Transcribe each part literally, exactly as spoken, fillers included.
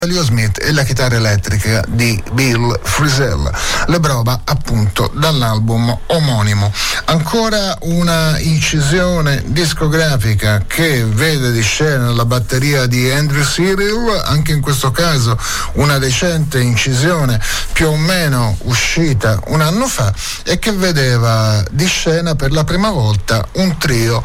Leo Smith e la chitarra elettrica di Bill Frisell, le prova appunto dall'album omonimo. Ancora una incisione discografica che vede di scena la batteria di Andrew Cyril, anche in questo caso una recente incisione più o meno uscita un anno fa, e che vedeva di scena per la prima volta un trio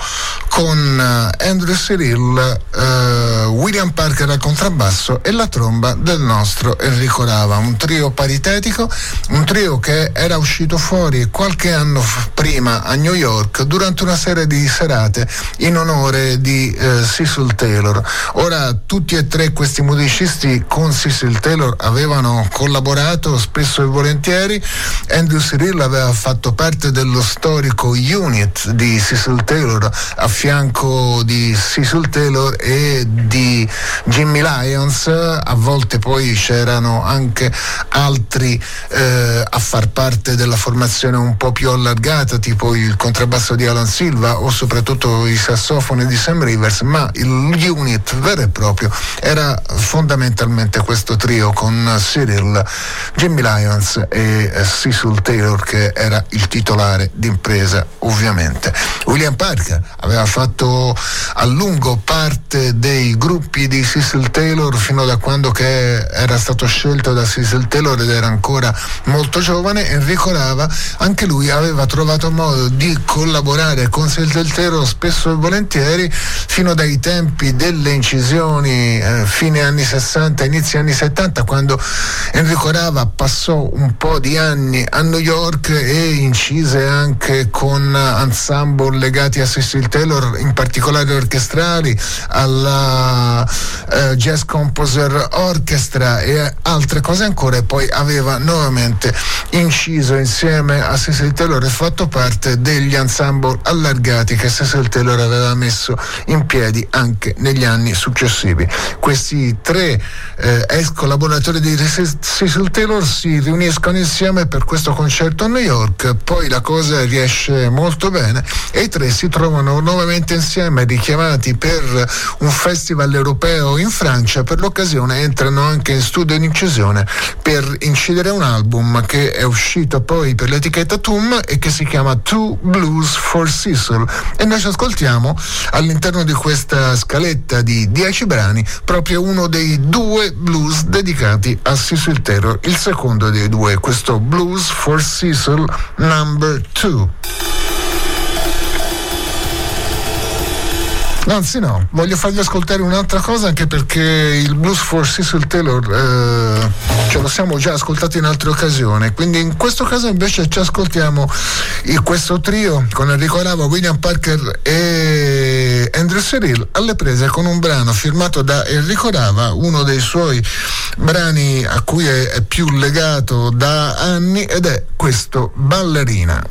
con Andrew Cyril, eh, William Parker al contrabbasso e la tromba del nostro Enrico Rava, un trio paritetico, un trio che era uscito fuori qualche anno f- prima a New York durante una serie di serate in onore di eh, Cecil Taylor. Ora, tutti e tre questi musicisti con Cecil Taylor avevano collaborato spesso e volentieri. Andrew Cyril aveva fatto parte dello storico unit di Cecil Taylor a fianco di Cecil Taylor e di Jimmy Lyons. A volte poi c'erano anche altri eh, a far parte della formazione un po' più allargata, tipo il contrabbasso di Alan Silva o soprattutto i sassofoni di Sam Rivers, ma il unit vero e proprio era fondamentalmente questo trio con Cyril, Jimmy Lyons e eh, Cecil Taylor, che era il titolare d'impresa ovviamente. William Parker aveva fatto a lungo parte dei gruppi di Cecil Taylor fino da quando che era stato scelto da Cecil Taylor ed era ancora molto giovane. Enrico Rava, anche lui aveva trovato modo di collaborare con Cecil Taylor spesso e volentieri fino dai tempi delle incisioni eh, fine anni sessanta, inizi anni settanta, quando Enrico Rava passò un po' di anni a New York e incise anche con ensemble legati a Cecil Taylor, in particolare orchestrali, alla eh, Jazz Composer Orchestra e altre cose ancora, e poi aveva nuovamente inciso insieme a Cecil Taylor e fatto parte degli ensemble allargati che Cecil Taylor aveva messo in piedi anche negli anni successivi. Questi tre eh, ex collaboratori di Cecil Taylor si riuniscono insieme per questo concerto a New York, poi la cosa riesce molto bene e i tre si trovano nuovamente insieme, richiamati per un festival europeo in Francia. Per l'occasione entrano anche in studio in incisione per incidere un album che è uscito poi per l'etichetta Toom e che si chiama Two Blues for Cecil, e noi ci ascoltiamo all'interno di questa scaletta di dieci brani proprio uno dei due blues dedicati a Cecil Taylor, il secondo dei due, questo Blues for Cecil number two. Anzi no, voglio farvi ascoltare un'altra cosa, anche perché il Blues for Cecil Taylor eh, ce lo siamo già ascoltati in altre occasioni, quindi in questo caso invece ci ascoltiamo il, questo trio con Enrico Rava, William Parker e Andrew Cyril alle prese con un brano firmato da Enrico Rava, uno dei suoi brani a cui è, è più legato da anni, ed è questo Ballerina.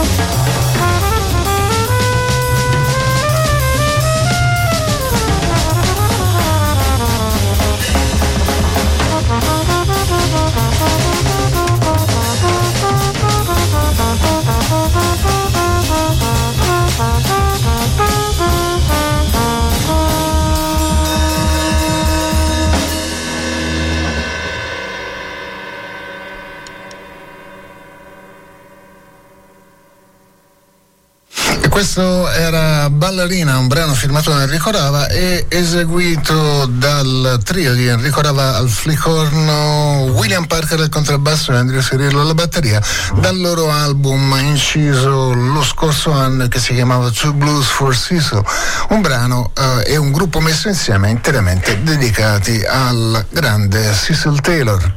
Questo era Ballerina, un brano firmato da Enrico Rava e eseguito dal trio di Enrico Rava al flicorno, William Parker al contrabbasso e Andrea Cirillo alla batteria, dal loro album inciso lo scorso anno che si chiamava Two Blues for Cecil, un brano eh, e un gruppo messo insieme interamente dedicati al grande Cecil Taylor.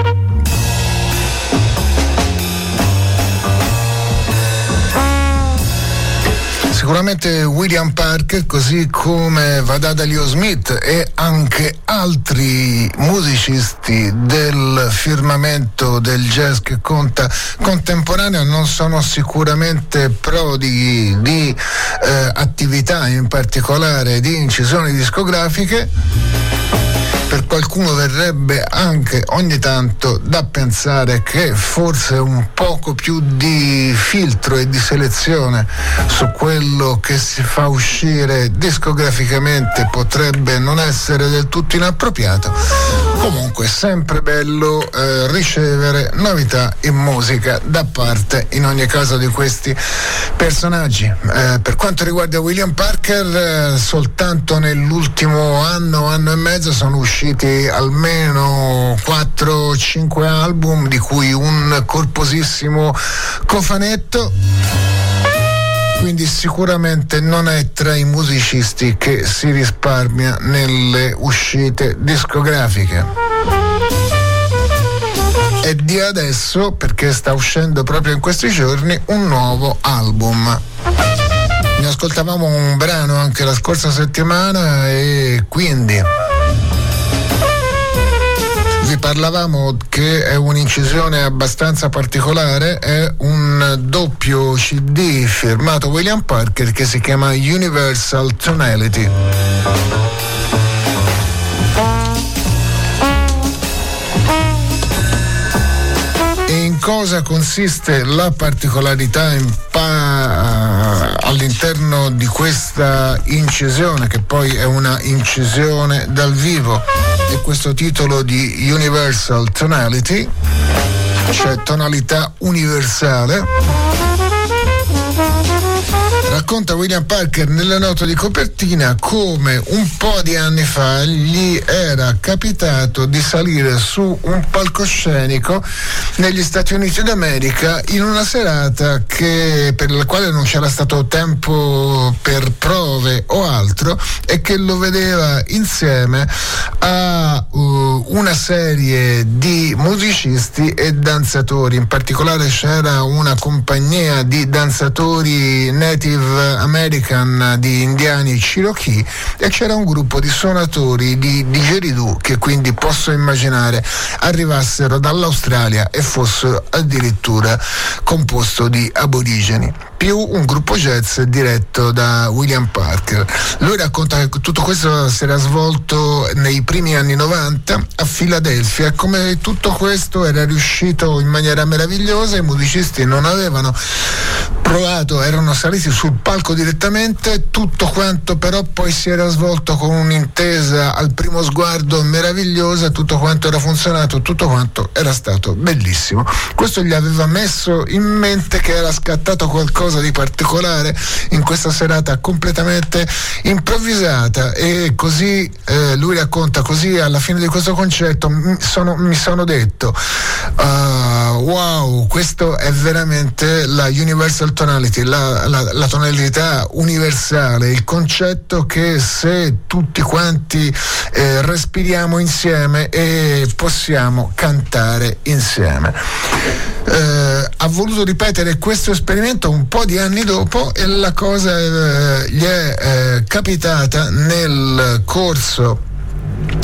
Sicuramente William Parker, così come Wadada Leo Smith e anche altri musicisti del firmamento del jazz che conta contemporaneo, non sono sicuramente prodighi di eh, attività, in particolare di incisioni discografiche. Per qualcuno verrebbe anche ogni tanto da pensare che forse un poco più di filtro e di selezione su quello che si fa uscire discograficamente potrebbe non essere del tutto inappropriato. Comunque è sempre bello eh, ricevere novità in musica da parte in ogni caso di questi personaggi. Eh, per quanto riguarda William Parker, eh, soltanto nell'ultimo anno, anno e mezzo sono usciti almeno quattro cinque album, di cui un corposissimo cofanetto, quindi sicuramente non è tra i musicisti che si risparmia nelle uscite discografiche. E di adesso, perché sta uscendo proprio in questi giorni, un nuovo album. Ne ascoltavamo un brano anche la scorsa settimana e quindi vi parlavamo che è un'incisione abbastanza particolare, è un doppio C D firmato William Parker che si chiama Universal Tonality. E in cosa consiste la particolarità in pa- all'interno di questa incisione, che poi è una incisione dal vivo, e questo titolo di Universal Tonality, cioè tonalità universale? Racconta William Parker nella nota di copertina come un po' di anni fa gli era capitato di salire su un palcoscenico negli Stati Uniti d'America in una serata che, per la quale non c'era stato tempo per prove o altro, e che lo vedeva insieme a uh, una serie di musicisti e danzatori. In particolare c'era una compagnia di danzatori Native American di indiani Cherokee e c'era un gruppo di suonatori di didgeridoo che quindi posso immaginare arrivassero dall'Australia e fossero addirittura composto di aborigeni, più un gruppo jazz diretto da William Parker. Lui racconta che tutto questo si era svolto nei primi anni novanta a Filadelfia, come tutto questo era riuscito in maniera meravigliosa, i musicisti non avevano provato, erano saliti sul palco direttamente, tutto quanto però poi si era svolto con un'intesa al primo sguardo meravigliosa, tutto quanto era funzionato, tutto quanto era stato bellissimo. Questo gli aveva messo in mente che era scattato qualcosa di particolare in questa serata completamente improvvisata, e così eh, lui racconta, così alla fine di questo concerto mi sono, mi sono detto uh, wow, questo è veramente la Universal Tonality, la, la, la tonalità universale, il concetto che se tutti quanti eh, respiriamo insieme e possiamo cantare insieme. Eh, ha voluto ripetere questo esperimento un po' di anni dopo e la cosa eh, gli è eh, capitata nel corso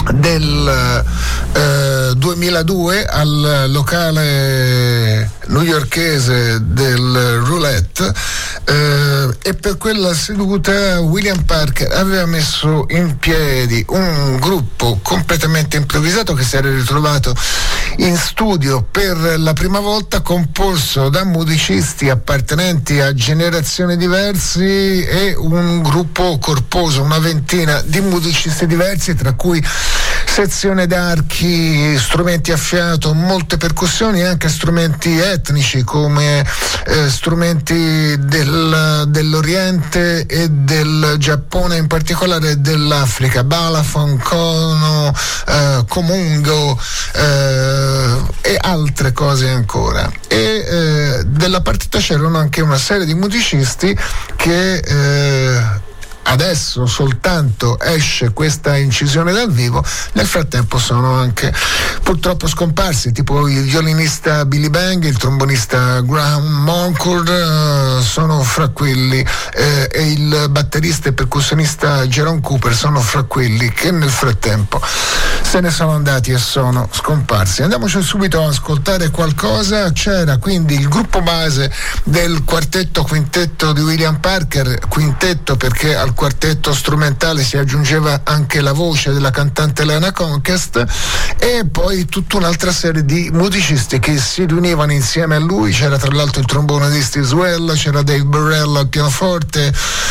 del eh, duemiladue al locale newyorkese del Roulette, eh, e per quella seduta William Parker aveva messo in piedi un gruppo completamente improvvisato che si era ritrovato in studio per la prima volta, composto da musicisti appartenenti a generazioni diverse e un gruppo corposo, una ventina di musicisti diversi, tra cui sezione d'archi, strumenti a fiato, molte percussioni e anche strumenti etnici come eh, strumenti del, dell'Oriente e del Giappone, in particolare dell'Africa, balafon, kono, eh, komungo eh, e altre cose ancora. E eh, della partita c'erano anche una serie di musicisti che eh, adesso soltanto esce questa incisione dal vivo, nel frattempo sono anche purtroppo scomparsi, tipo il violinista Billy Bang, il trombonista Graham Moncourt, eh, sono fra quelli, eh, e il batterista e percussionista Jerome Cooper sono fra quelli che nel frattempo se ne sono andati e sono scomparsi. Andiamoci subito a ascoltare qualcosa. C'era quindi il gruppo base del quartetto quintetto di William Parker, quintetto perché al quartetto strumentale si aggiungeva anche la voce della cantante Lana Conquest, e poi tutta un'altra serie di musicisti che si riunivano insieme a lui. C'era tra l'altro il trombone di Steve Swell, c'era Dave Burrell al pianoforte,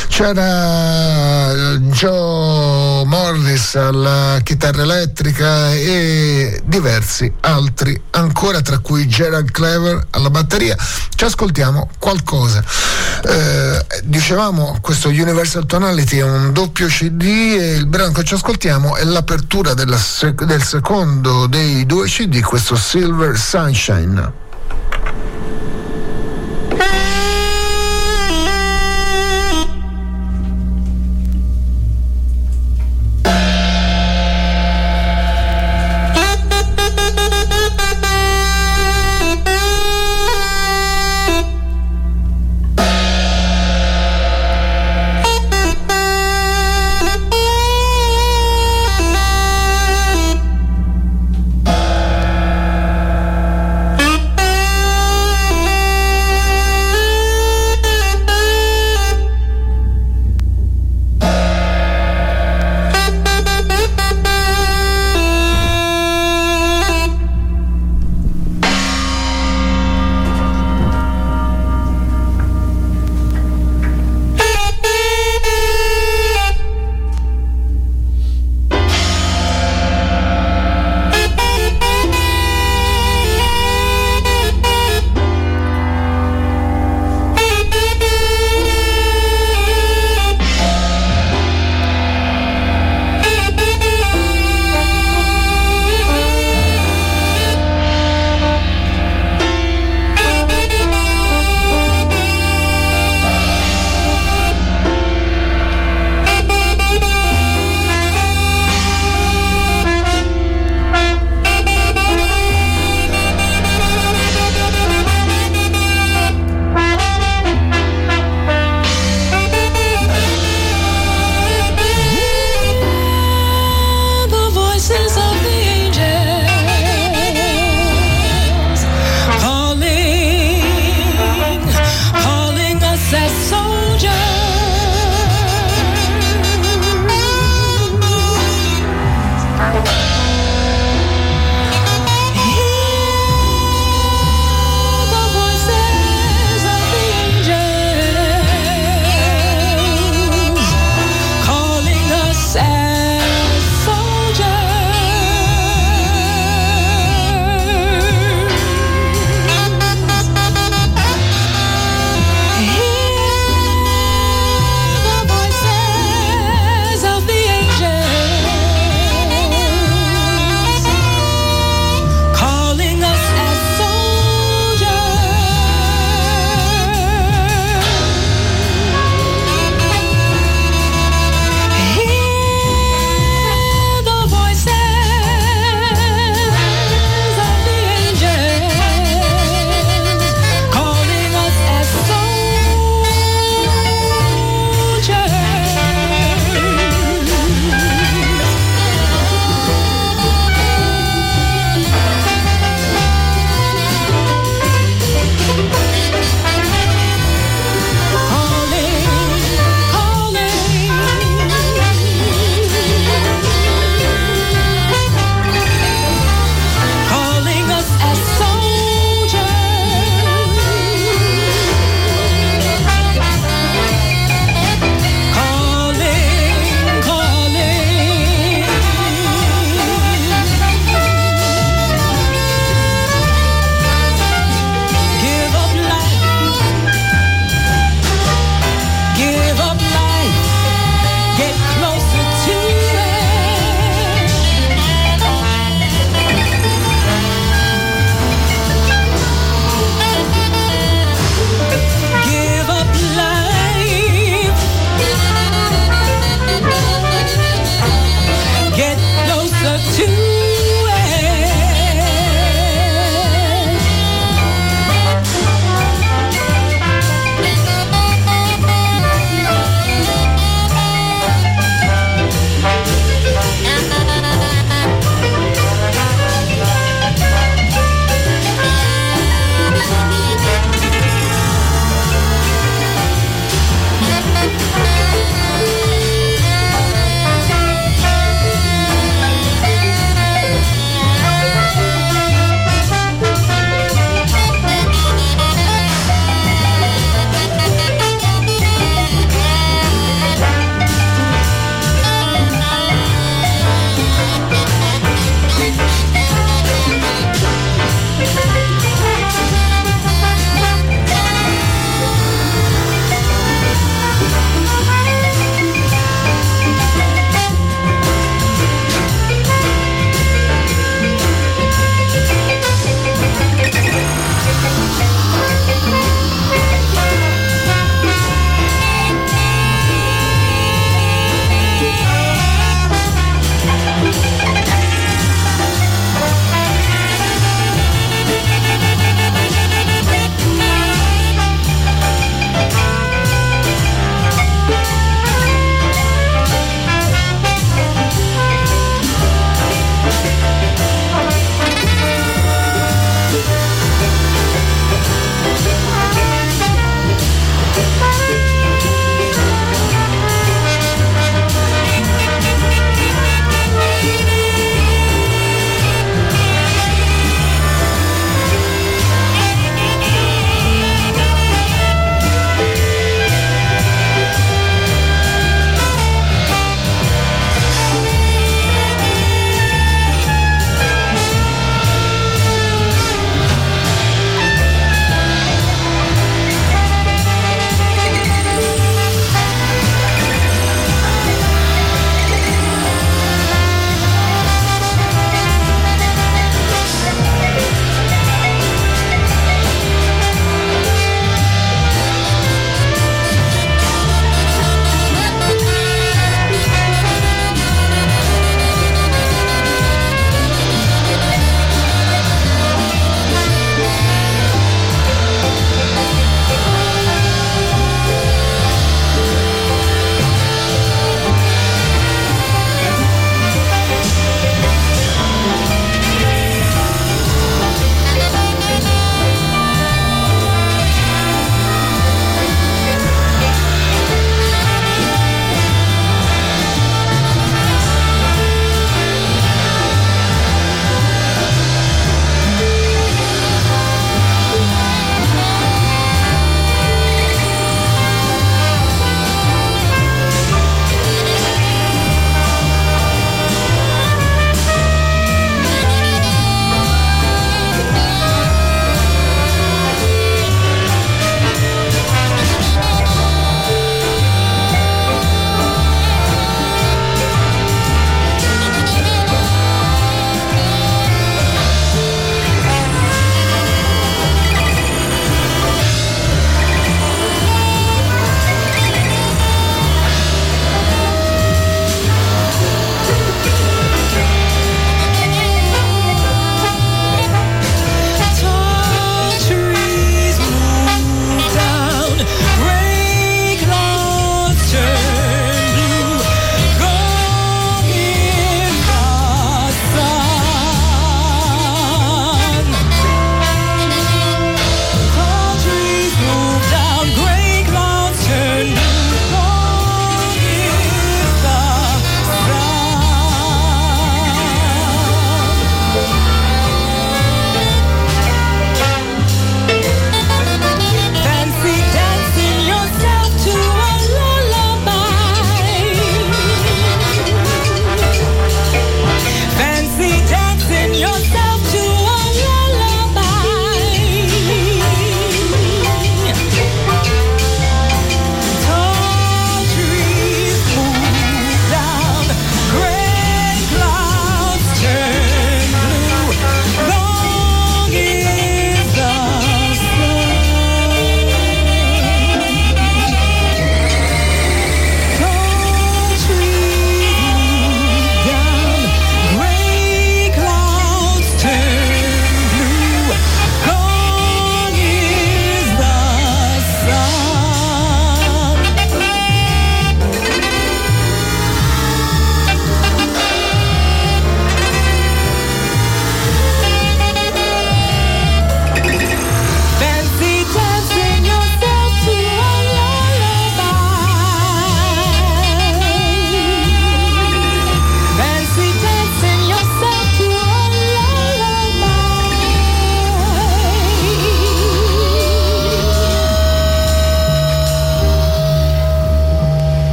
c'era Joe Morris alla chitarra elettrica e diversi altri ancora, tra cui Gerald Clever alla batteria. Ci ascoltiamo qualcosa. Eh, dicevamo, questo Universal Tonality è un doppio C D e il brano che ci ascoltiamo è l'apertura della sec- del secondo dei due C D, questo Silver Sunshine. Thank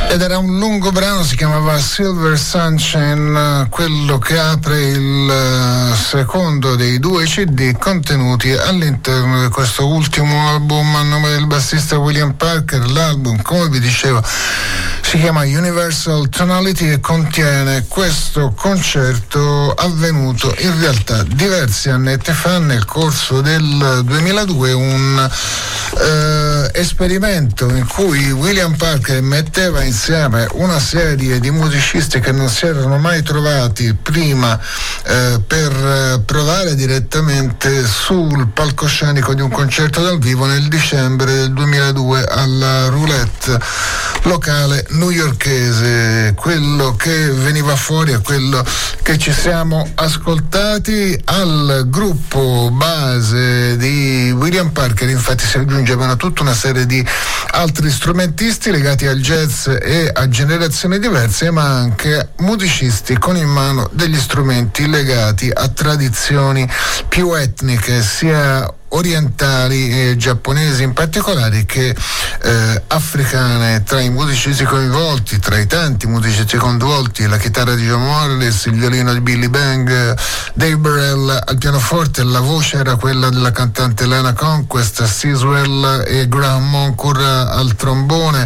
ed era un lungo brano, si chiamava Silver Sunshine, quello che apre il secondo dei due C D contenuti all'interno di questo ultimo album a nome del bassista William Parker. L'album, come vi dicevo, si chiama Universal Tonality e contiene questo concerto avvenuto in realtà diversi annetti fa, nel corso del duemiladue, un eh, esperimento in cui William Parker metteva insieme una serie di musicisti che non si erano mai trovati prima eh, per provare direttamente sul palcoscenico di un concerto dal vivo nel dicembre del duemiladue alla Roulette locale newyorkese. Quello che veniva fuori è quello che ci siamo ascoltati. Al gruppo base di William Parker infatti si aggiungevano tutta una serie di altri strumentisti legati al jazz e a generazioni diverse, ma anche musicisti con in mano degli strumenti legati a tradizioni più etniche, sia orientali e giapponesi in particolare che eh, africane. Tra i musicisti coinvolti, tra i tanti musicisti coinvolti, la chitarra di John Morris, il violino di Billy Bang, Dave Burrell al pianoforte, la voce era quella della cantante Lana Conquest, Siswell e Graham Moncour al trombone,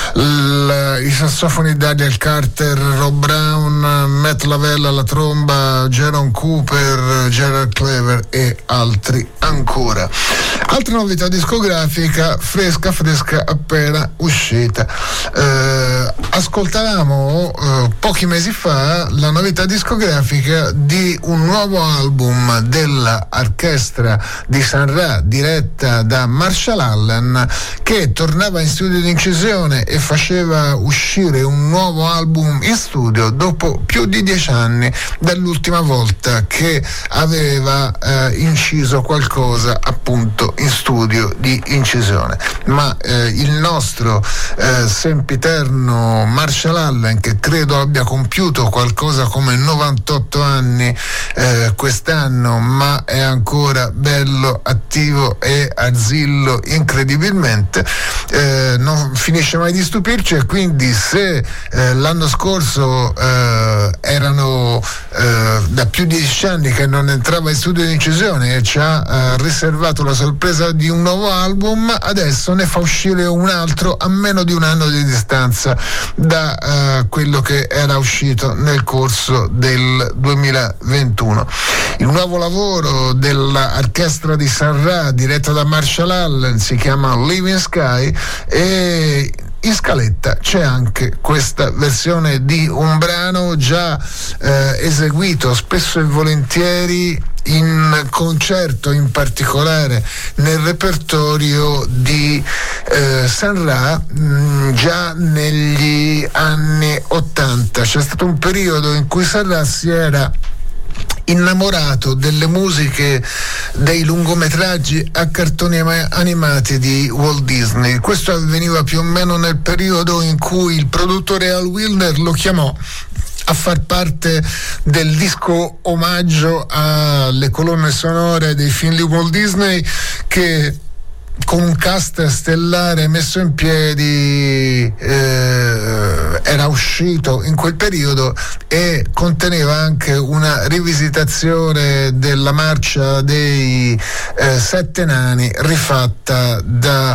l- i sassofoni Daniel Carter, Rob Brown, Matt Lavelle alla tromba, Jaron Cooper, Gerald Clever e altri ancora. Altra novità discografica fresca fresca appena uscita. Eh, ascoltavamo eh, pochi mesi fa la novità discografica di un nuovo album dell'orchestra di Sun Ra diretta da Marshall Allen, che tornava in studio di incisione e faceva uscire un nuovo album in studio dopo più di dieci anni dall'ultima volta che aveva eh, inciso qualcosa appunto in studio di incisione. Ma eh, il nostro eh, sempiterno Marshall Allen, che credo abbia compiuto qualcosa come novantotto anni eh, quest'anno, ma è ancora bello, attivo e arzillo incredibilmente, eh, non finisce mai di stupirci. E quindi se eh, l'anno scorso eh, erano eh, da più di dieci anni che non entrava in studio di incisione e ci ha eh, riservato la sorpresa di un nuovo album, adesso ne fa uscire un altro a meno di un anno di distanza da uh, quello che era uscito nel corso del duemilaventuno. Il nuovo lavoro dell'orchestra di Sun Ra diretta da Marshall Allen si chiama Living Sky e in scaletta c'è anche questa versione di un brano già eh, eseguito spesso e volentieri in concerto, in particolare nel repertorio di eh, Sun Ra mh, già negli anni ottanta. C'è stato un periodo in cui Sun Ra si era innamorato delle musiche dei lungometraggi a cartoni animati di Walt Disney. Questo avveniva più o meno nel periodo in cui il produttore Al Wilder lo chiamò a far parte del disco omaggio alle colonne sonore dei film di Walt Disney, che con un cast stellare messo in piedi eh, era uscito in quel periodo e conteneva anche una rivisitazione della marcia dei eh, sette nani rifatta da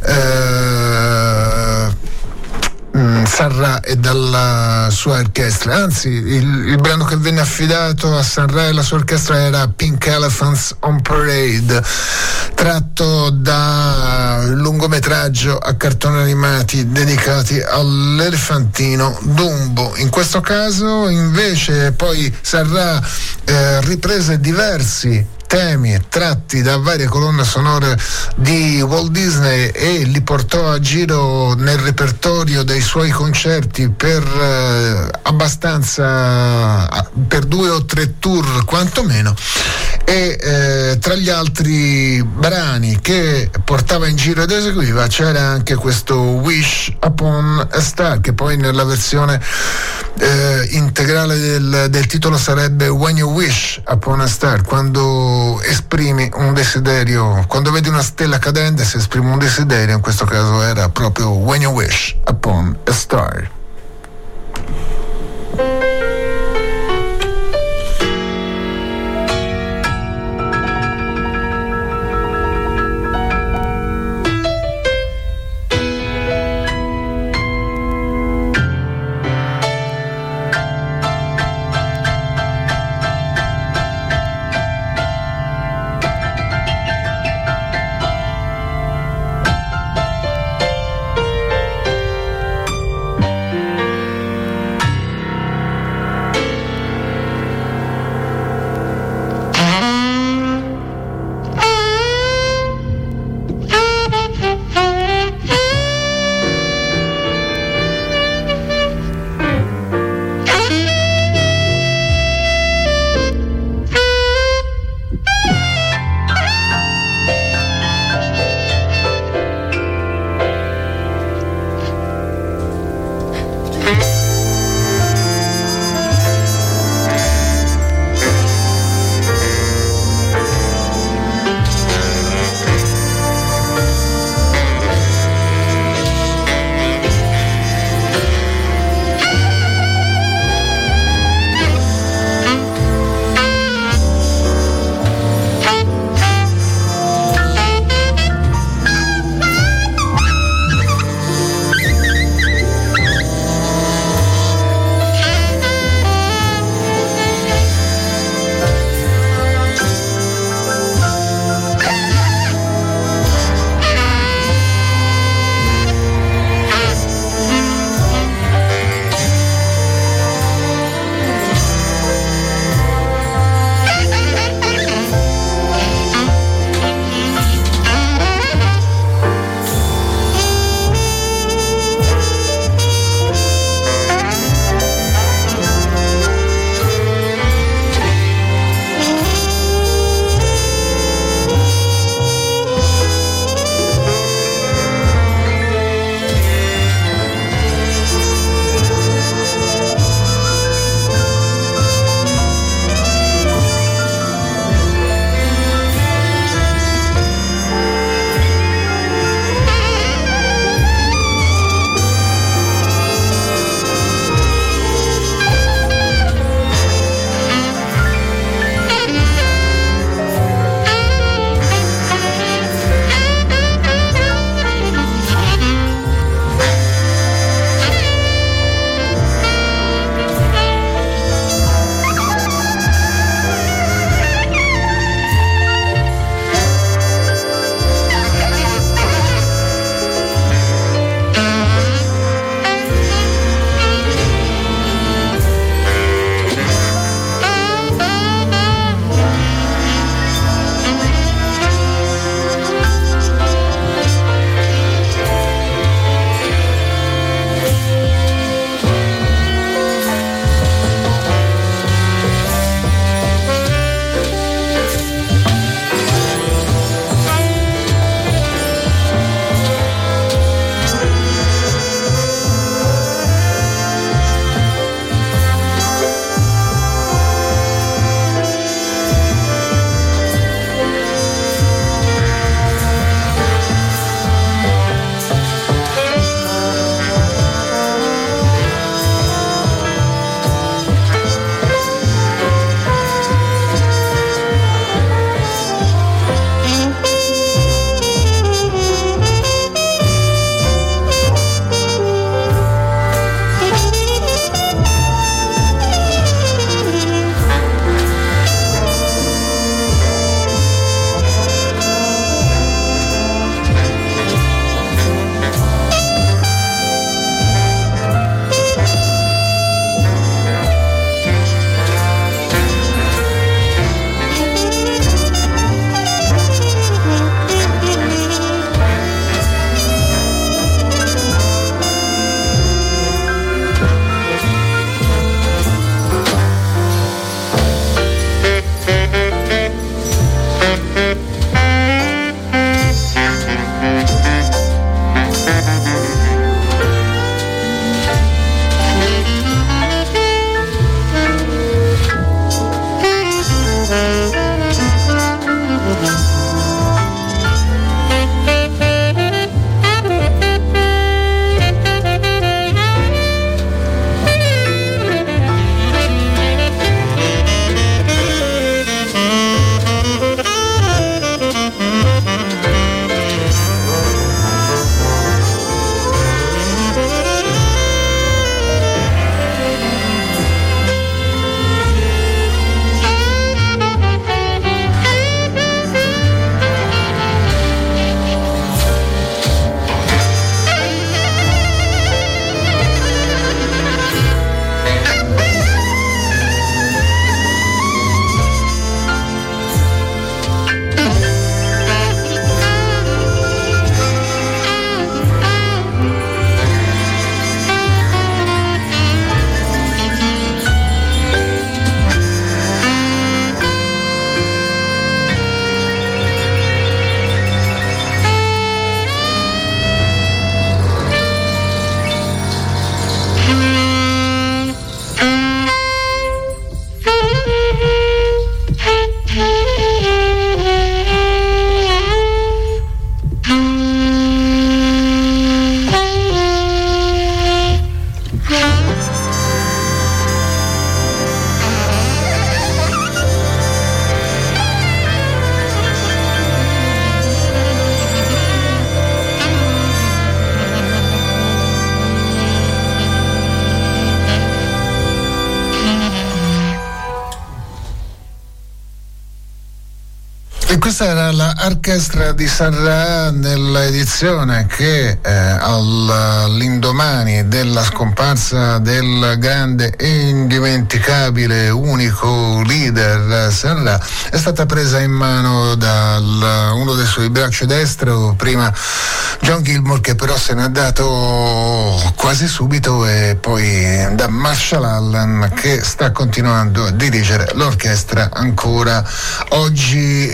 eh, Sun Ra e dalla sua orchestra. Anzi, il, il brano che venne affidato a Sun Ra e alla sua orchestra era Pink Elephants on Parade, tratto da lungometraggio a cartoni animati dedicati all'elefantino Dumbo. In questo caso invece poi Sun Ra eh, riprese diversi temi tratti da varie colonne sonore di Walt Disney e li portò a giro nel repertorio dei suoi concerti per eh, abbastanza per due o tre tour quantomeno, e eh, tra gli altri brani che portava in giro ed eseguiva c'era anche questo Wish Upon a Star, che poi nella versione eh, integrale del, del titolo sarebbe When You Wish Upon a Star, quando esprimi un desiderio, quando vedi una stella cadente si esprime un desiderio, in questo caso era proprio When You Wish Upon a Star. Questa era l'orchestra di Sarra nell'edizione che eh, all'indomani della scomparsa del grande e indimenticabile unico leader Sarra è stata presa in mano da uno dei suoi bracci destro, prima John Gilmour, che però se n'è andato quasi subito, e poi da Marshall Allen, che sta continuando a dirigere l'orchestra ancora oggi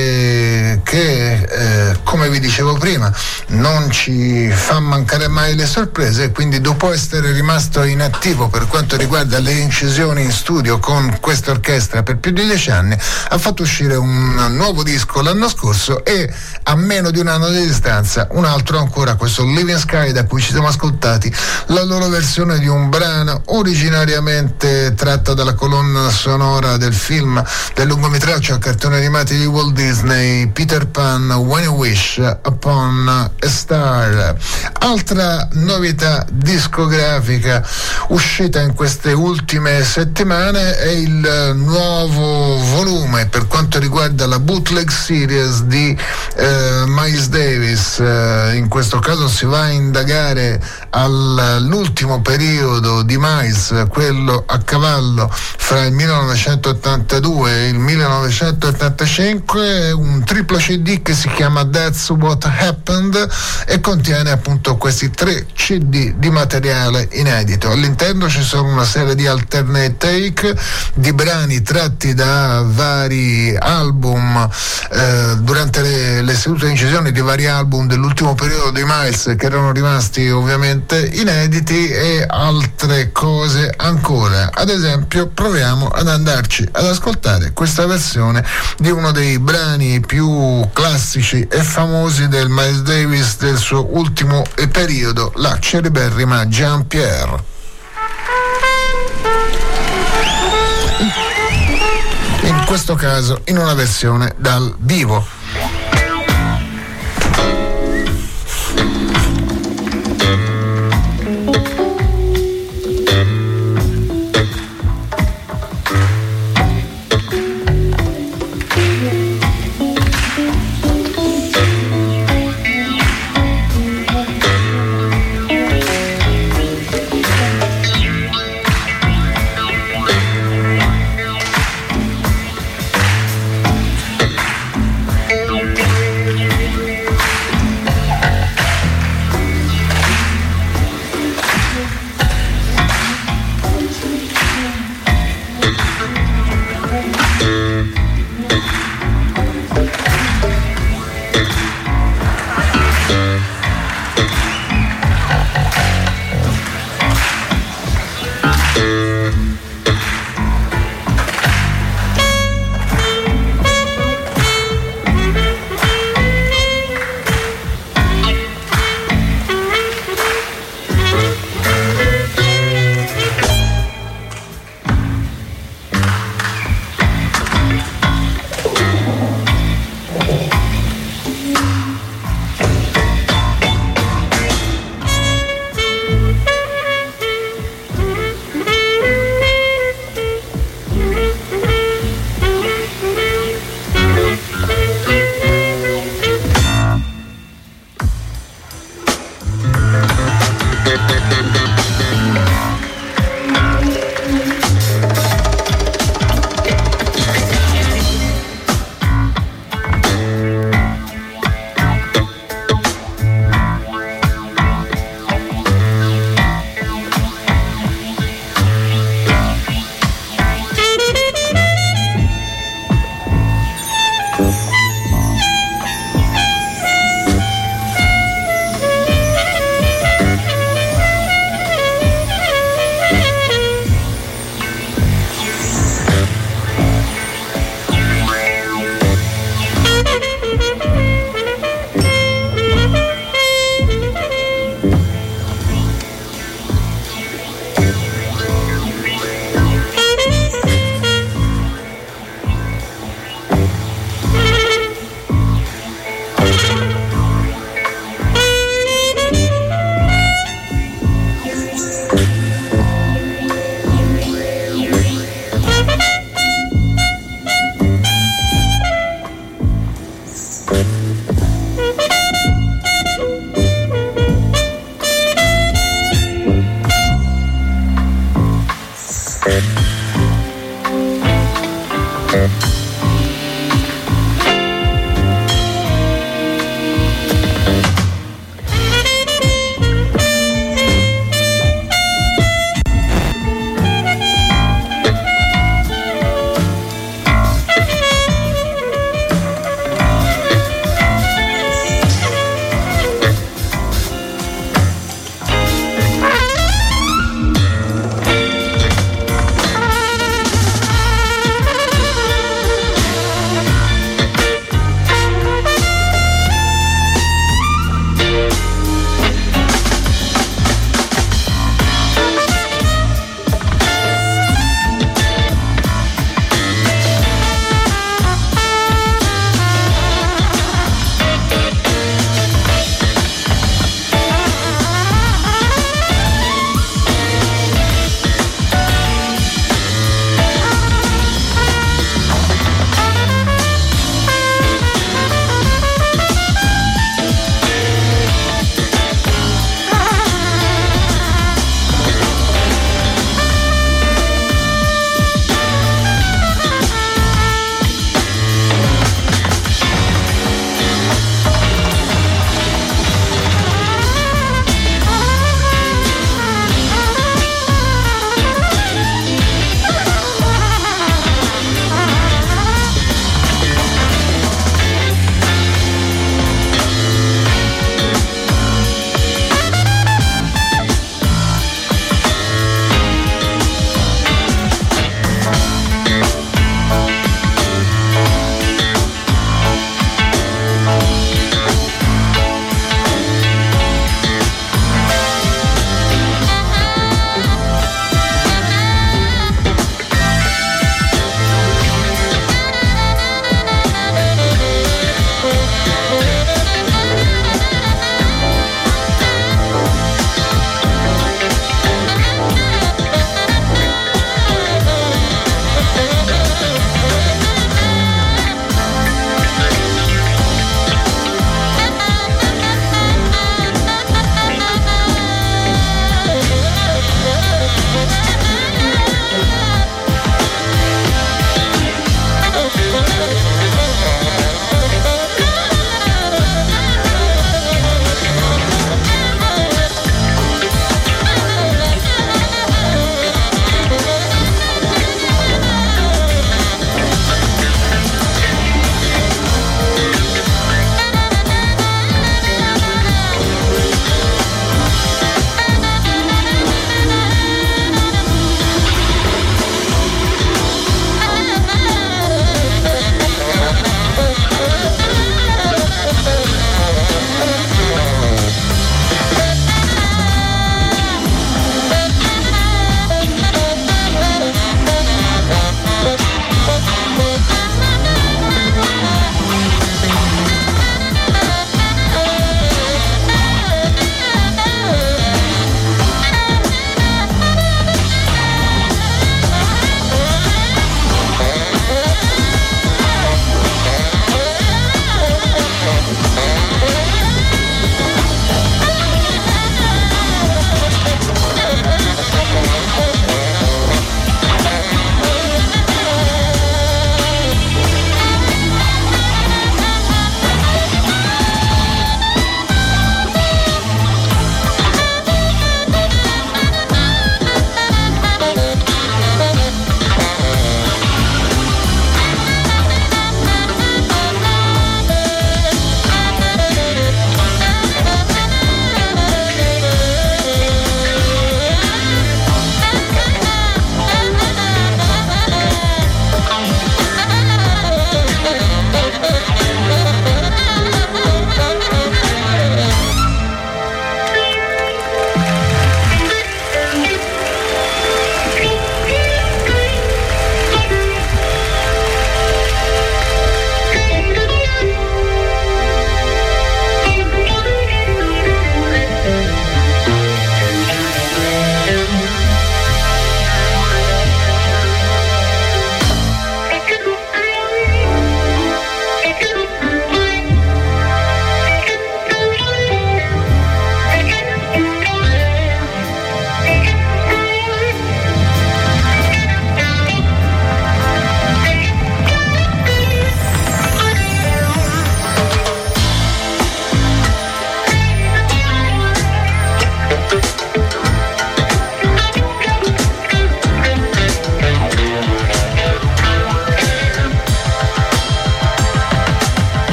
e che eh, come vi dicevo prima non ci fa mancare mai le sorprese. Quindi, dopo essere rimasto inattivo per quanto riguarda le incisioni in studio con questa orchestra per più di dieci anni, ha fatto uscire un nuovo disco l'anno scorso e a meno di un anno di distanza un altro ancora, questo Living Sky, da cui ci siamo ascoltati la loro versione di un brano originariamente tratto dalla colonna sonora del film del lungometraggio a cartoni animati di Walt Disney, Peter Pan, When You Wish Upon a Star. Altra novità discografica uscita in queste ultime settimane è il nuovo volume per quanto riguarda la bootleg series di eh, Miles Davis. Eh, in questo caso si va a indagare all'ultimo periodo di Miles, quello a cavallo fra il millenovecentottantadue e il millenovecentottantacinque, un triplo C D che si chiama That's What Happened e contiene appunto questi tre C D di materiale inedito. All'interno ci sono una serie di alternate take di brani tratti da vari album eh, durante le, le sedute di incisione di vari album dell'ultimo periodo di Miles, che erano rimasti ovviamente inediti, e altre cose ancora. Ad esempio, proviamo ad andarci ad ascoltare questa versione di uno dei brani più classici e famosi del Miles Davis del suo ultimo periodo, la celeberrima Jean-Pierre. In questo caso in una versione dal vivo.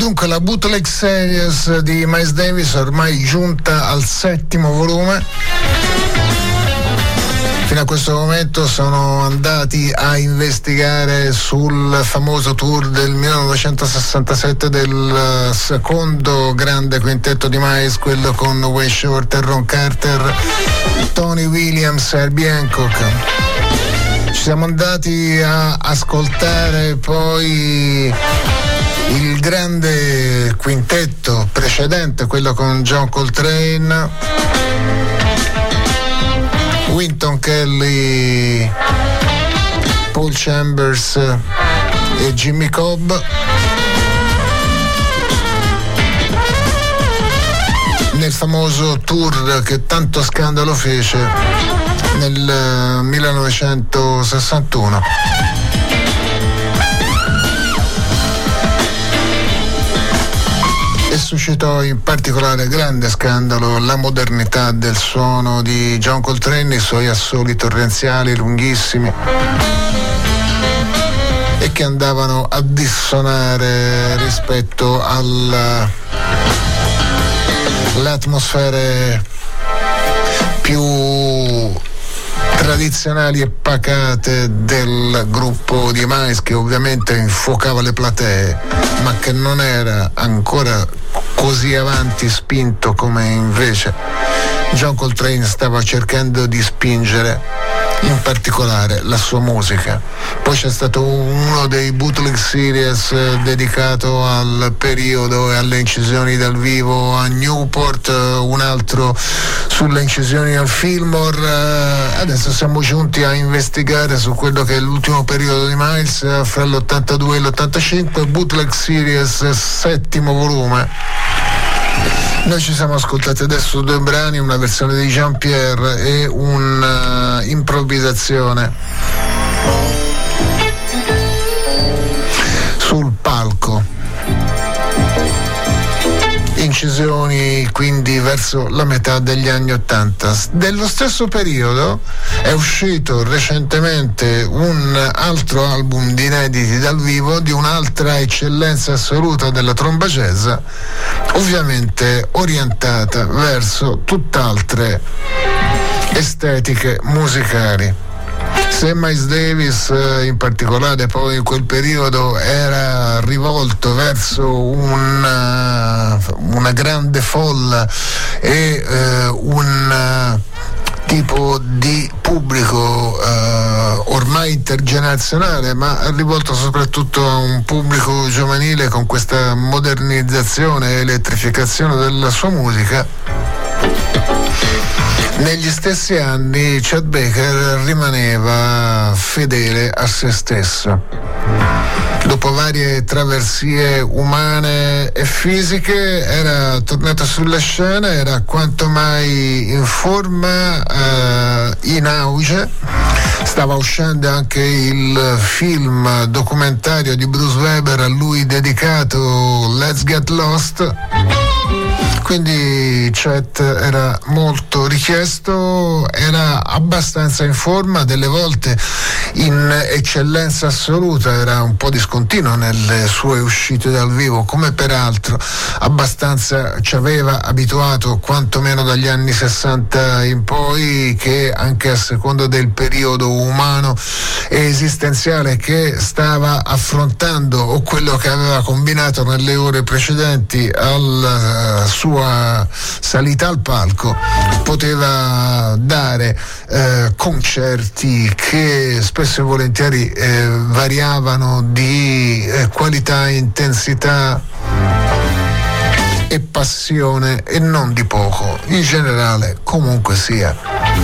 dunque la Bootleg Series di Miles Davis ormai giunta al settimo volume. Fino a questo momento sono andati a investigare sul famoso tour del millenovecentosessantasette del secondo grande quintetto di Miles, quello con Wayne Shorter, Ron Carter, Tony Williams e Herbie Hancock. Ci siamo andati a ascoltare poi il grande quintetto precedente, quello con John Coltrane, Wynton Kelly, Paul Chambers e Jimmy Cobb. Nel famoso tour che tanto scandalo fece nel millenovecentosessantuno. E suscitò in particolare grande scandalo la modernità del suono di John Coltrane, i suoi assoli torrenziali lunghissimi e che andavano a dissonare rispetto alla le atmosfere più tradizionali e pacate del gruppo di Miles, che ovviamente infuocava le platee, ma che non era ancora così avanti spinto come invece John Coltrane stava cercando di spingere, in particolare la sua musica. Poi c'è stato uno dei bootleg series eh, dedicato al periodo e alle incisioni dal vivo a Newport, eh, un altro sulle incisioni al Fillmore. Eh, adesso siamo giunti a investigare su quello che è l'ultimo periodo di Miles, eh, fra l'ottantadue e l'ottantacinque, bootleg series, settimo volume. Noi ci siamo ascoltati adesso due brani, una versione di Jean-Pierre e un'improvvisazione sul palco. Incisioni quindi verso la metà degli anni ottanta. Dello stesso periodo è uscito recentemente un altro album di inediti dal vivo di un'altra eccellenza assoluta della tromba jazz, ovviamente orientata verso tutt'altre estetiche musicali. Se Miles Davis in particolare poi in quel periodo era rivolto verso una, una grande folla e eh, un tipo di pubblico eh, ormai intergenerazionale, ma rivolto soprattutto a un pubblico giovanile, con questa modernizzazione e elettrificazione della sua musica, negli stessi anni Chet Baker rimaneva fedele a se stesso. Dopo varie traversie umane e fisiche era tornato sulla scena, era quanto mai in forma, eh, in auge. Stava uscendo anche il film documentario di Bruce Weber a lui dedicato, Let's Get Lost. Quindi Chet era molto richiesto, era abbastanza in forma, delle volte in eccellenza assoluta, era un po' discontinuo nelle sue uscite dal vivo, come peraltro abbastanza ci aveva abituato quantomeno dagli anni sessanta in poi, che anche a seconda del periodo umano e esistenziale che stava affrontando o quello che aveva combinato nelle ore precedenti alla sua salita al palco, poteva dare eh, concerti che spesso e volentieri eh, variavano di eh, qualità, intensità e passione, e non di poco. In generale, comunque sia,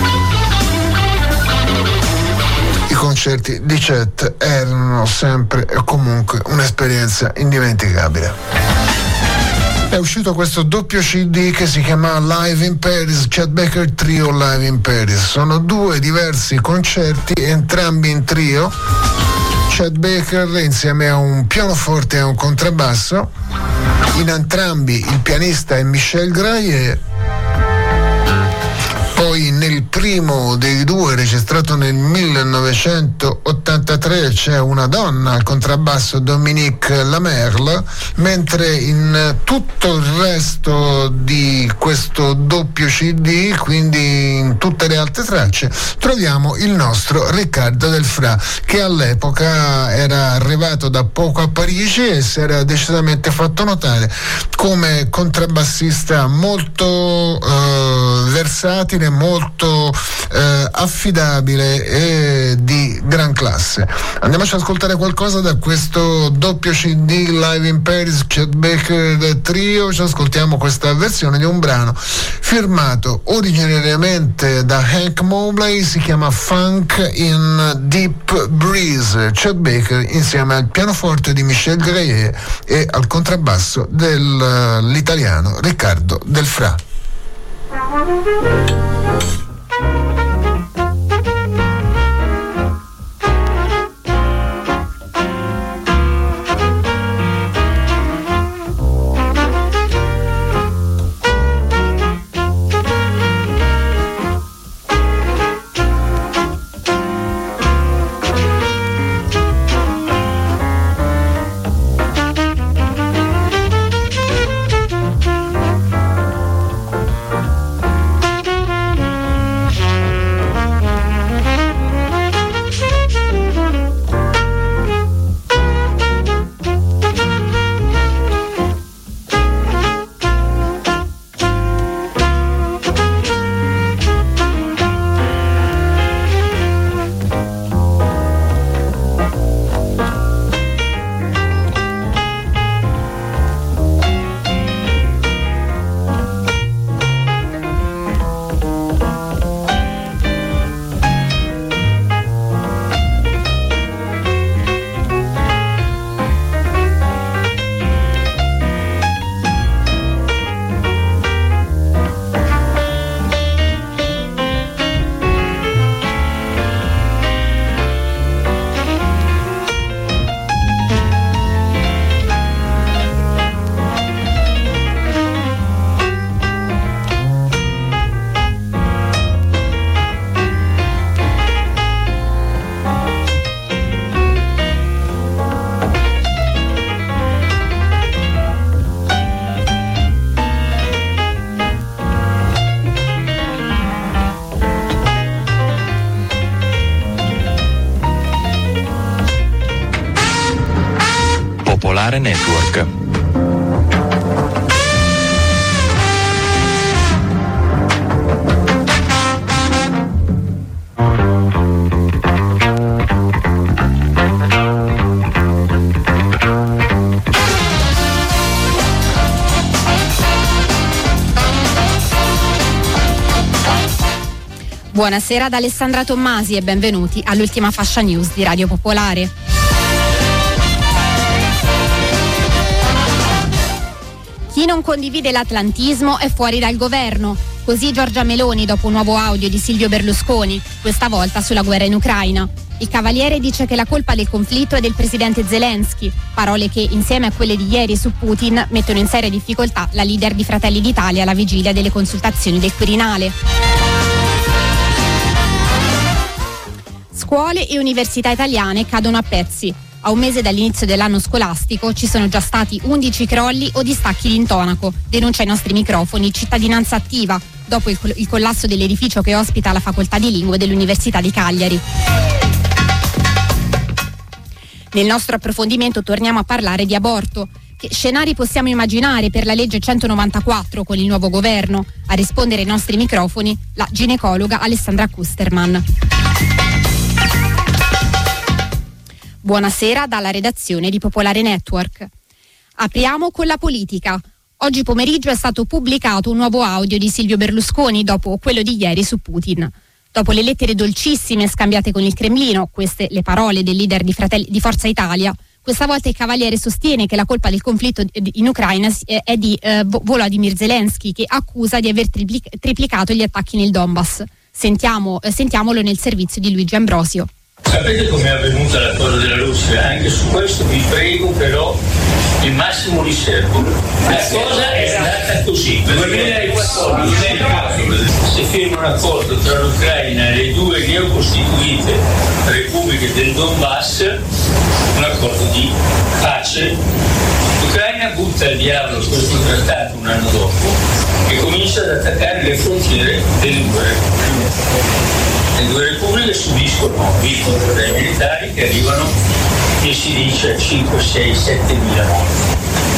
i concerti di Chet erano sempre e comunque un'esperienza indimenticabile. È uscito questo doppio C D che si chiama Live in Paris, Chet Baker Trio Live in Paris. Sono due diversi concerti, entrambi in trio. Chet Baker insieme a un pianoforte e a un contrabbasso. In entrambi il pianista è Michel Graillet. Poi poi nel primo dei due, registrato nel millenovecentottantatré, c'è una donna al contrabbasso, Dominique Lamerle, mentre in tutto il resto di questo doppio C D, quindi in tutte le altre tracce, troviamo il nostro Riccardo Del Fra, che all'epoca era arrivato da poco a Parigi e si era decisamente fatto notare come contrabbassista molto eh, versatile, molto eh, affidabile e di gran classe. Andiamoci ad ascoltare qualcosa da questo doppio C D Live in Paris, Chet Baker Trio. Ci ascoltiamo questa versione di un brano firmato originariamente da Hank Mobley, si chiama Funk in Deep Breeze. Chet Baker insieme al pianoforte di Michel Greyer e al contrabbasso dell'italiano Riccardo Del Fra. Network. Buonasera da Alessandra Tommasi e benvenuti all'ultima fascia news di Radio Popolare. Chi non condivide l'atlantismo è fuori dal governo. Così Giorgia Meloni dopo un nuovo audio di Silvio Berlusconi, questa volta sulla guerra in Ucraina. Il Cavaliere dice che la colpa del conflitto è del presidente Zelensky, parole che insieme a quelle di ieri su Putin mettono in seria difficoltà la leader di Fratelli d'Italia alla vigilia delle consultazioni del Quirinale. Scuole e università italiane cadono a pezzi. A un mese dall'inizio dell'anno scolastico ci sono già stati undici crolli o distacchi di intonaco, denuncia ai nostri microfoni Cittadinanza Attiva, dopo il, il collasso dell'edificio che ospita la facoltà di lingue dell'Università di Cagliari. Nel nostro approfondimento torniamo a parlare di aborto. Che scenari possiamo immaginare per la legge centonovantaquattro con il nuovo governo? A rispondere ai nostri microfoni la ginecologa Alessandra Kusterman. Buonasera dalla redazione di Popolare Network. Apriamo con la politica. Oggi pomeriggio è stato pubblicato un nuovo audio di Silvio Berlusconi dopo quello di ieri su Putin. Dopo le lettere dolcissime scambiate con il Cremlino, queste le parole del leader di, Fratelli, di Forza Italia, questa volta il Cavaliere sostiene che la colpa del conflitto in Ucraina è di eh, Volodymyr Zelensky, che accusa di aver triplic- triplicato gli attacchi nel Donbass. Sentiamo, eh, sentiamolo nel servizio di Luigi Ambrosio. Sapete com'è avvenuta la cosa della Russia? Anche su questo vi prego però il massimo riservo. La cosa è andata così. Nel duemilaquattordici si firma un accordo tra l'Ucraina e le due neocostituite repubbliche del Donbass, un accordo di pace. L'Ucraina butta al diavolo questo trattato un anno dopo e comincia ad attaccare le frontiere delle due repubbliche. Le due repubbliche subiscono vittime dai militari che arrivano, che si dice, a cinque, sei, sette mila morti.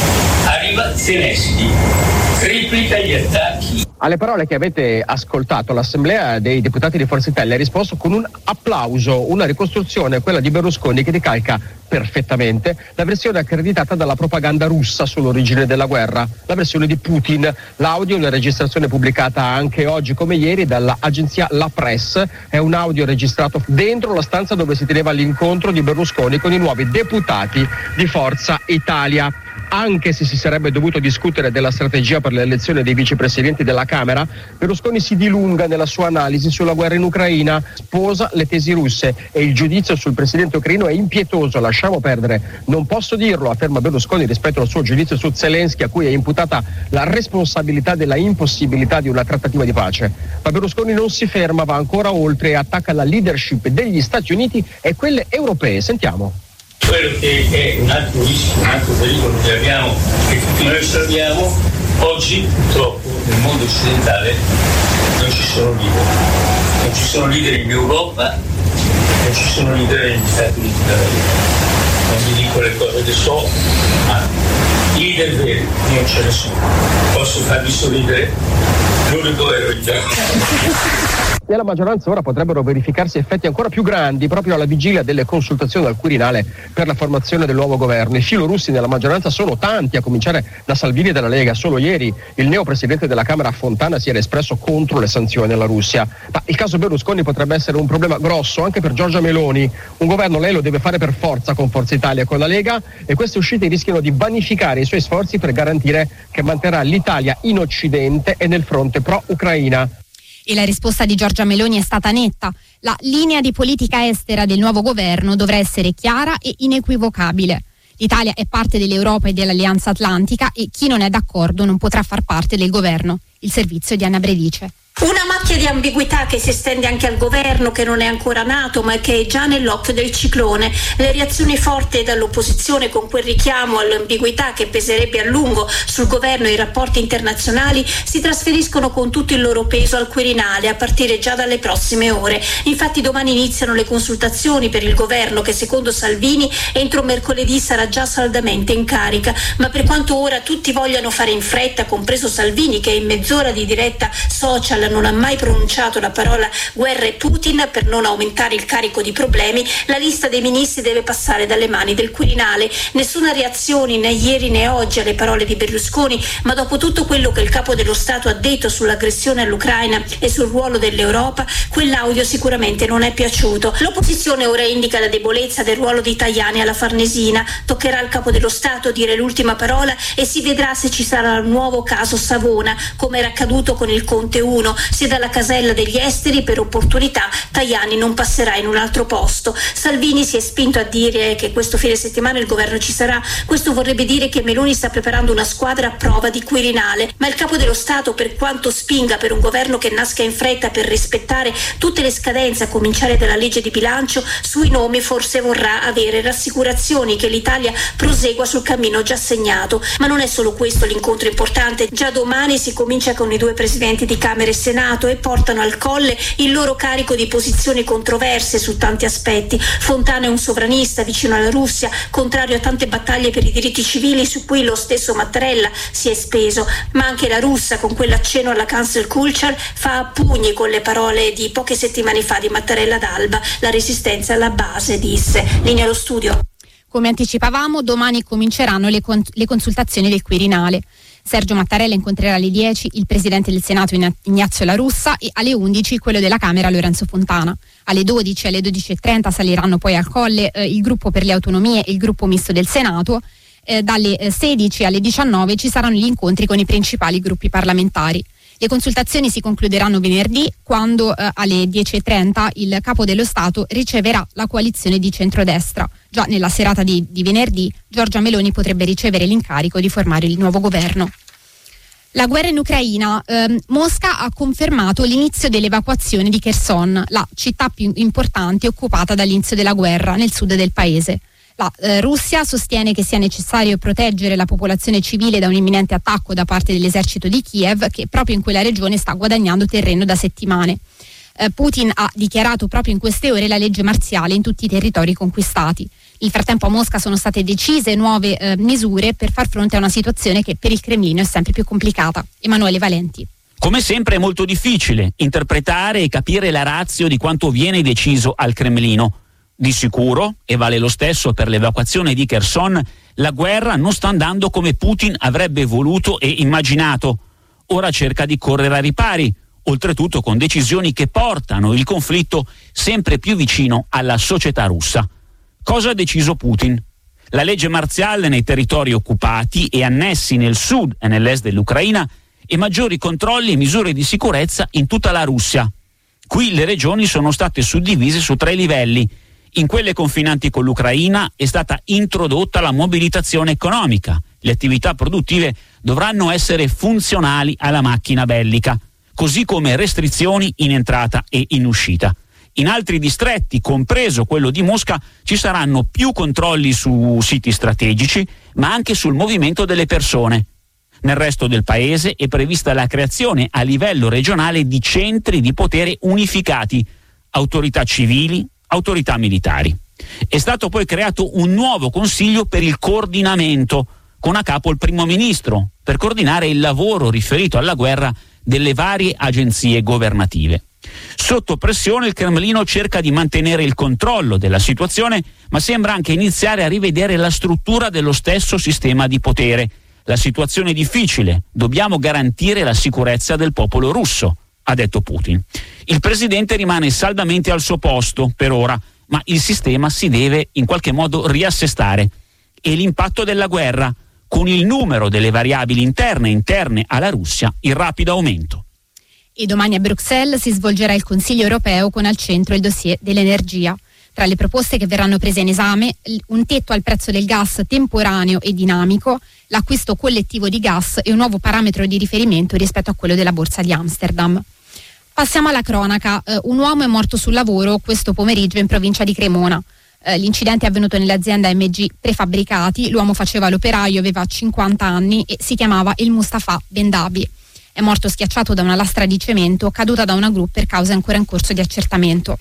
Arriva Zelensky, triplica gli attacchi. Alle parole che avete ascoltato, l'Assemblea dei deputati di Forza Italia ha risposto con un applauso, una ricostruzione, quella di Berlusconi, che ricalca perfettamente la versione accreditata dalla propaganda russa sull'origine della guerra, la versione di Putin. L'audio, una registrazione pubblicata anche oggi come ieri dall'agenzia La Presse, è un audio registrato dentro la stanza dove si teneva l'incontro di Berlusconi con i nuovi deputati di Forza Italia. Anche se si sarebbe dovuto discutere della strategia per l'elezione dei vicepresidenti della Camera, Berlusconi si dilunga nella sua analisi sulla guerra in Ucraina, sposa le tesi russe e il giudizio sul presidente ucraino è impietoso, lasciamo perdere. Non posso dirlo, afferma Berlusconi rispetto al suo giudizio su Zelensky, a cui è imputata la responsabilità della impossibilità di una trattativa di pace. Ma Berlusconi non si ferma, va ancora oltre e attacca la leadership degli Stati Uniti e quelle europee. Sentiamo. Quello che è un altro rischio, un altro pericolo che abbiamo, che tutti noi osserviamo, oggi purtroppo nel mondo occidentale non ci sono leader. Non ci sono leader in Europa, non ci sono leader negli Stati Uniti d'America. Non vi dico le cose che so, ma leader veri non ce ne sono. Posso farvi sorridere? L'unico ero in giacca. Nella maggioranza ora potrebbero verificarsi effetti ancora più grandi proprio alla vigilia delle consultazioni al Quirinale per la formazione del nuovo governo. I filorussi nella maggioranza sono tanti, a cominciare da Salvini e dalla Lega. Solo ieri il neopresidente della Camera Fontana si era espresso contro le sanzioni alla Russia. Ma il caso Berlusconi potrebbe essere un problema grosso anche per Giorgia Meloni. Un governo lei lo deve fare per forza con Forza Italia e con la Lega, e queste uscite rischiano di vanificare i suoi sforzi per garantire che manterrà l'Italia in Occidente e nel fronte pro-Ucraina. E la risposta di Giorgia Meloni è stata netta. La linea di politica estera del nuovo governo dovrà essere chiara e inequivocabile. L'Italia è parte dell'Europa e dell'Alleanza Atlantica e chi non è d'accordo non potrà far parte del governo. Il servizio di Anna Bredice. Una macchia di ambiguità che si estende anche al governo, che non è ancora nato ma che è già nell'occhio del ciclone. Le reazioni forti dall'opposizione con quel richiamo all'ambiguità che peserebbe a lungo sul governo e i rapporti internazionali si trasferiscono con tutto il loro peso al Quirinale a partire già dalle prossime ore. Infatti domani iniziano le consultazioni per il governo che secondo Salvini entro mercoledì sarà già saldamente in carica, ma per quanto ora tutti vogliano fare in fretta, compreso Salvini che in mezz'ora di diretta social non ha mai pronunciato la parola guerra e Putin per non aumentare il carico di problemi, la lista dei ministri deve passare dalle mani del Quirinale. Nessuna reazione né ieri né oggi alle parole di Berlusconi, ma dopo tutto quello che il capo dello Stato ha detto sull'aggressione all'Ucraina e sul ruolo dell'Europa, quell'audio sicuramente non è piaciuto. L'opposizione ora indica la debolezza del ruolo di Tajani alla Farnesina, toccherà al capo dello Stato dire l'ultima parola e si vedrà se ci sarà un nuovo caso Savona, come era accaduto con il Conte uno. Se dalla casella degli esteri per opportunità Tajani non passerà in un altro posto. Salvini si è spinto a dire che questo fine settimana il governo ci sarà. Questo vorrebbe dire che Meloni sta preparando una squadra a prova di Quirinale, ma il capo dello Stato, per quanto spinga per un governo che nasca in fretta per rispettare tutte le scadenze a cominciare dalla legge di bilancio, sui nomi forse vorrà avere rassicurazioni che l'Italia prosegua sul cammino già segnato. Ma non è solo questo l'incontro importante. Già domani si comincia con i due presidenti di Camera e Senato e portano al colle il loro carico di posizioni controverse su tanti aspetti. Fontana è un sovranista vicino alla Russia, contrario a tante battaglie per i diritti civili su cui lo stesso Mattarella si è speso, ma anche la russa con quell'accenno alla cancel culture fa a pugni con le parole di poche settimane fa di Mattarella ad Alba. La resistenza è alla base, disse. Linea allo studio. Come anticipavamo, domani cominceranno le, con- le consultazioni del Quirinale. Sergio Mattarella incontrerà alle dieci il presidente del Senato Ignazio La Russa e alle undici quello della Camera Lorenzo Fontana. Alle dodici e alle dodici e trenta saliranno poi al colle eh, il gruppo per le autonomie e il gruppo misto del Senato. Eh, dalle eh, sedici alle diciannove ci saranno gli incontri con i principali gruppi parlamentari. Le consultazioni si concluderanno venerdì, quando eh, alle dieci e trenta il capo dello Stato riceverà la coalizione di centrodestra. Già nella serata di, di venerdì Giorgia Meloni potrebbe ricevere l'incarico di formare il nuovo governo. La guerra in Ucraina. Eh, Mosca ha confermato l'inizio dell'evacuazione di Kherson, la città più importante occupata dall'inizio della guerra nel sud del paese. La eh, Russia sostiene che sia necessario proteggere la popolazione civile da un imminente attacco da parte dell'esercito di Kiev, che proprio in quella regione sta guadagnando terreno da settimane. Eh, Putin ha dichiarato proprio in queste ore la legge marziale in tutti i territori conquistati. Nel frattempo a Mosca sono state decise nuove eh, misure per far fronte a una situazione che per il Cremlino è sempre più complicata. Emanuele Valenti. Come sempre è molto difficile interpretare e capire la ratio di quanto viene deciso al Cremlino. Di sicuro, e vale lo stesso per l'evacuazione di Kherson, la guerra non sta andando come Putin avrebbe voluto e immaginato. Ora cerca di correre a ripari, oltretutto con decisioni che portano il conflitto sempre più vicino alla società russa. Cosa ha deciso Putin? La legge marziale nei territori occupati e annessi nel sud e nell'est dell'Ucraina e maggiori controlli e misure di sicurezza in tutta la Russia. Qui le regioni sono state suddivise su tre livelli. In quelle confinanti con l'Ucraina è stata introdotta la mobilitazione economica. Le attività produttive dovranno essere funzionali alla macchina bellica, così come restrizioni in entrata e in uscita. In altri distretti, compreso quello di Mosca, ci saranno più controlli su siti strategici, ma anche sul movimento delle persone. Nel resto del paese è prevista la creazione a livello regionale di centri di potere unificati, autorità civili, autorità militari. È stato poi creato un nuovo consiglio per il coordinamento, con a capo il primo ministro, per coordinare il lavoro riferito alla guerra delle varie agenzie governative. Sotto pressione il Cremlino cerca di mantenere il controllo della situazione, ma sembra anche iniziare a rivedere la struttura dello stesso sistema di potere. La situazione è difficile, dobbiamo garantire la sicurezza del popolo russo, ha detto Putin. Il presidente rimane saldamente al suo posto per ora, ma il sistema si deve in qualche modo riassestare. E l'impatto della guerra, con il numero delle variabili interne e interne alla Russia in rapido aumento. E domani a Bruxelles si svolgerà il Consiglio europeo con al centro il dossier dell'energia. Tra le proposte che verranno prese in esame, un tetto al prezzo del gas temporaneo e dinamico, l'acquisto collettivo di gas e un nuovo parametro di riferimento rispetto a quello della borsa di Amsterdam. Passiamo alla cronaca. Eh, un uomo è morto sul lavoro questo pomeriggio in provincia di Cremona. Eh, l'incidente è avvenuto nell'azienda M G Prefabbricati. L'uomo faceva l'operaio, aveva cinquanta anni e si chiamava il Mustafa Bendabi. È morto schiacciato da una lastra di cemento caduta da una gru per cause ancora in corso di accertamento.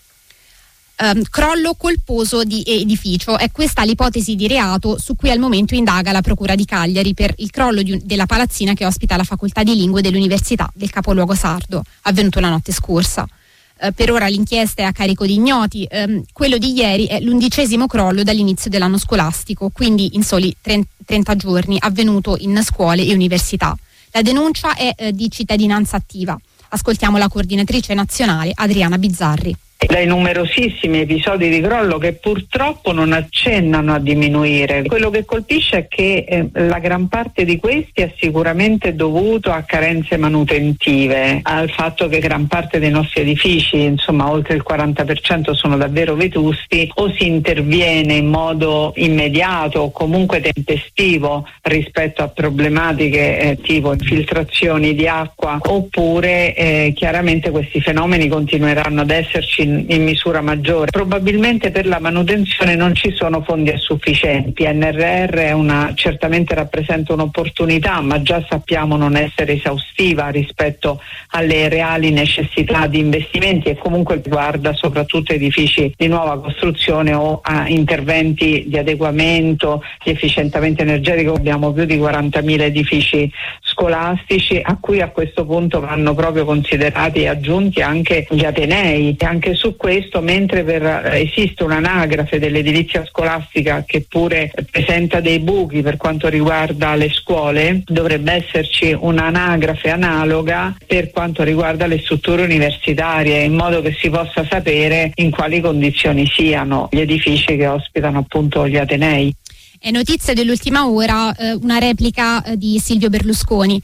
Um, crollo colposo di edificio, è questa l'ipotesi di reato su cui al momento indaga la Procura di Cagliari per il crollo di un, della palazzina che ospita la facoltà di lingue dell'Università del capoluogo sardo, avvenuto la notte scorsa. Uh, per ora l'inchiesta è a carico di ignoti. Um, quello di ieri è l'undicesimo crollo dall'inizio dell'anno scolastico, quindi in soli trenta giorni, avvenuto in scuole e università. La denuncia è uh, di cittadinanza attiva. Ascoltiamo la coordinatrice nazionale Adriana Bizzarri. Dai numerosissimi episodi di crollo che purtroppo non accennano a diminuire. Quello che colpisce è che eh, la gran parte di questi è sicuramente dovuto a carenze manutentive, al fatto che gran parte dei nostri edifici, insomma oltre il quaranta per cento, sono davvero vetusti, o si interviene in modo immediato o comunque tempestivo rispetto a problematiche eh, tipo infiltrazioni di acqua, oppure eh, chiaramente questi fenomeni continueranno ad esserci in, in misura maggiore. Probabilmente per la manutenzione non ci sono fondi a sufficienti. P N R R è una, certamente rappresenta un'opportunità, ma già sappiamo non essere esaustiva rispetto alle reali necessità di investimenti, e comunque riguarda soprattutto edifici di nuova costruzione o a interventi di adeguamento, di efficientamento energetico. Abbiamo più di quarantamila edifici scolastici a cui a questo punto vanno proprio considerati e aggiunti anche gli atenei. E anche su questo, mentre per, esiste un'anagrafe dell'edilizia scolastica che pure presenta dei buchi per quanto riguarda le scuole, dovrebbe esserci un'anagrafe analoga per quanto riguarda le strutture universitarie, in modo che si possa sapere in quali condizioni siano gli edifici che ospitano appunto gli atenei. È notizia dell'ultima ora eh, una replica eh, di Silvio Berlusconi.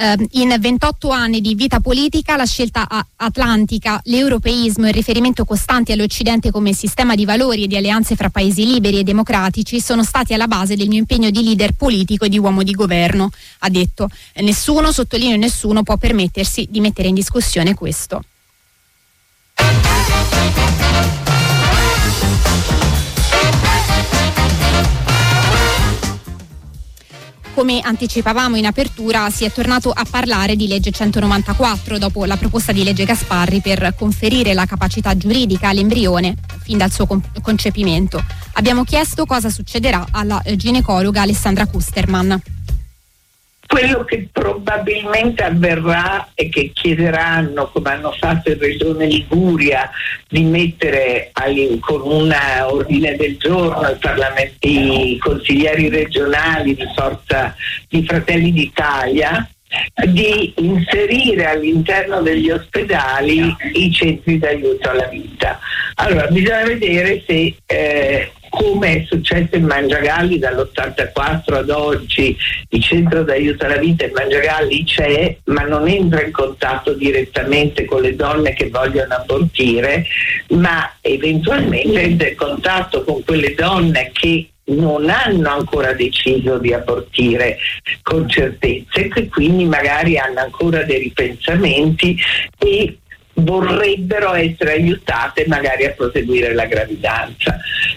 Eh, in ventotto anni di vita politica la scelta a- atlantica, l'europeismo e il riferimento costante all'Occidente come sistema di valori e di alleanze fra paesi liberi e democratici sono stati alla base del mio impegno di leader politico e di uomo di governo, ha detto. Eh, nessuno, sottolineo nessuno, può permettersi di mettere in discussione questo. Come anticipavamo in apertura, si è tornato a parlare di legge centonovantaquattro dopo la proposta di legge Gasparri per conferire la capacità giuridica all'embrione fin dal suo concepimento. Abbiamo chiesto cosa succederà alla ginecologa Alessandra Kusterman. Quello che probabilmente avverrà è che chiederanno, come hanno fatto in Regione Liguria, di mettere agli, con un ordine del giorno i, parlamenti, i consiglieri regionali di Forza di Fratelli d'Italia, di inserire all'interno degli ospedali i centri d'aiuto alla vita. Allora bisogna vedere se eh, come è successo in Mangiagalli dall'ottantaquattro ad oggi, il centro d'aiuto alla vita in Mangiagalli c'è, ma non entra in contatto direttamente con le donne che vogliono abortire, ma eventualmente entra in contatto con quelle donne che non hanno ancora deciso di abortire con certezza e che quindi magari hanno ancora dei ripensamenti e vorrebbero essere aiutate magari a proseguire la gravidanza.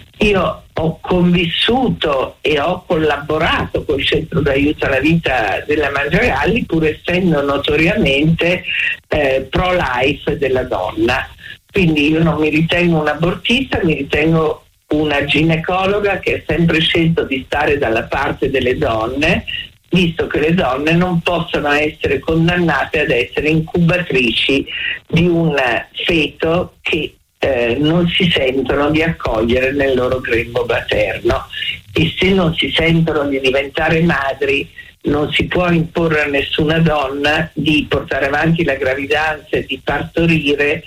Io ho convissuto e ho collaborato col centro d'aiuto alla vita della Mangiagalli, pur essendo notoriamente eh, pro-life della donna. Quindi io non mi ritengo un abortista, mi ritengo una ginecologa che ha sempre scelto di stare dalla parte delle donne, visto che le donne non possono essere condannate ad essere incubatrici di un feto che eh, non si sentono di accogliere nel loro grembo materno, e se non si sentono di diventare madri non si può imporre a nessuna donna di portare avanti la gravidanza e di partorire,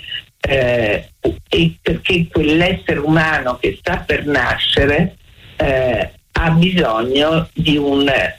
eh, e perché quell'essere umano che sta per nascere eh, ha bisogno di una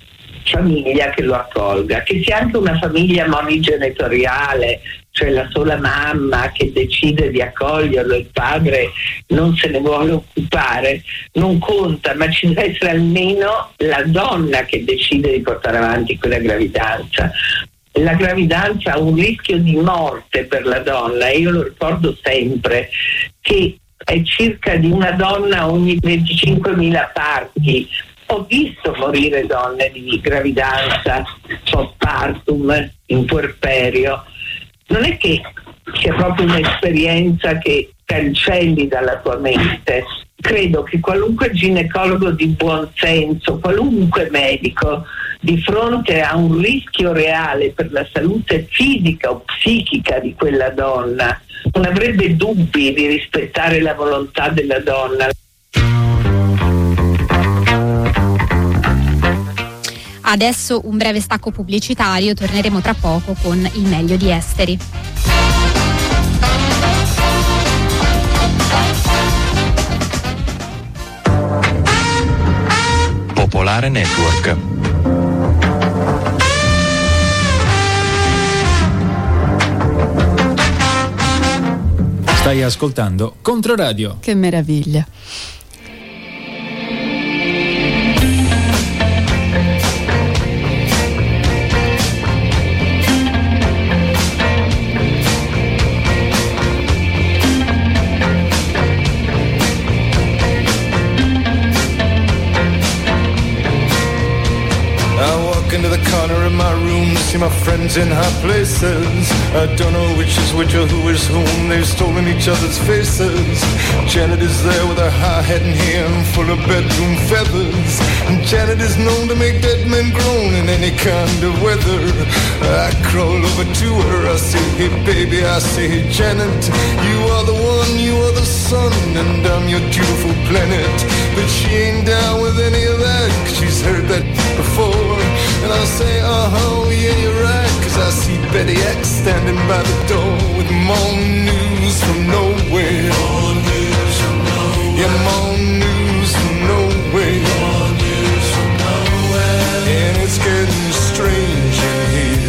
famiglia che lo accolga, che sia anche una famiglia monigenitoriale, cioè la sola mamma che decide di accoglierlo, il padre non se ne vuole occupare, non conta, ma ci deve essere almeno la donna che decide di portare avanti quella gravidanza. La gravidanza ha un rischio di morte per la donna, io lo ricordo sempre, che è circa di una donna ogni venticinquemila parti. Ho visto morire donne di gravidanza, postpartum, in puerperio. Non è che sia proprio un'esperienza che cancelli dalla tua mente. Credo che qualunque ginecologo di buon senso, qualunque medico, di fronte a un rischio reale per la salute fisica o psichica di quella donna, non avrebbe dubbi di rispettare la volontà della donna. Adesso un breve stacco pubblicitario, torneremo tra poco con il meglio di Esteri. Popolare Network. Stai ascoltando Controradio. Che meraviglia. Into the corner of my room to see my friends in high places. I don't know which is which or who is whom. They've stolen each other's faces. Janet is there with her high hat and hair full of bedroom feathers. And Janet is known to make dead men groan in any kind of weather. I crawl over to her, I say, hey baby, I say, hey Janet, you are the one, you are the sun, and I'm your beautiful planet. But she ain't down with any of that, 'cause she's heard that before. And I'll say, uh-huh, yeah, you're right, 'cause I see Betty X standing by the door with more news from nowhere. More news from nowhere. Yeah, more news from nowhere. More news from nowhere. And it's getting strange in here.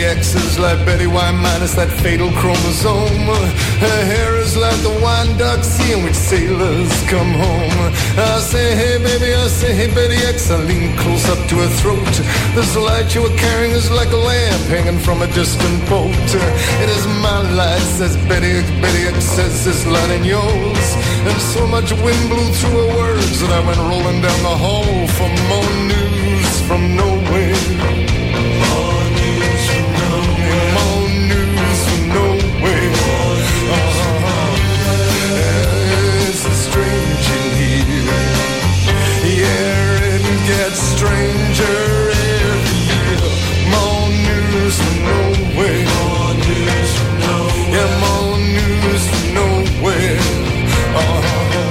X's like Betty White minus that fatal chromosome. Her hair is like the Wyandotte Sea in which sailors come home. I say, hey baby, I say, hey Betty X. I lean close up to her throat. This light you were carrying is like a lamp hanging from a distant boat. It is my light, says Betty X. Betty X says this light in yours. And so much wind blew through her words that I went rolling down the hall for more news from nowhere. More news from nowhere. More news from nowhere. Uh-huh. It's strange in here. Yeah, it gets stranger every year. More news from nowhere. More news from nowhere. Yeah, more news from nowhere. Uh-huh.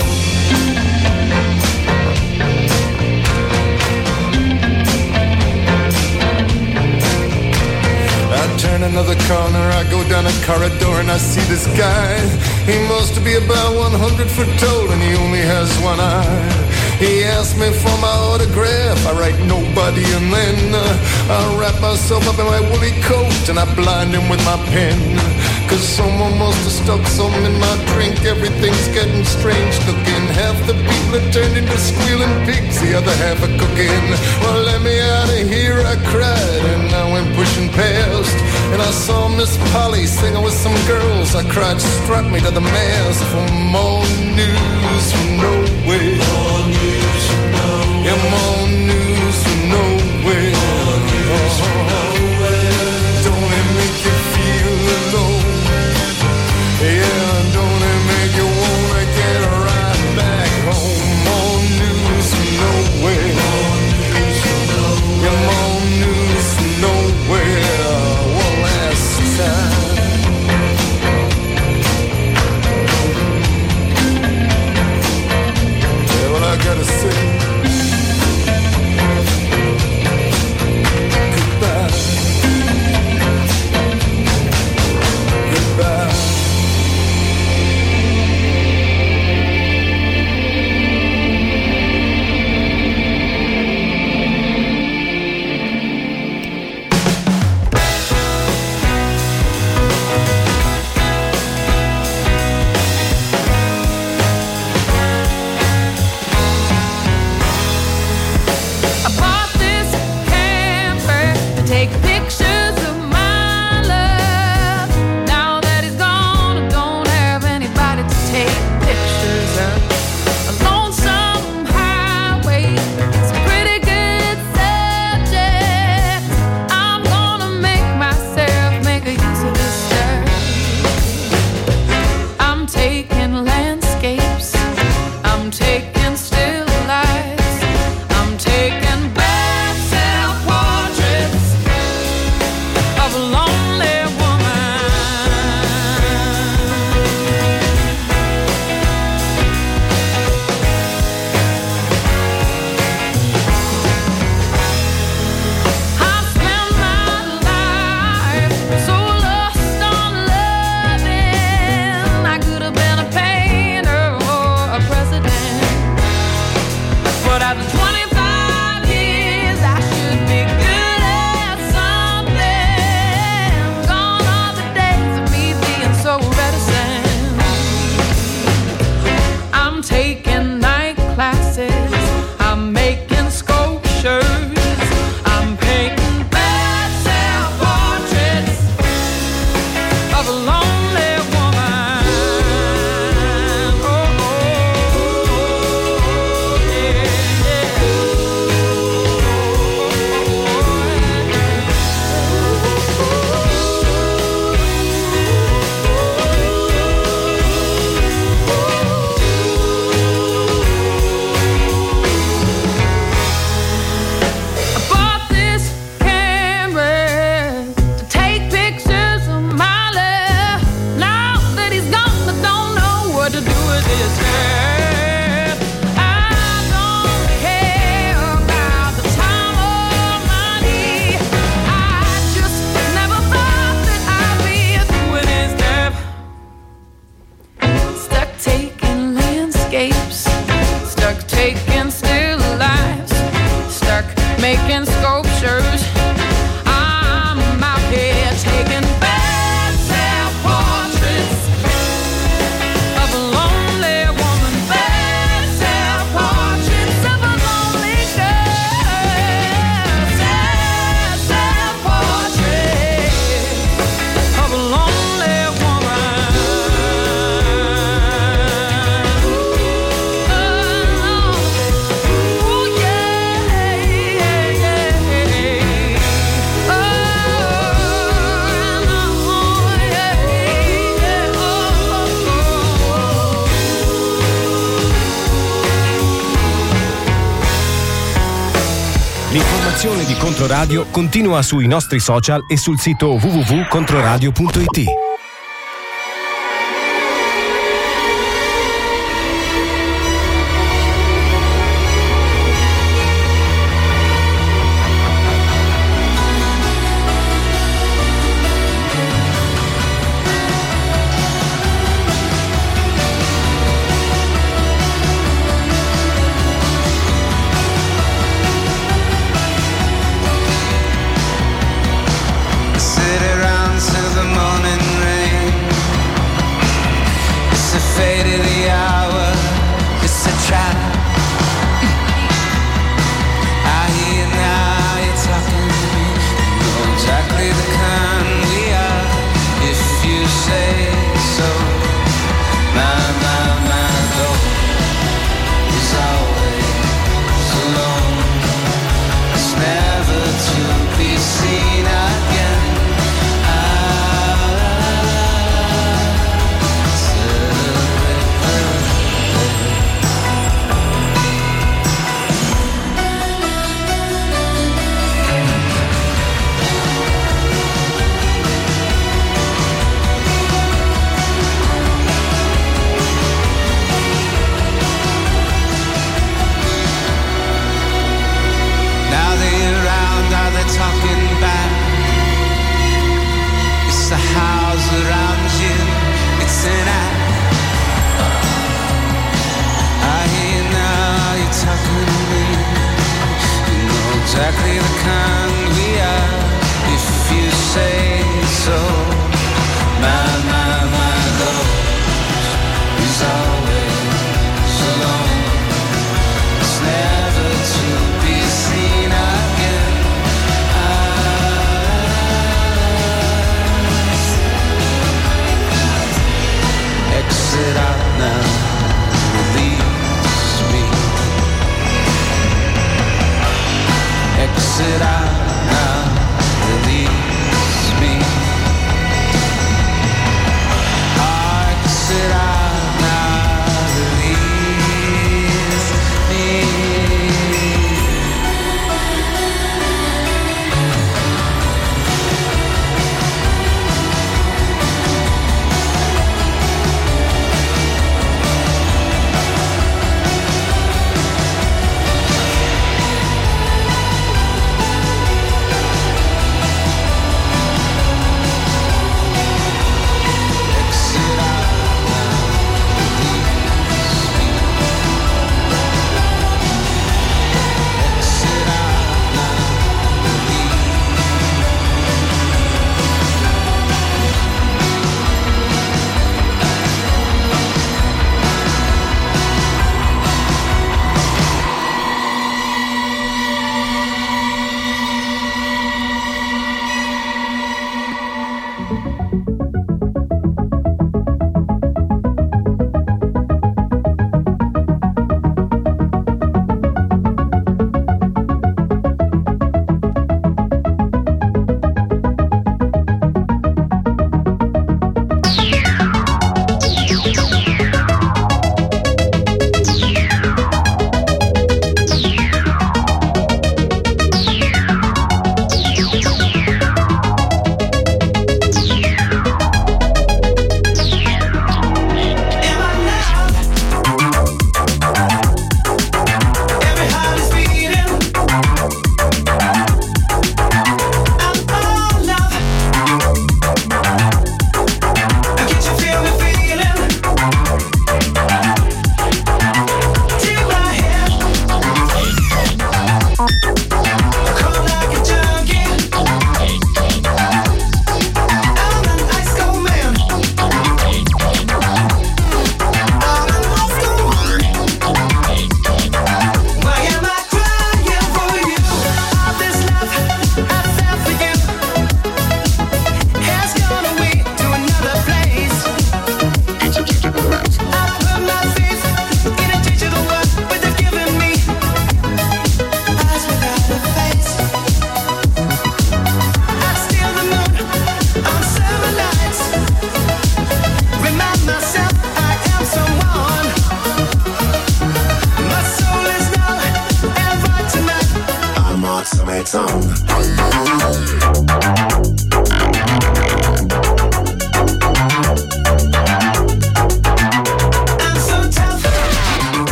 Turn another corner, I go down a corridor and I see this guy. He must be about one hundred foot tall and he only has one eye. He asked me for my autograph, I write nobody and then uh, I wrap myself up in my woolly coat and I blind him with my pen. Cause someone must have stuck something in my drink, everything's getting strange looking. Half the people are turned into squealing pigs, the other half are cooking. Well, let me out of here, I cried, and I went pushing past. And I saw Miss Polly singing with some girls. I cried, strap me to the mast for more news from nowhere. More news from nowhere. Yeah, more news from nowhere. More news from nowhere. Don't it make you feel alone? Yeah, don't it make you wanna get right back home? More news from nowhere. More news from nowhere. Yeah, more news from nowhere. One last time. Yeah, well, I gotta say, programmazione di Controradio continua sui nostri social e sul sito w w w punto controradio punto i t. Sit around till the morning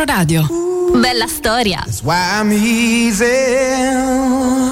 Controradio. Bella storia. That's why I'm easy.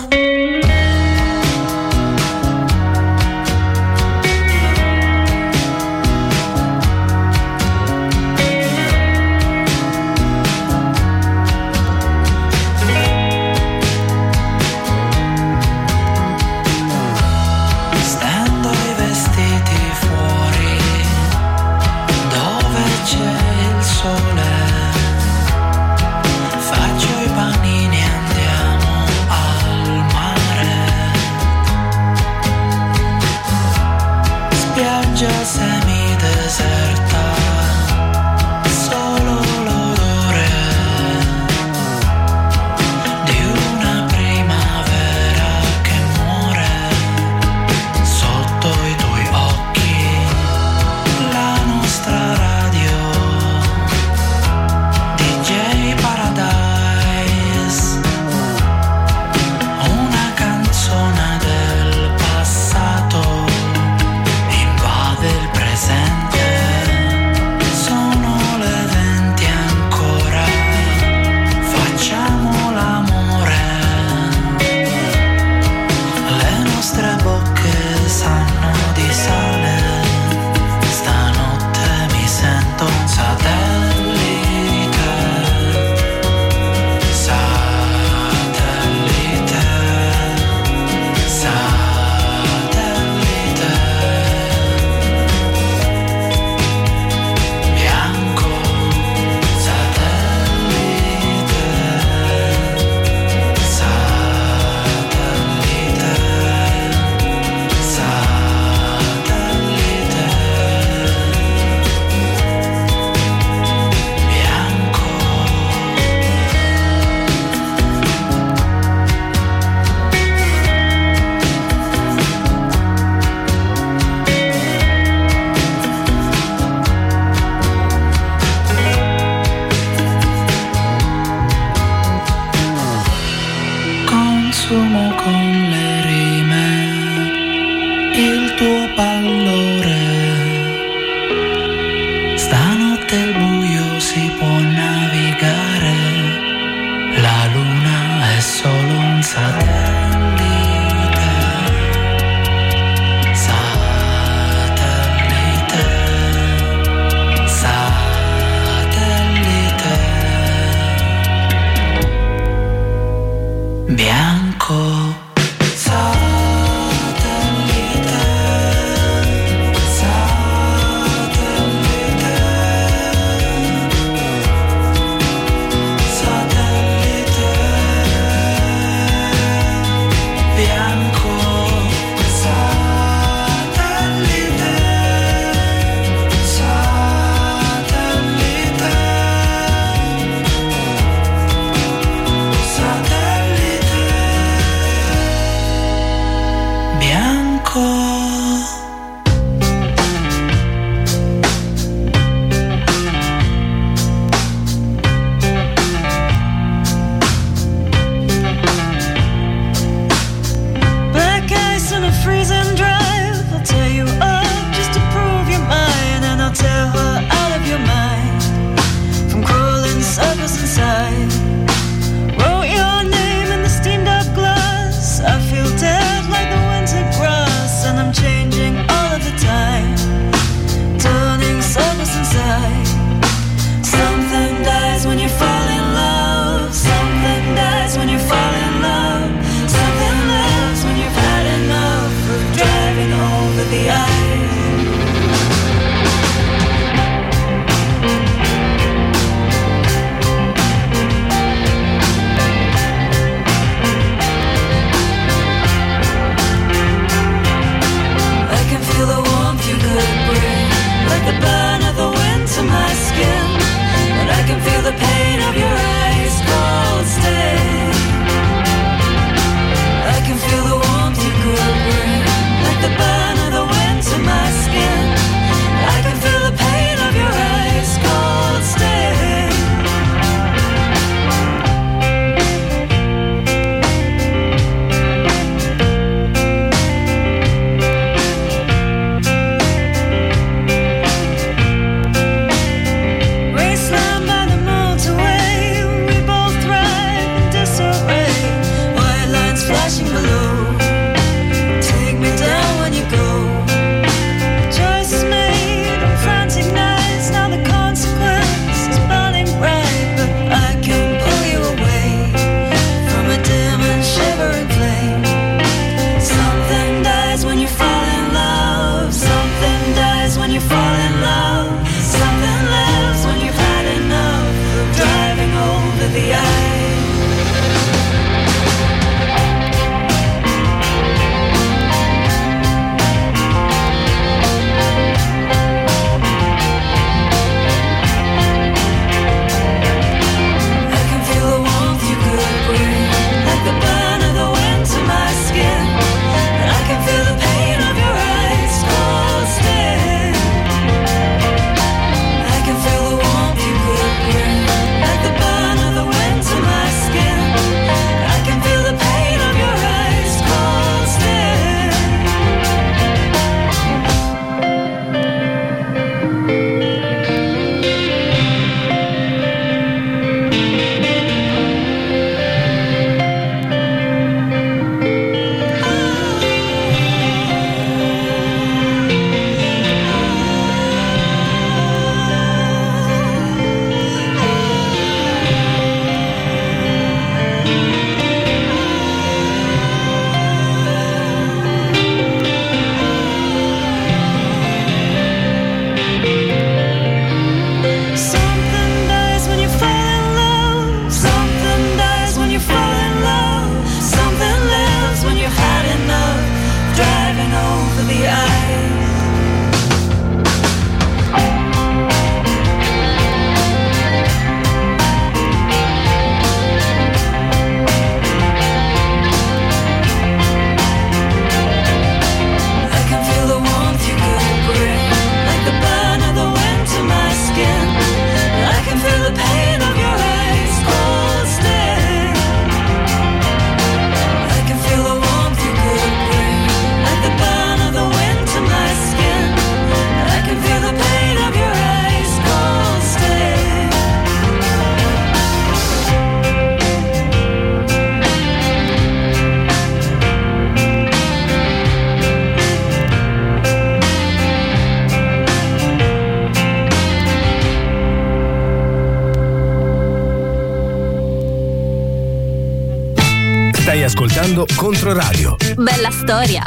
Stai ascoltando Controradio. Bella storia.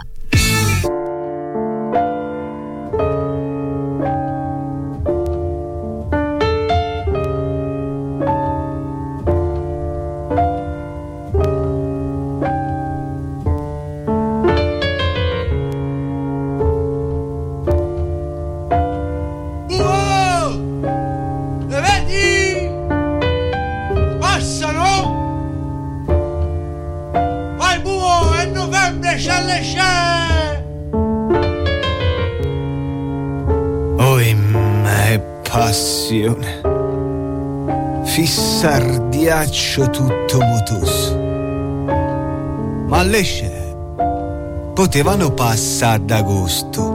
Fissardiaccio tutto motoso. Ma le scene potevano passare d'agosto.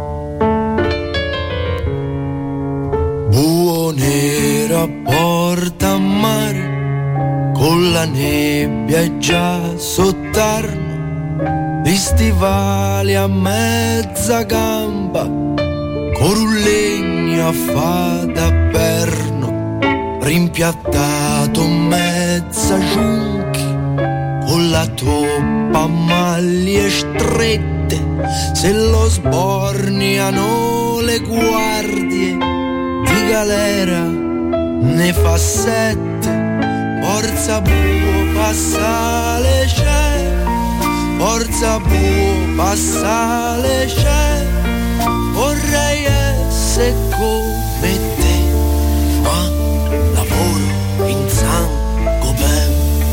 Buonera porta a mare, con la nebbia già sottarno, gli stivali a mezza gamba, con un legno a fa da perno, rimpiattato mezza giunchi, con la toppa a maglie strette, se lo sborniano le guardie di galera ne fa sette. Forza buo passa le c'è, forza buo passa le c'è, vorrei essere come te, ma lavoro in Saint-Gobain.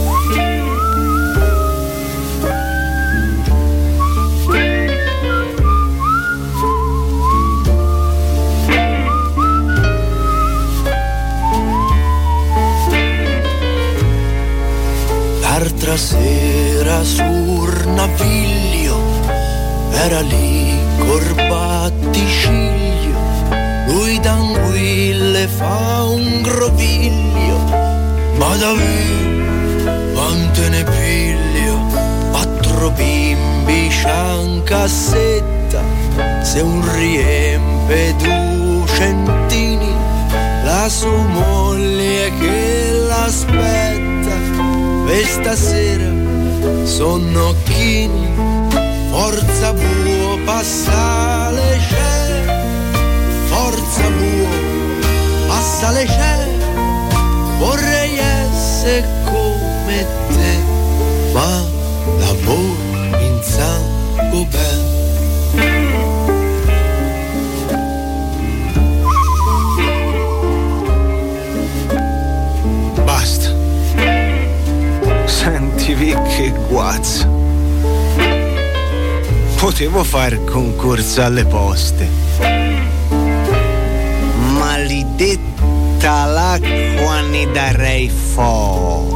L'altra sera sul naviglio era lì Corbatticiglio, lui d'anguille fa un groviglio, ma da me quante ne piglio, quattro bimbi c'han cassetta, se un riempie duecentini, la sua moglie che l'aspetta, questa sera sono chini, forza buo passa le c'è, forza buo passa le c'è, vorrei essere come te, ma lavoro in Saint-Gobain. Basta, sentivi che guazzo. Potevo fare concorso alle poste, maledetta l'acqua ne darei fo'.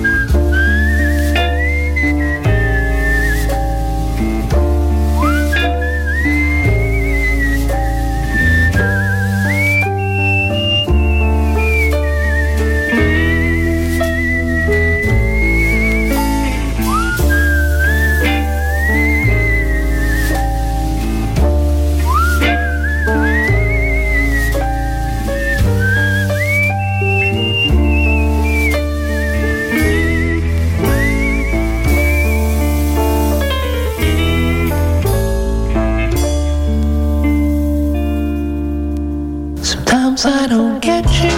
I don't get you.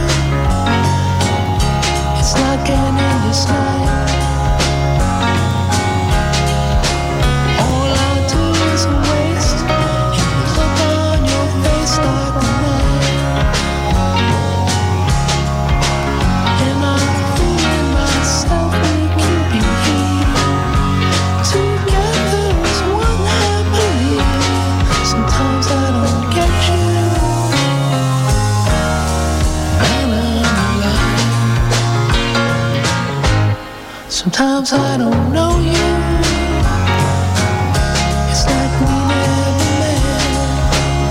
It's like an endless night. All I do is waste and the look on your face like the night. And I'm fooling myself, we can be together as one happily. Sometimes I don't get you. Sometimes I don't know you. It's like we never met.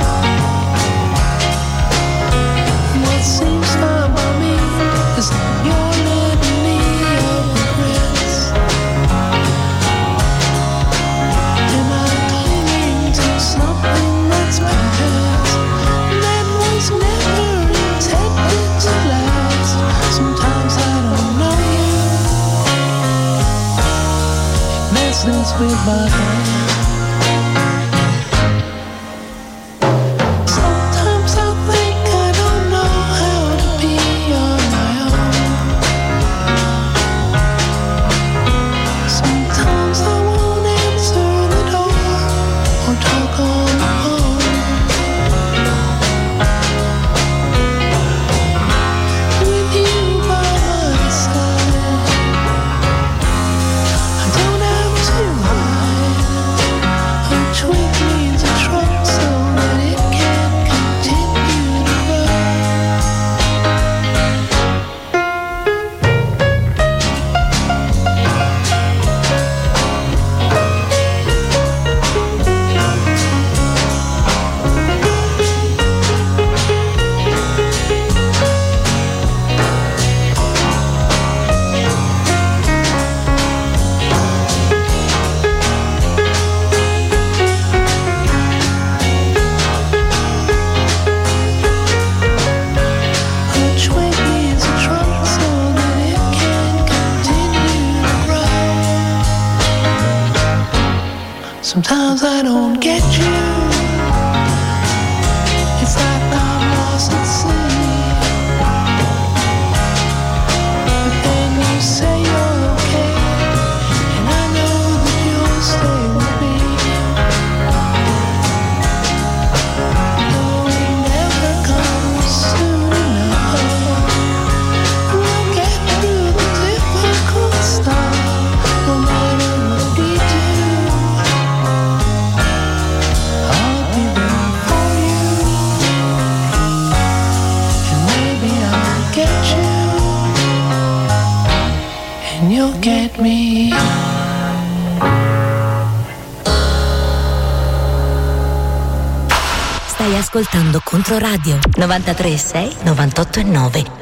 What seems fine by me is your litany of regrets. Am I clinging to something that's past, that was never intended to last? Sometimes I don't know you. business with my band. Sometimes I think I don't know how to be on my own. Sometimes I won't answer the door or talk on the phone. With you by my side, I don't have to hide. A twink needs a trunk so that it can continue to grow. A twink needs a trunk so that it can continue to grow. Sometimes I don't get you. It's like I'm lost at sea. But then you say you're okay, and I know that you'll stay with me. Though it never comes soon enough, we'll get through the difficult stuff. No matter what we do, I'll be there for you, and maybe I'll get you, and you'll get me. Stai ascoltando Controradio novantatré e sei, novantotto e nove.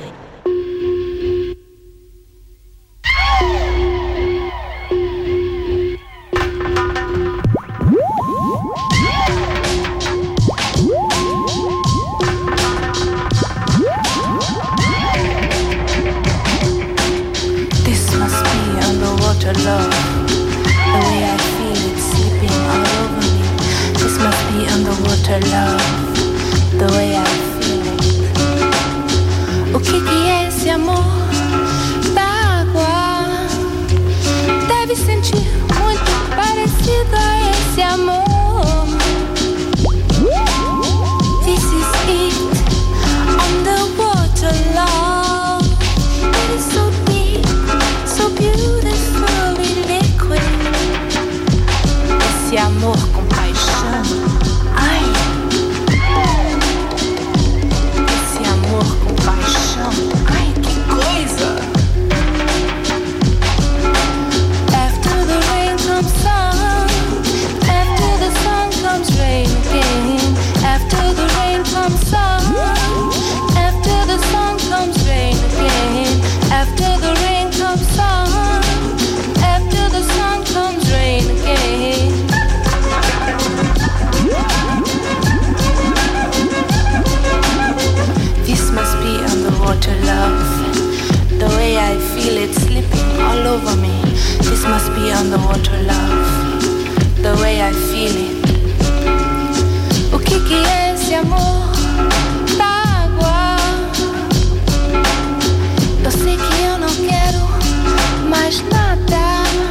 This must be underwater love. The way I feel it sleeping all over me. This must be underwater love. The way I feel it. O que que é esse amor da água? Deve sentir muito parecido a esse amor. This is it, underwater love. It is so deep, so beautifully liquid. Esse amor com paixão. Ai. Esse amor com paixão. Ai, que coisa. After the rain comes sun. After the sun comes rain again. After the rain comes sun. After the sun comes rain again. After the rain comes sun. After the sun comes rain again. This must be underwater love. The way I feel it slipping all over me. This must be underwater love. The way I feel it. O que que é esse amor da água? Eu sei que eu não quero mais nada.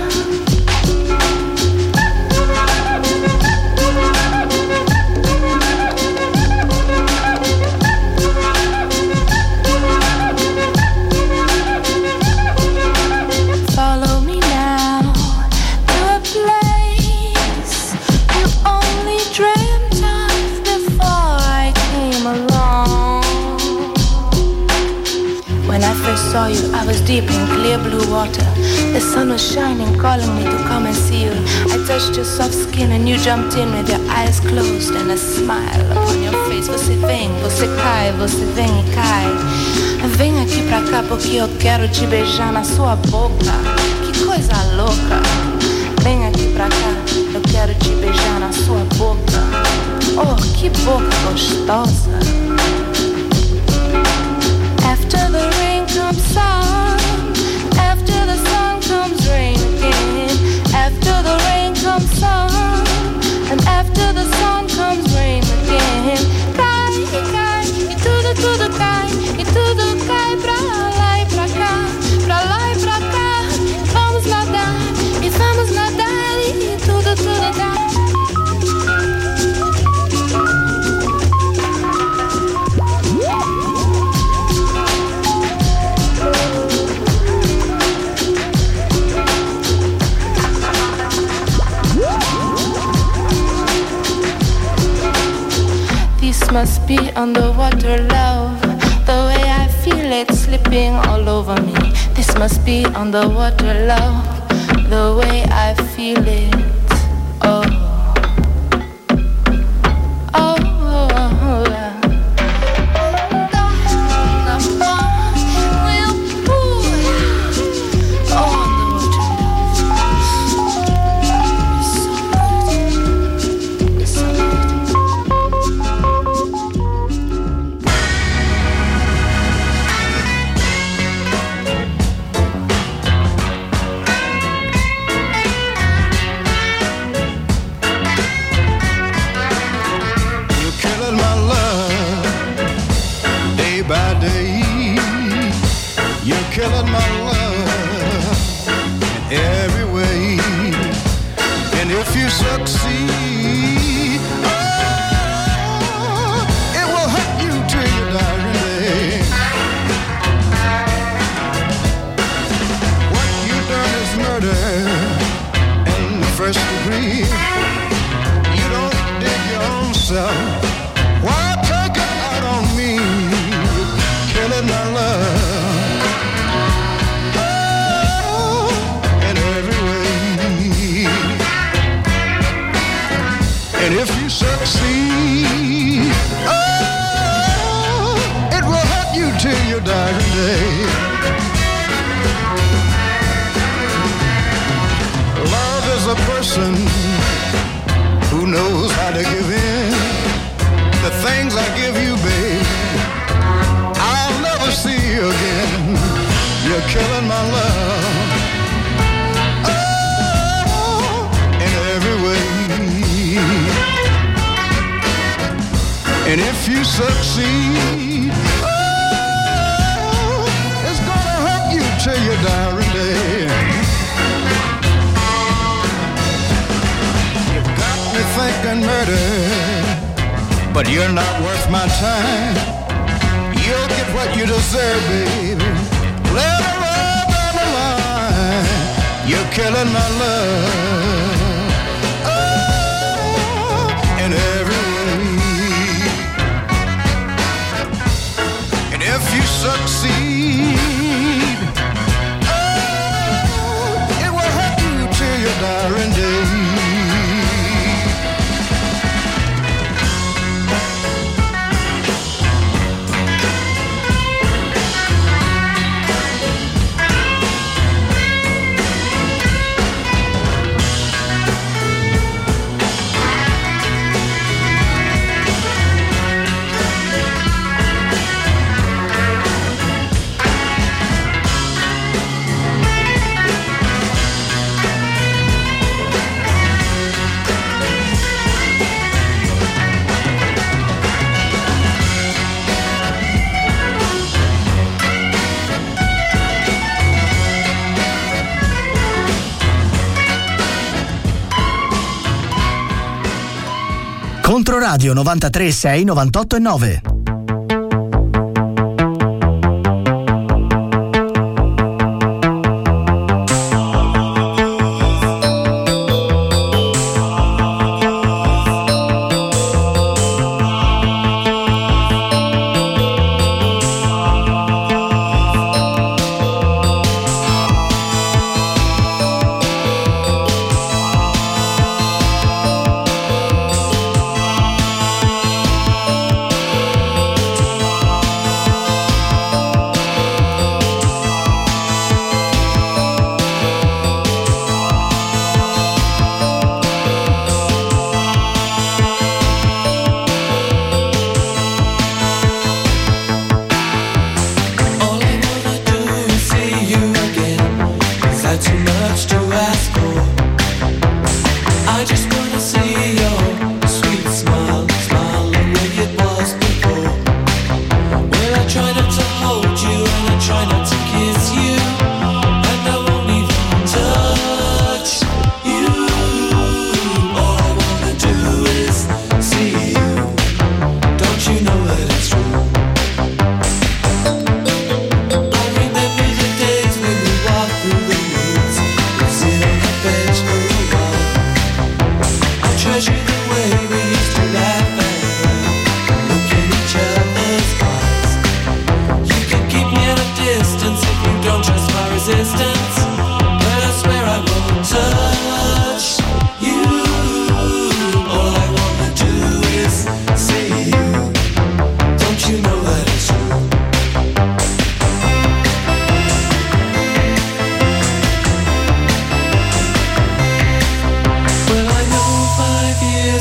Follow me now to a place you only dreamt of before I came along. When I first saw you, I was deep in clear blue water. The sun was shining, calling me to come and see you. I touched your soft skin and you jumped in with your eyes closed and a smile upon your face. Você vem, você cai, você vem e cai. Vem aqui pra cá porque eu quero te beijar na sua boca. Que coisa louca. Vem aqui pra cá, eu quero te beijar na sua boca. Oh, que boca gostosa. After the rain comes sun. After the sun comes rain again. After the rain must be underwater love. The way I feel it slipping all over me. This must be underwater love. The way I feel it. Oh. Oh. Killing my love in every way, and if you succeed, oh, it will hurt you till your dying day. What you done is murder in the first degree. You don't dig your own self. Why take it out on me? Killing my love. And if you succeed, oh, it will hurt you till your dying day. Love is a person who knows how to give in. The things I give you, babe, I'll never see you again. You're killing my love. Oh, in every way. And if you succeed, oh, it's gonna hurt you till your dying day. You got me thinking murder, but you're not worth my time. You'll get what you deserve, baby. Let her roll down the line. You're killing my love. Oh, in every if you succeed, oh, it will hurt you till your dying day. Controradio novantatré sei novantotto e nove.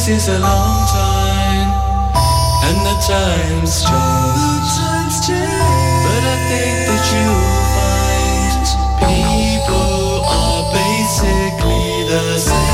is a long time, and the times change, but I think that you'll find people are basically the same.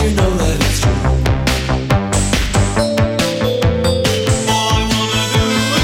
All I wanna do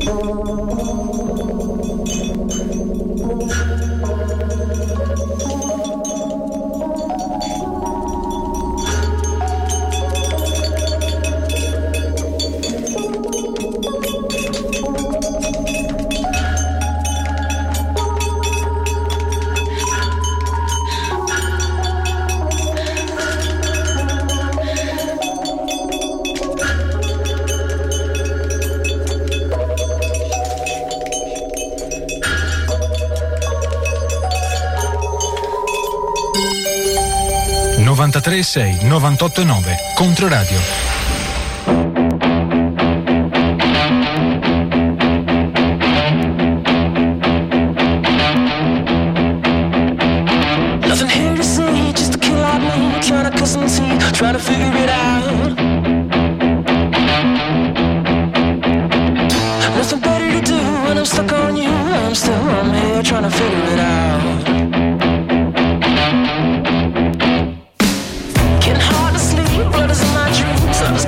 novantatré e sei, novantotto e nove, Controradio. Nothing here to see, just a kid like me, trying to cut some teeth, trying to figure it out. Nothing better to do when I'm stuck on you. I'm still I'm here trying to figure it out. Getting hard to sleep, blood is in my dreams. I'm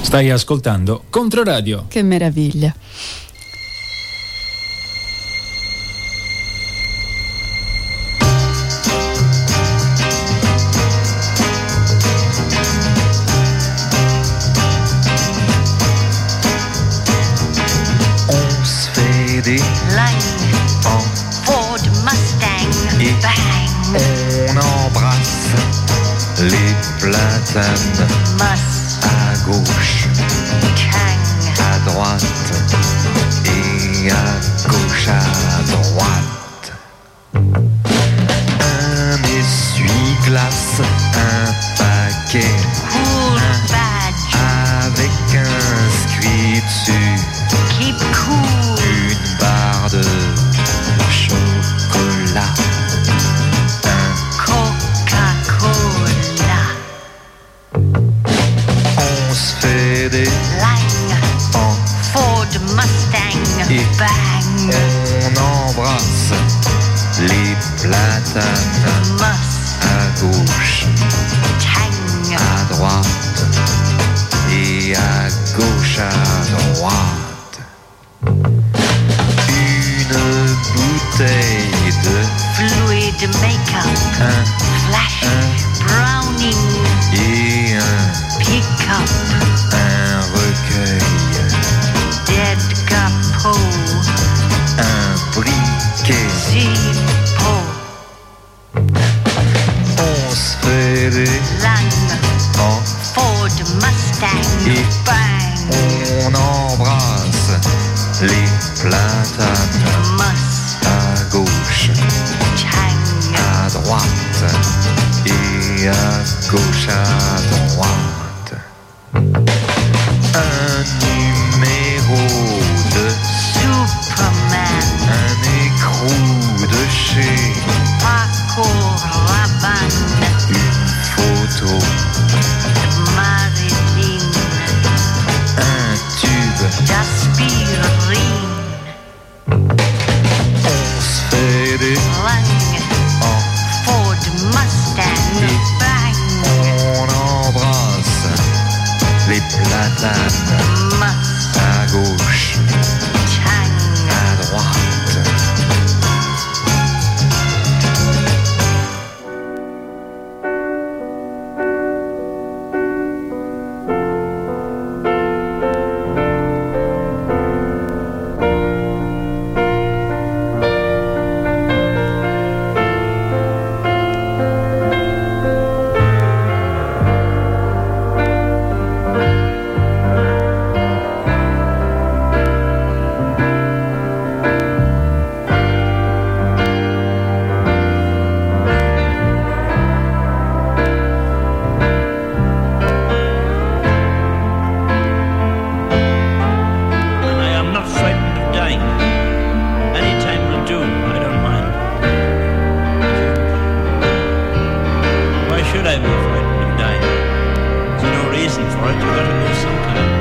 Stai ascoltando Controradio. Che meraviglia. On se fait des Line en Ford Mustang et Bang on embrasse les platanes Must à gauche, Tang à droite et à gauche, à droite. Un essuie-glace, un paquet Cool Badge avec inscrit dessus Keep cool une barre de chocolat. Coca-Cola On se fait des Line en Ford Mustang et Bang on embrasse les platanes Must à gauche, Tang à droite et à gauche, à droite. Une bouteille de Fluid Makeup un, Flash un Browning et un, Pickup un recueil, Dead Capo un briquet. Zippo On se fait des Line en Ford Mustang et Bang on embrasse les platanes Must à gauche, Tang à droite et à gauche, à droite. Un numéro de Superman un écrou de chez Paco Rabanne une photo, Marilyn un tube. D'aspirine On se fait des Lang en Ford Mustang et Bang on embrasse les platanes Must à gauche, Tang à droite. I am not frightened of dying. Any time will do, I don't mind. Why should I be frightened of dying? There's no reason for it, you've got to go sometime.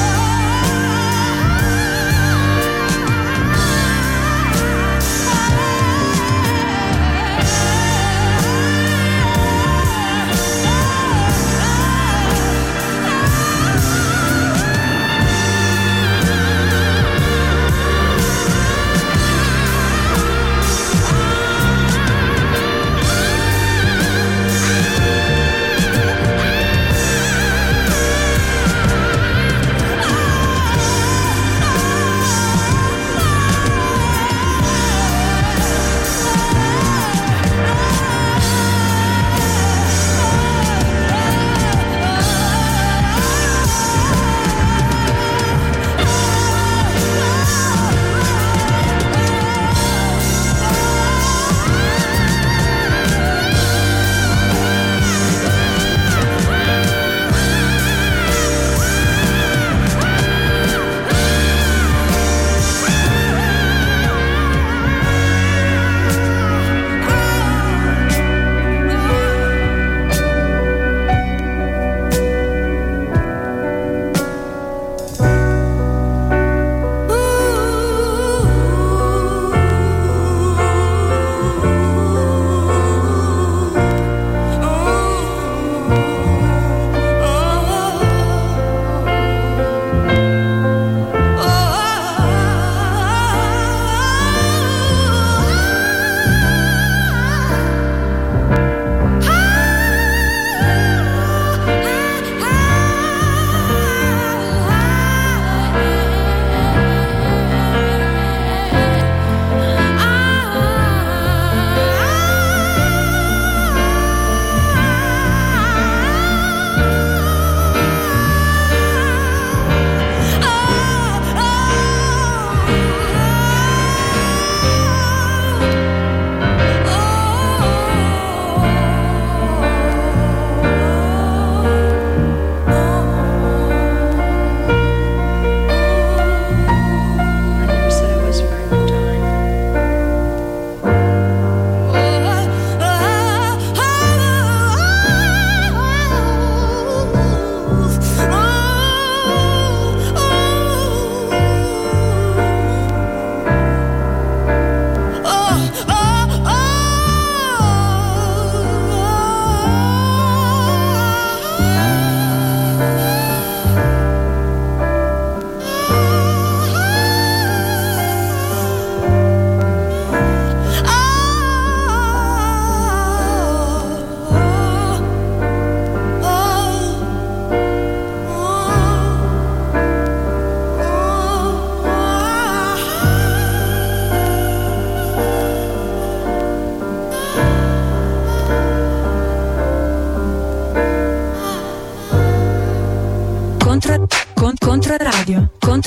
Tang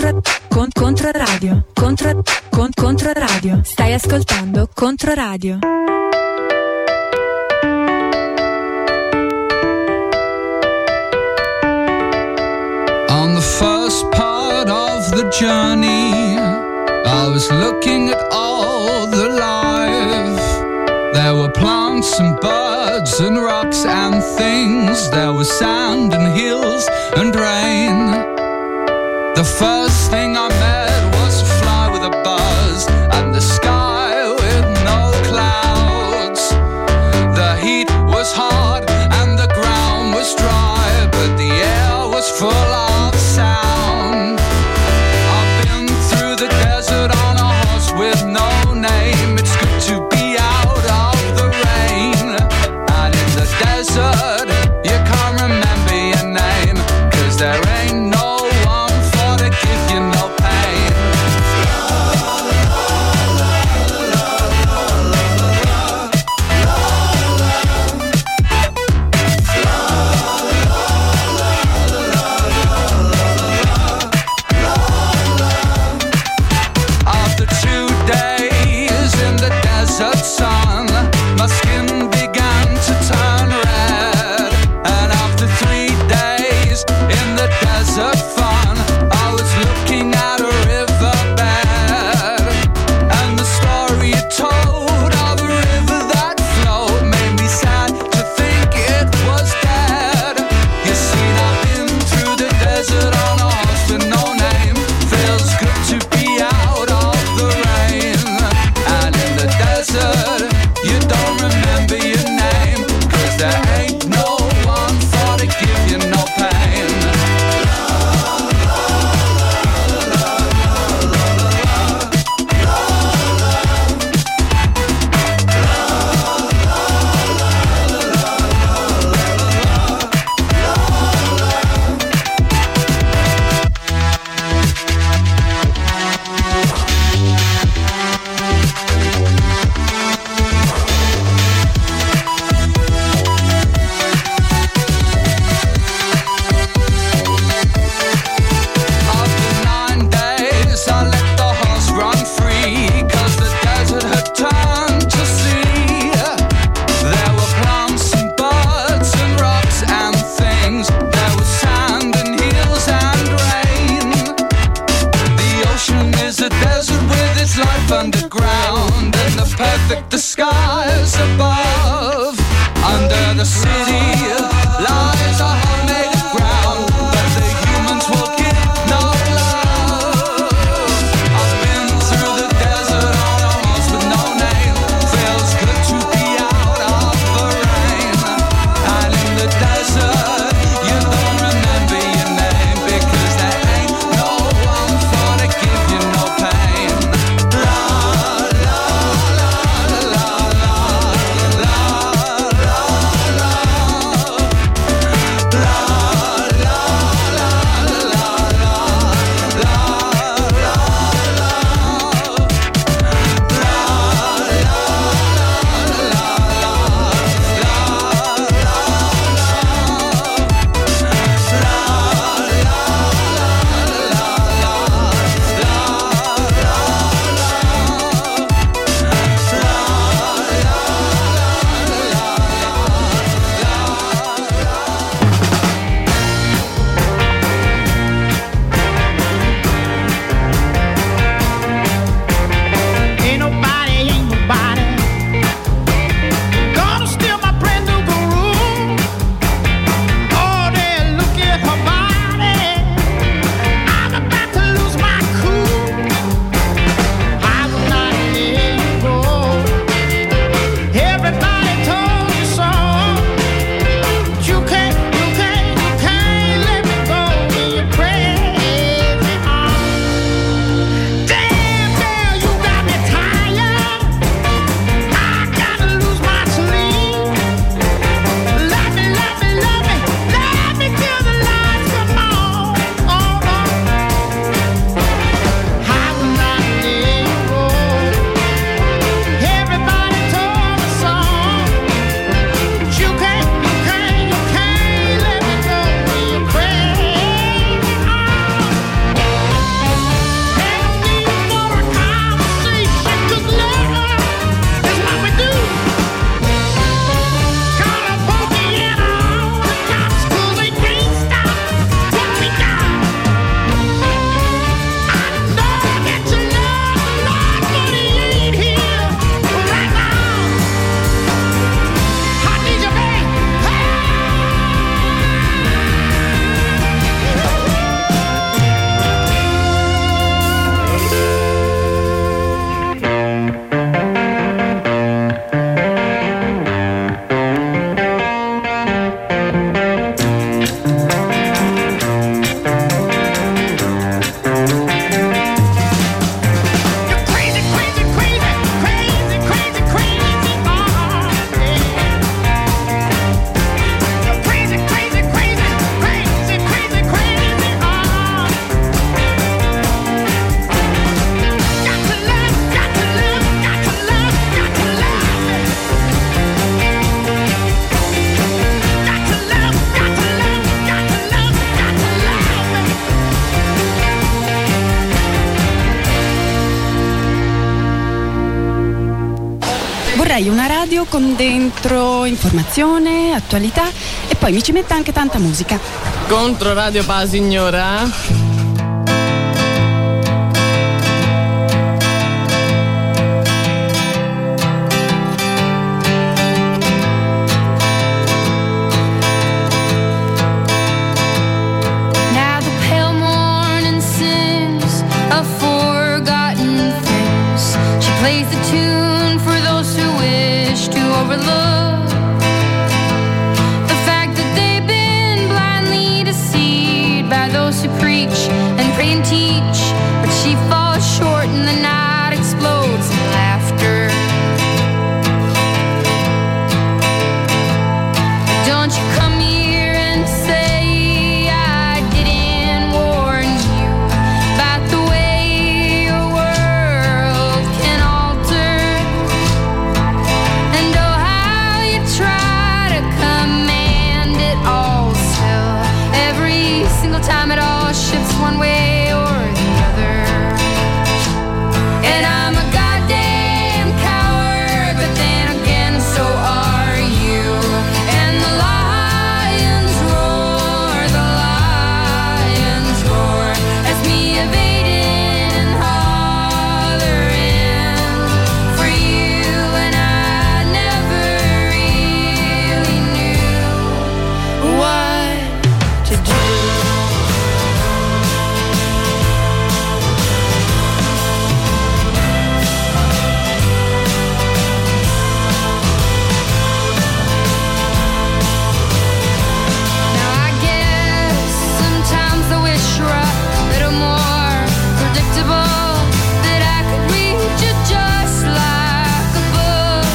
Contro, con, Controradio. Contro, con, Controradio. Stai ascoltando Controradio. On the first part of the journey, I was looking at all the life. There were plants and birds and rocks and things. There was sand and hills and rain. The first thing I met was a fly with a buzz and the sky with no clouds. The heat was hot and the ground was dry, but the air was full of sound. I've been through the desert on a horse with no name. It's good to be out of the rain. And in the desert you can't remember your name, 'cause there ain't no one for to give you no pain. After two days in the desert sun, my skin began to turn red. And after three days in the desert fun, I was looking at a riverbed. And the story it told of a river that flowed made me sad to think it was dead. You see, I've been through the desert on a horse with no name. Feels good to be out of the rain. And in the desert you don't remember your name, 'cause there ain't no one for to give you no pain. After nine days I let the horse run free, 'cause the desert had turned to sea. There were plants and birds and rocks and things. There was sand and hills and rain. The ocean is a desert with its life underground, and the perfect the skies above. Under the city lies a home made of ground, but the humans will get no love. I've been through the desert on a horse with no name. Feels good to be out of the rain. And in the desert you don't remember your name, because there ain't no one for to give you no pain. La la la la la la la la. Vorrei una radio con dentro informazione, attualità e poi mi ci metta anche tanta musica. Controradio pa signora? Plays the tune for those who wish to overlook the fact that they've been blindly deceived by those who preach and pray and teach, but she falls short and the night explodes in laughter. Don't you come here and say I didn't warn you about the way your world can alter, and oh how you try to command it all still. Every single time it all shifts one way or the other. And I'm a goddamn coward, but then again so are you. And the lions roar, the lions roar, that's me evading and hollering for you. And I never really knew what to do. Now I guess sometimes I wish you were a little more predictable, that I could read you just like a book.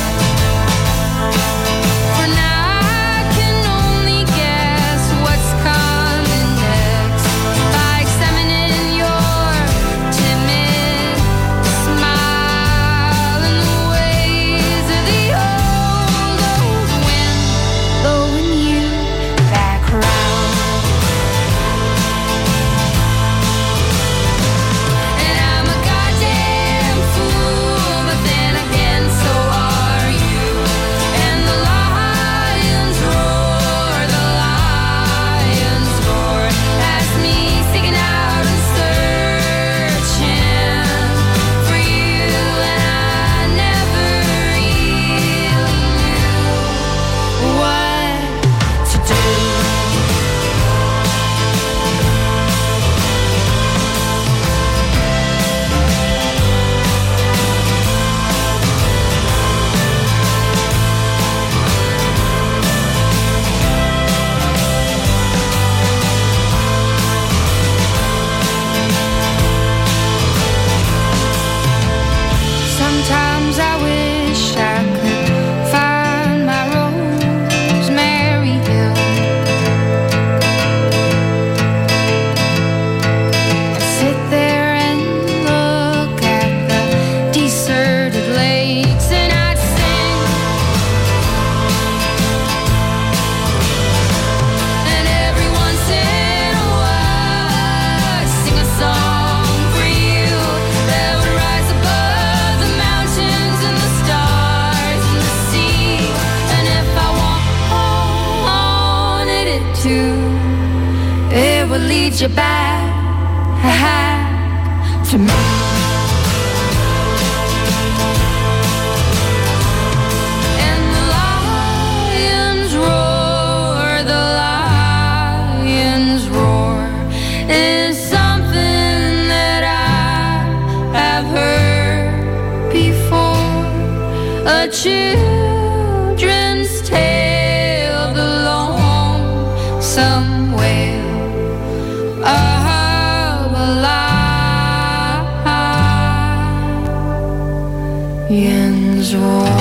For now I can only guess what's coming next by examining your timid smile and the ways of the old, old wind blowing you back round. And I'm a goddamn fool, but then again so are you. And the lions roar, the lions roar, that's me sticking out and searching for you. And I never really knew what to do. Sometimes I wish I could find my Rosemary Hill. I'd sit there and look at the deserted lakes, and I'd sing. And every once in a while I'd sing a song for you that would rise above the mountains and the stars and the sea. And if I wanted it to, it would lead you back to me. And the lions roar, the lions roar is something that I have heard before. A children's tale, the lonesome wail of a lion's roar.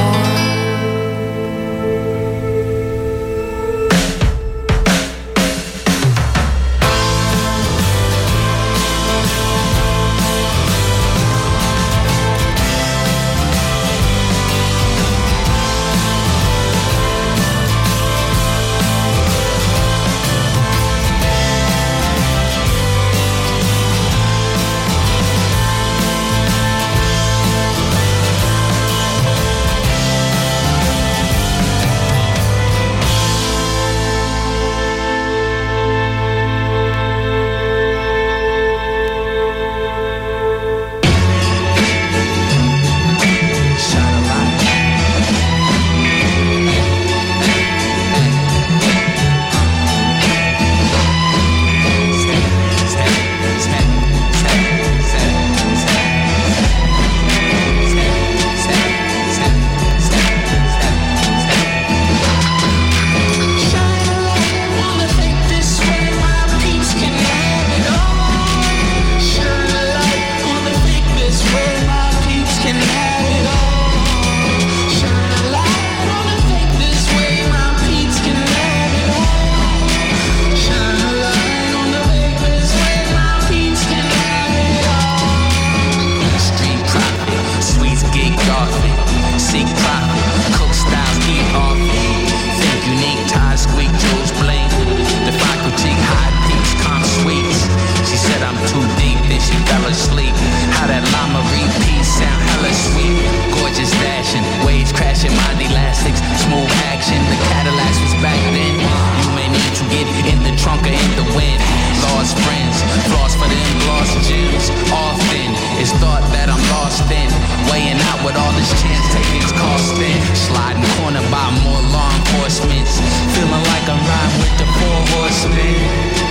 seek profit. Cook styles eat off. Think unique, ties squeak, jewels blink. Defy critique, high peaks, calm sweets. She said I'm too deep, then she fell asleep. How that llama repeat sound hella sweet. Gorgeous dashing, waves crashing, mind elastics, smooth action. The Cadillacs was back then. You may need to get in the trunk or in the wind. Lost friends, flaws for them, lost gems. Often it's thought that I'm lost in, weighing out what all this chance taking's costing. Sliding corner by more law enforcement, feeling like I'm riding with the four horsemen.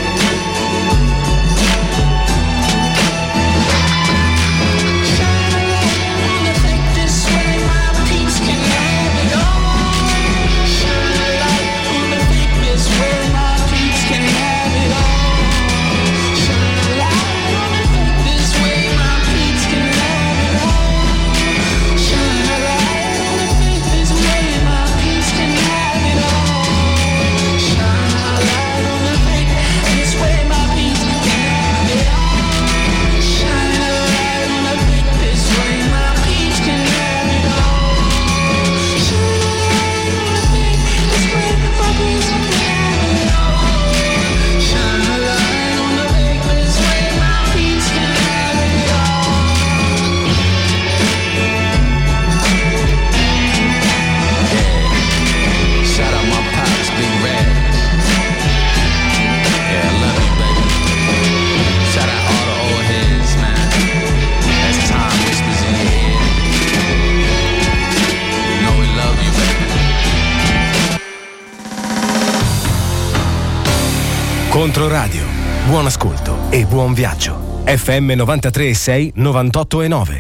Controradio, buon ascolto e buon viaggio. F M novantatré e sei, novantotto e nove.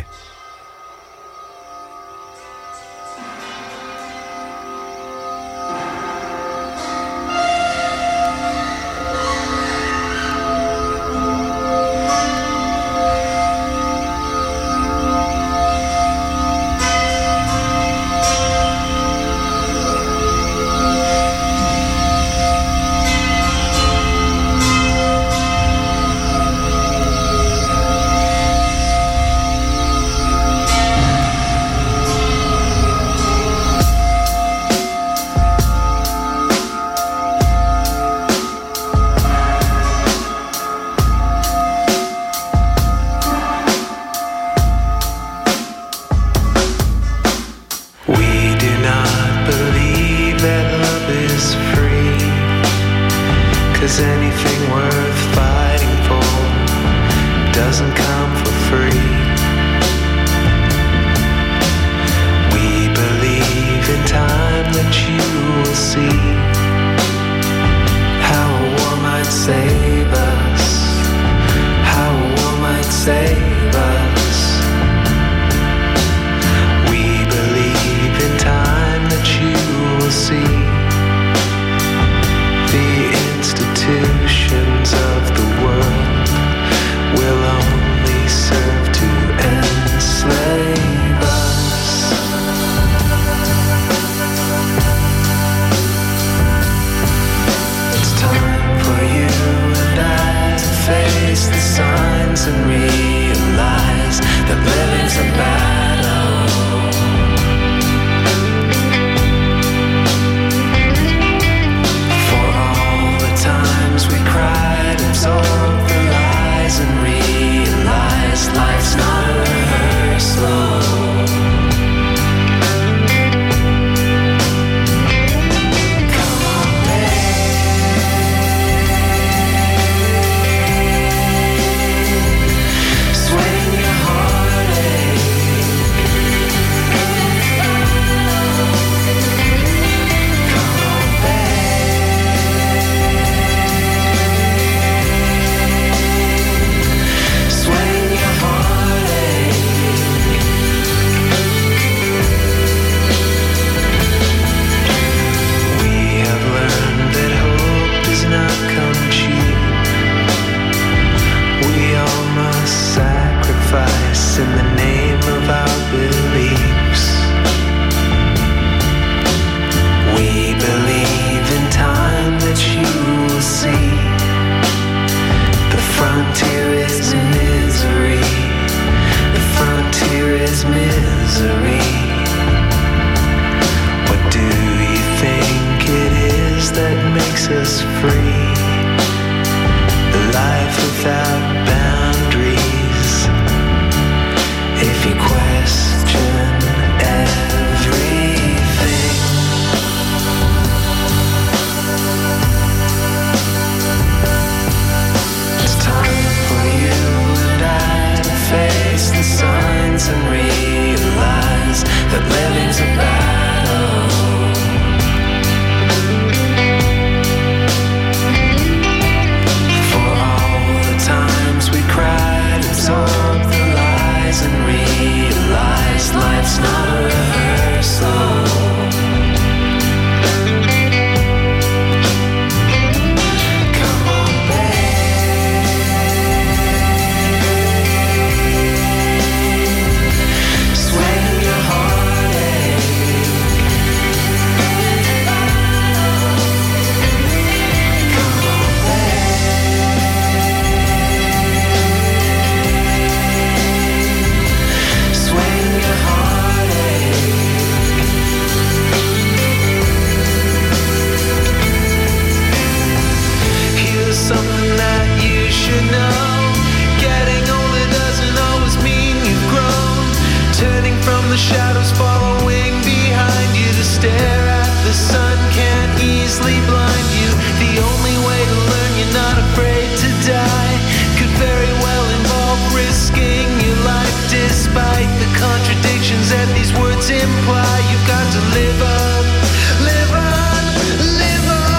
misery. us free. A life without boundaries. If you question everything, it's time for you and I to face the signs and realize that living's a battle. For all the times we cried and told the lies and realized life's not a rehearsal. Come on, babe, sway your heartache. Come on, babe, sway your heartache. Here's something that you should know. Getting older doesn't always mean you've grown. Turning from the shadows, following behind you. To stare at the sun can't easily blind you. The only way to learn you're not afraid to die could very well involve risking your life. Despite the contradictions that these words imply, you've got to live up, live on, live on.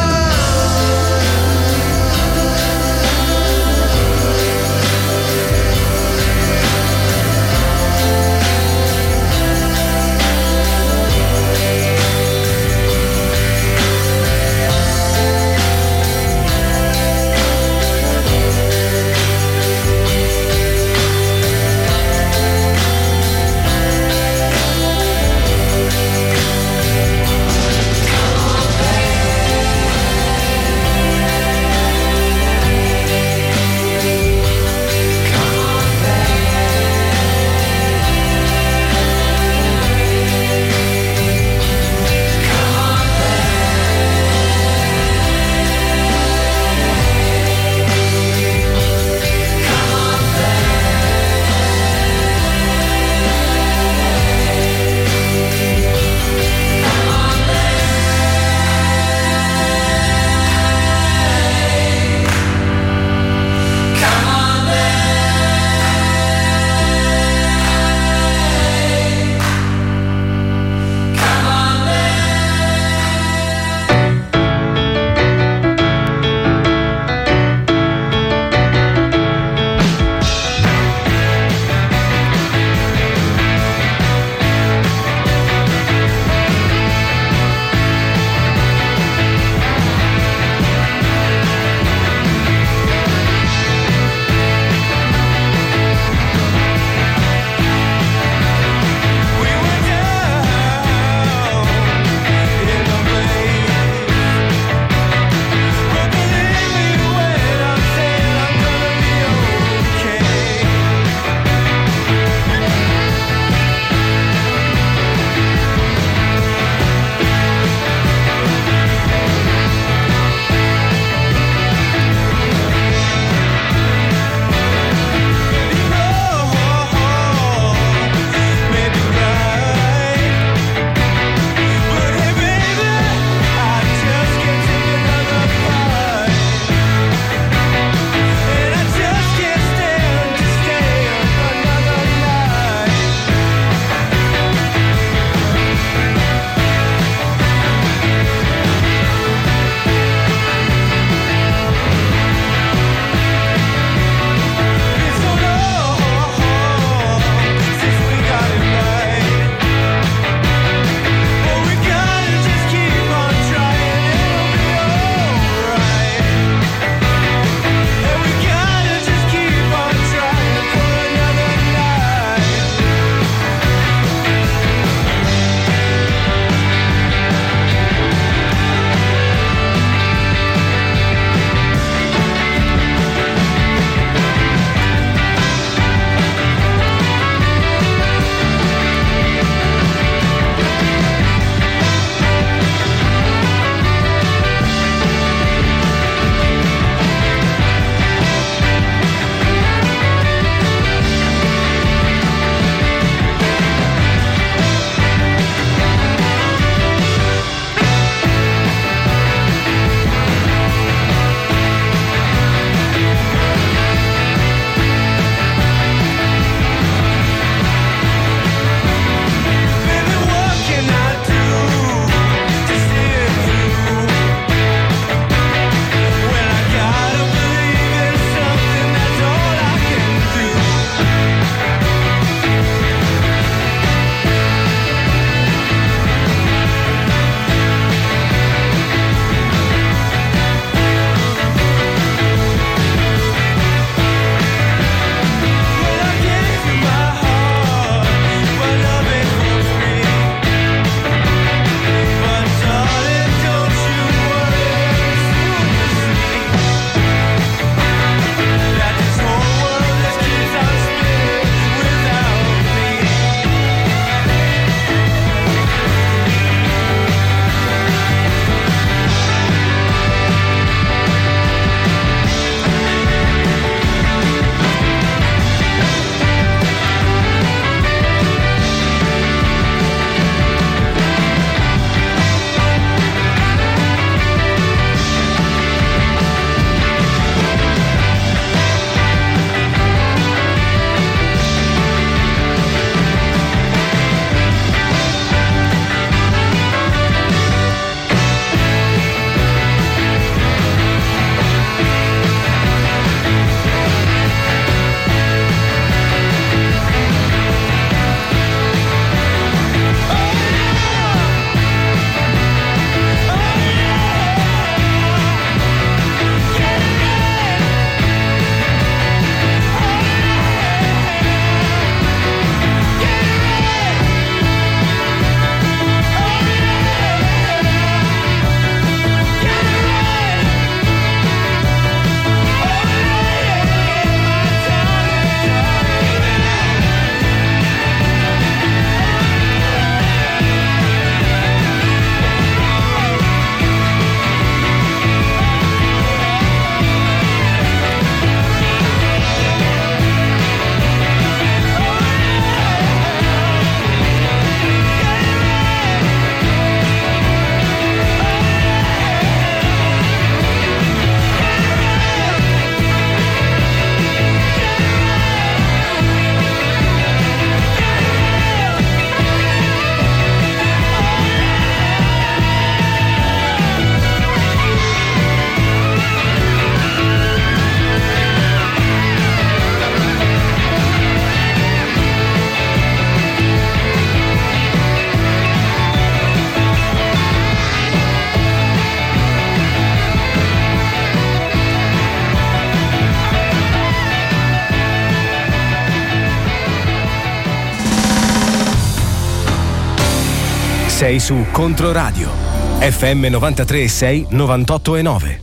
Sei su Controradio F M novantatré e sei, novantotto e nove.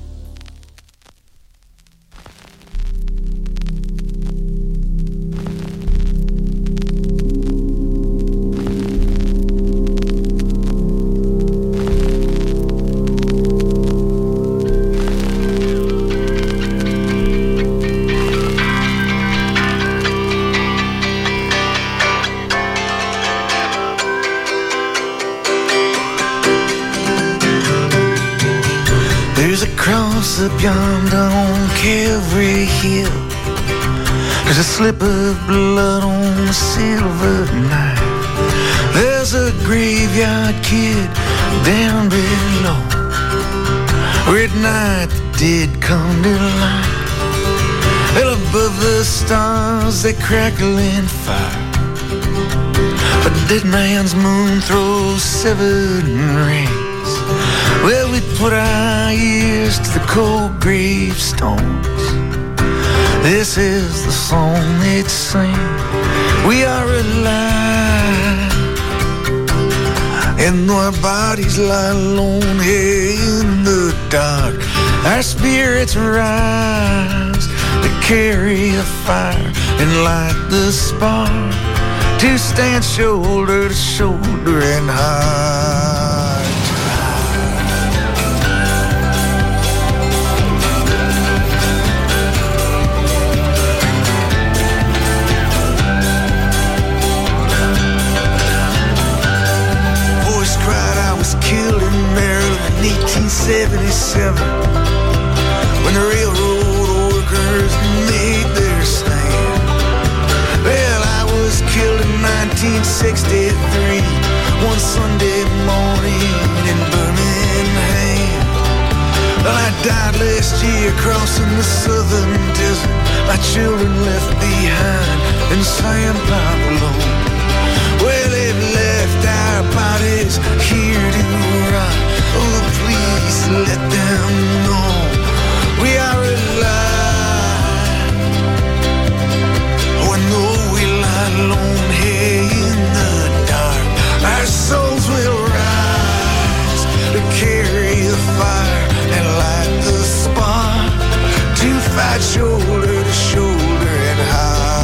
Up yonder on Calvary Hill, there's a slip of blood on a silver knife. There's a graveyard kid down below, where at night the dead come to life. Well, above the stars they crackle in fire, a dead man's moon throws seven rays. Well, we put our ears to the cold gravestones. This is the song they'd sing. We are alive, and our bodies lie alone here in the dark. Our spirits rise to carry the fire and light the spark, to stand shoulder to shoulder and heart. Killed in Maryland in eighteen seventy-seven, when the railroad workers made their stand. Well, I was killed in nineteen sixty-three, one Sunday morning in Birmingham. Well, I died last year crossing the southern desert, my children left behind in San Pablo. Well, they've left our bodies here to rot. Oh, please let them know we are alive. Oh, I know we lie alone here in the dark. Our souls will rise to carry the fire and light the spark, to fight shoulder to shoulder and heart.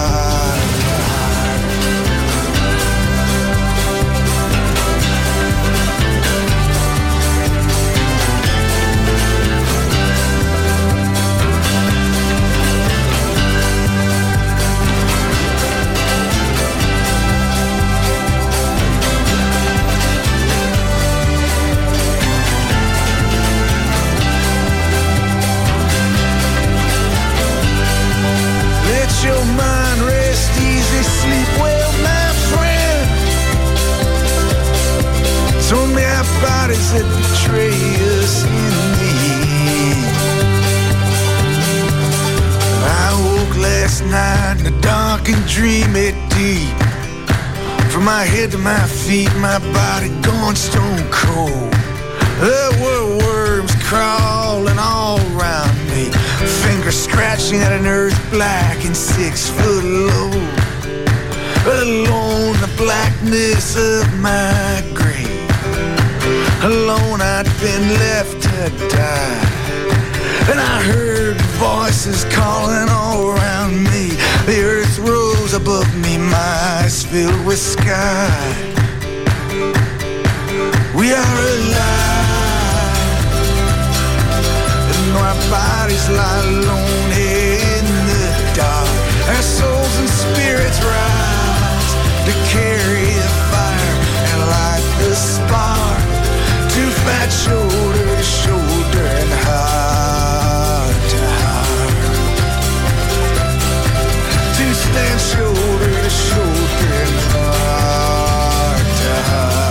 Your mind rest easy, sleep well, my friend. So many our bodies that betray us in the end. I woke last night in a dark and dreamy deep. From my head to my feet, my body gone stone cold. There were worms crawling all around me, fingers scratching at an earth black and six foot low. Alone the blackness of my grave, alone I'd been left to die. And I heard voices calling all around me. The earth rose above me, my eyes filled with sky. We are alive, and our bodies lie alone in the dark. Our souls and spirits rise to carry the fire and light the spark, to fight shoulder to shoulder and heart to heart, to stand shoulder to shoulder and heart to heart.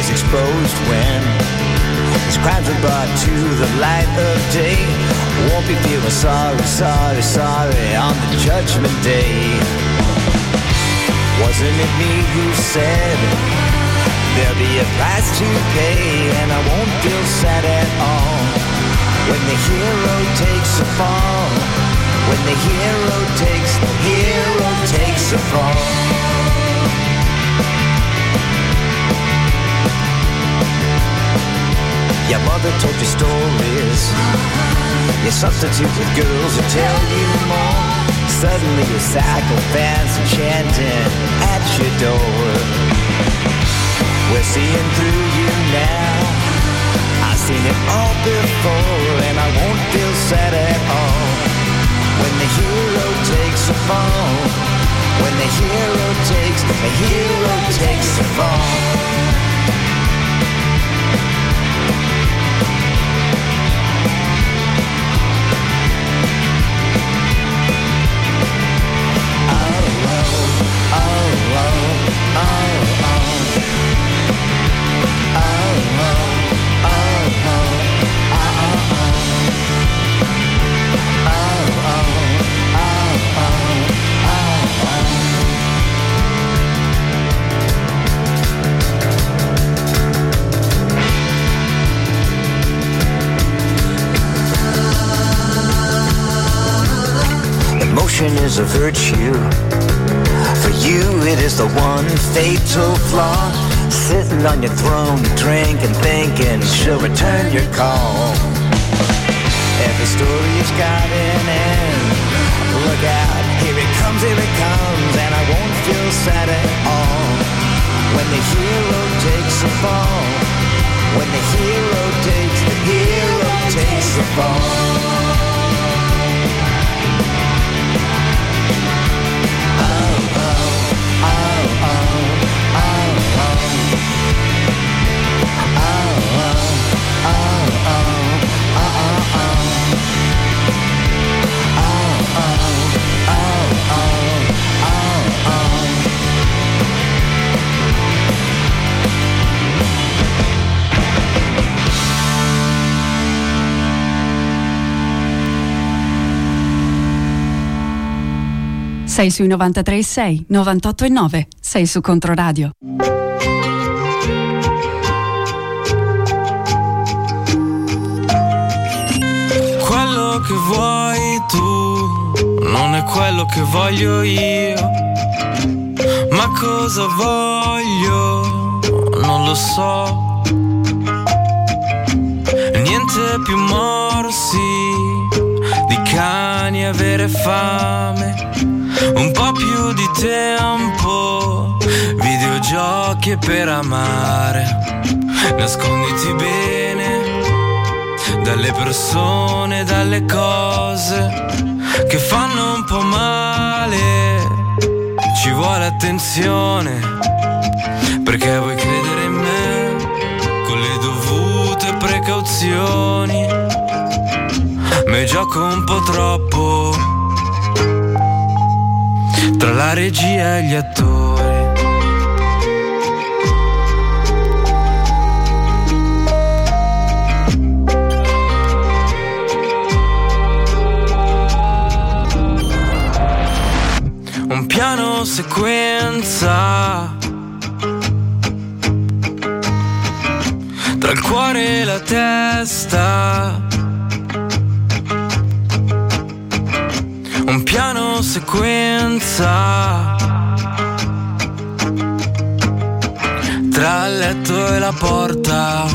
is exposed when these crimes are brought to the light of day. Won't be feeling sorry, sorry, sorry on the judgment day. Wasn't it me who said there'll be a price to pay, and I won't feel sad at all when the hero takes a fall. When the hero takes, the hero takes a fall. Your mother told you stories, you substitute with girls who tell you more. Suddenly your psychopaths are chanting at your door. We're seeing through you now, I've seen it all before, and I won't feel sad at all when the hero takes a fall. When the hero takes, the hero takes a fall. Emotion is a virtue. For you it is the one fatal flaw. Sitting on your throne, drinking, thinking she'll return your call. Every story has got an end. Look out, here it comes, here it comes, and I won't feel sad at all when the hero takes a fall. When the hero takes, the hero takes a fall. Sei sui novantatré e sei, novantotto e nove. Sei su Controradio. Quello che vuoi tu non è quello che voglio io. Ma cosa voglio? Non lo so. Niente più morsi di cani avere fame. Un po' più di tempo, videogiochi e per amare. Nasconditi bene dalle persone, dalle cose che fanno un po' male. Ci vuole attenzione, perché vuoi credere in me con le dovute precauzioni. Me gioco un po' troppo tra la regia e gli attori. Un piano sequenza tra il cuore e la testa. Un piano sequenza tra il letto e la porta.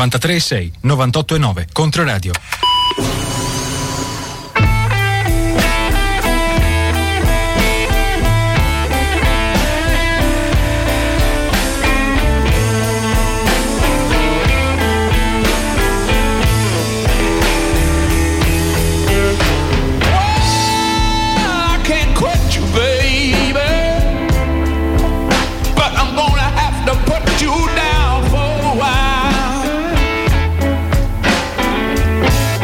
novantatré virgola sei, novantotto virgola nove. Controradio. You down for a while.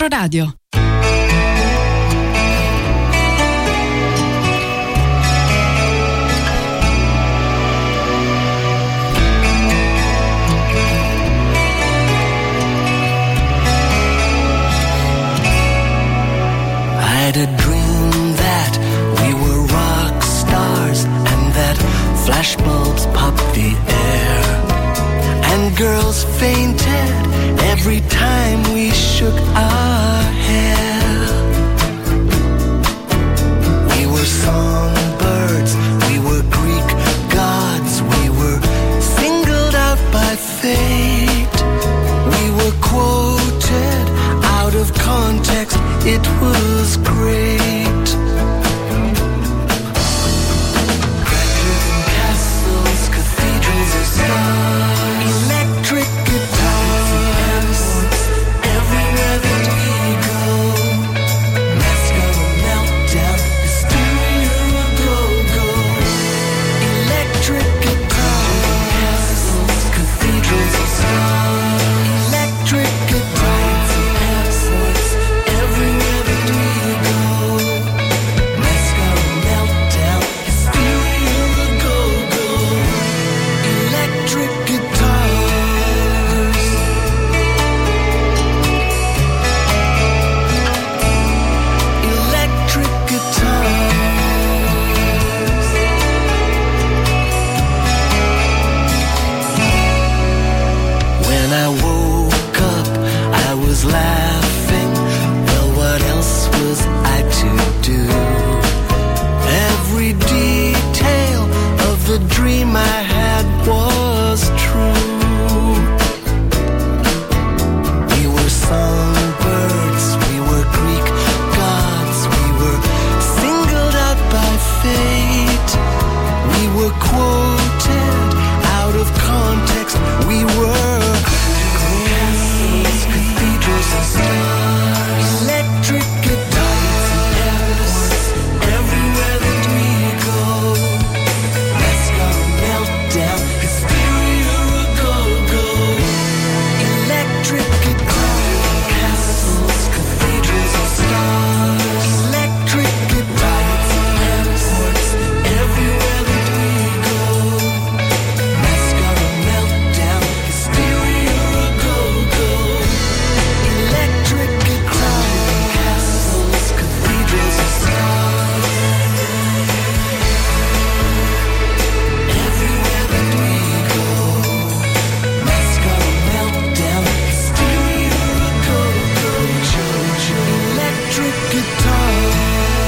Controradio. I had a dream that we were rock stars and that flashbulbs popped the air and girls fainted every time we shook our hair. We were songbirds, we were Greek gods, we were singled out by fate. We were quoted out of context, it was great. Grand-driven castles, cathedrals of stars, electric guitars, everywhere that we go. Mascara meltdown, hysteria go-go. Electric guitars, castles, cathedrals of stars, electric guitars, airports, everywhere that we go. Mascara meltdown, hysteria go-go. Electric guitars. Electric guitars. When I woke up, I was laughing. Well, what else was I to do? Every detail of the dream I had was true. We were songbirds, we were Greek gods, we were singled out by fate. We were quoted out of context, we were castles, cathedrals and stars, electric guitars, everywhere that we go. Mascara meltdown, hysteria go-go. Electric guitars, castles, cathedrals and stars, electric guitars, airports, everywhere that we go. Mascara meltdown, hysteria go-go. Electric guitars, castles, cathedrals and stars, everywhere that we go. Mascara meltdown, hysteria go-go. Jojo, electric guitars.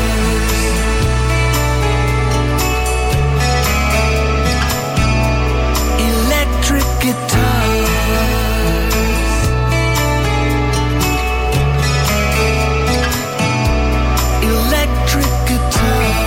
Electric guitars. Electric guitars.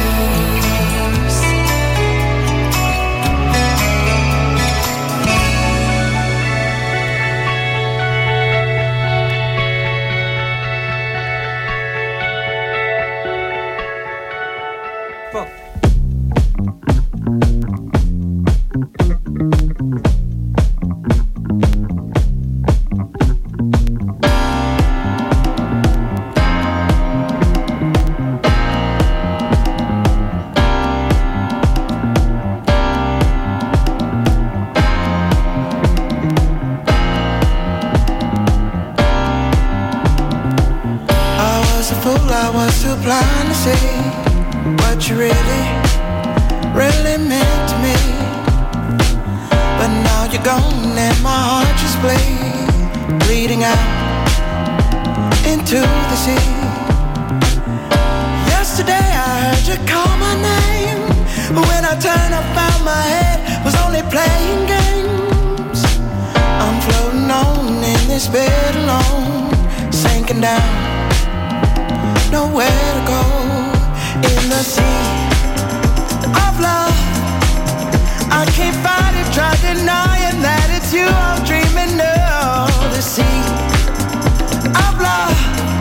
I was a fool, I was too blind to see what you really, really meant to me. But now you're gone and my heart just bleed, bleeding out into the sea. Yesterday I heard you call my name, but when I turned I found my head was only playing games. I'm floating on in this bed alone, sinking down, nowhere to go. In the sea of love, I can't fight it, try denying that it's you I'm dreaming of. The sea of love,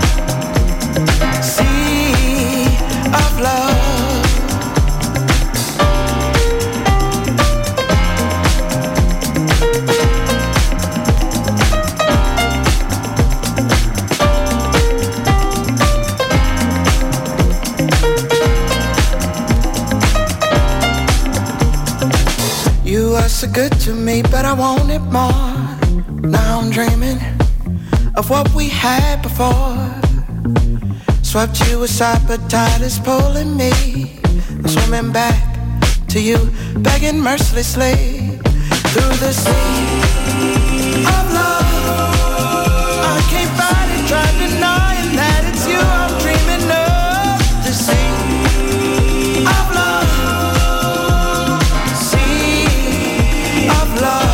sea of love. You were so good to me, but I wanted more. Now I'm dreaming of what we had before. Swept you aside, but tide is pulling me. I'm swimming back to you, begging mercilessly through the sea of love. I can't fight it, try denying that it's you I'm dreaming of. The sea of love, sea of love.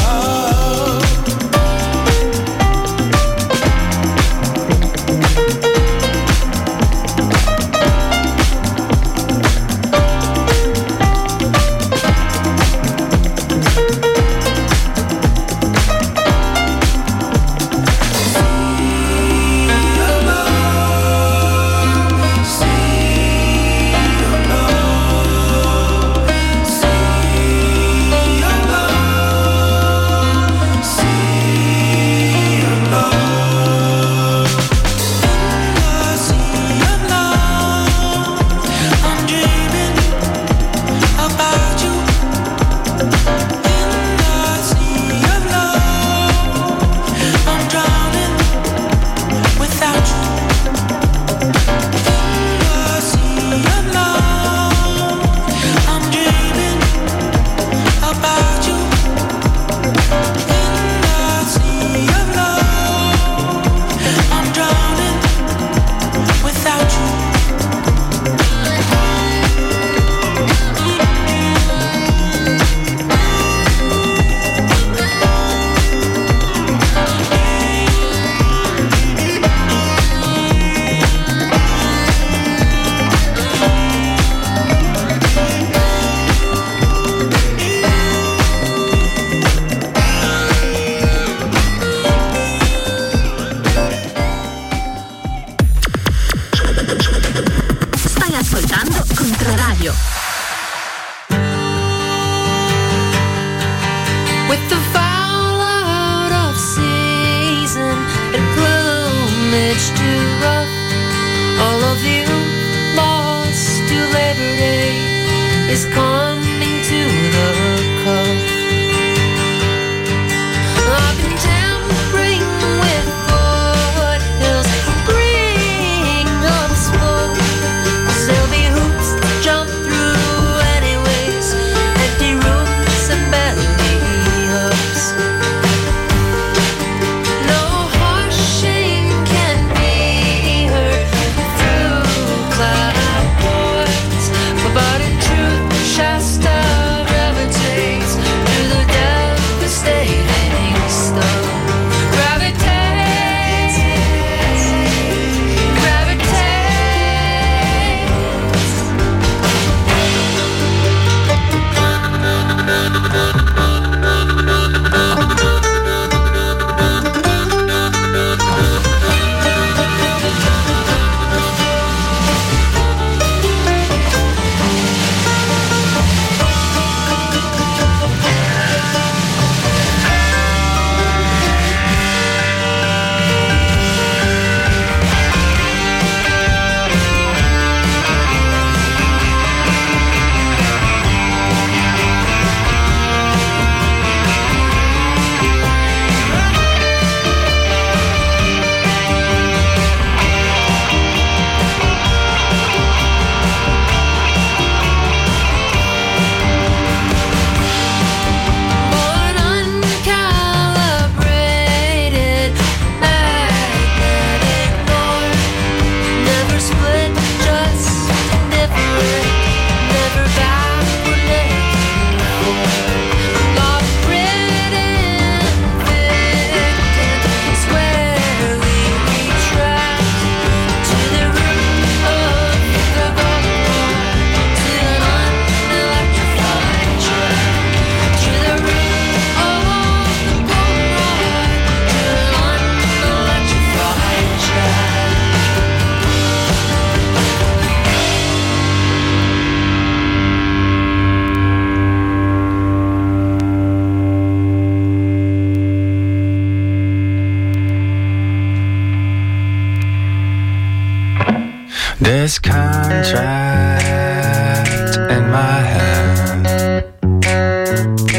This contract in my hand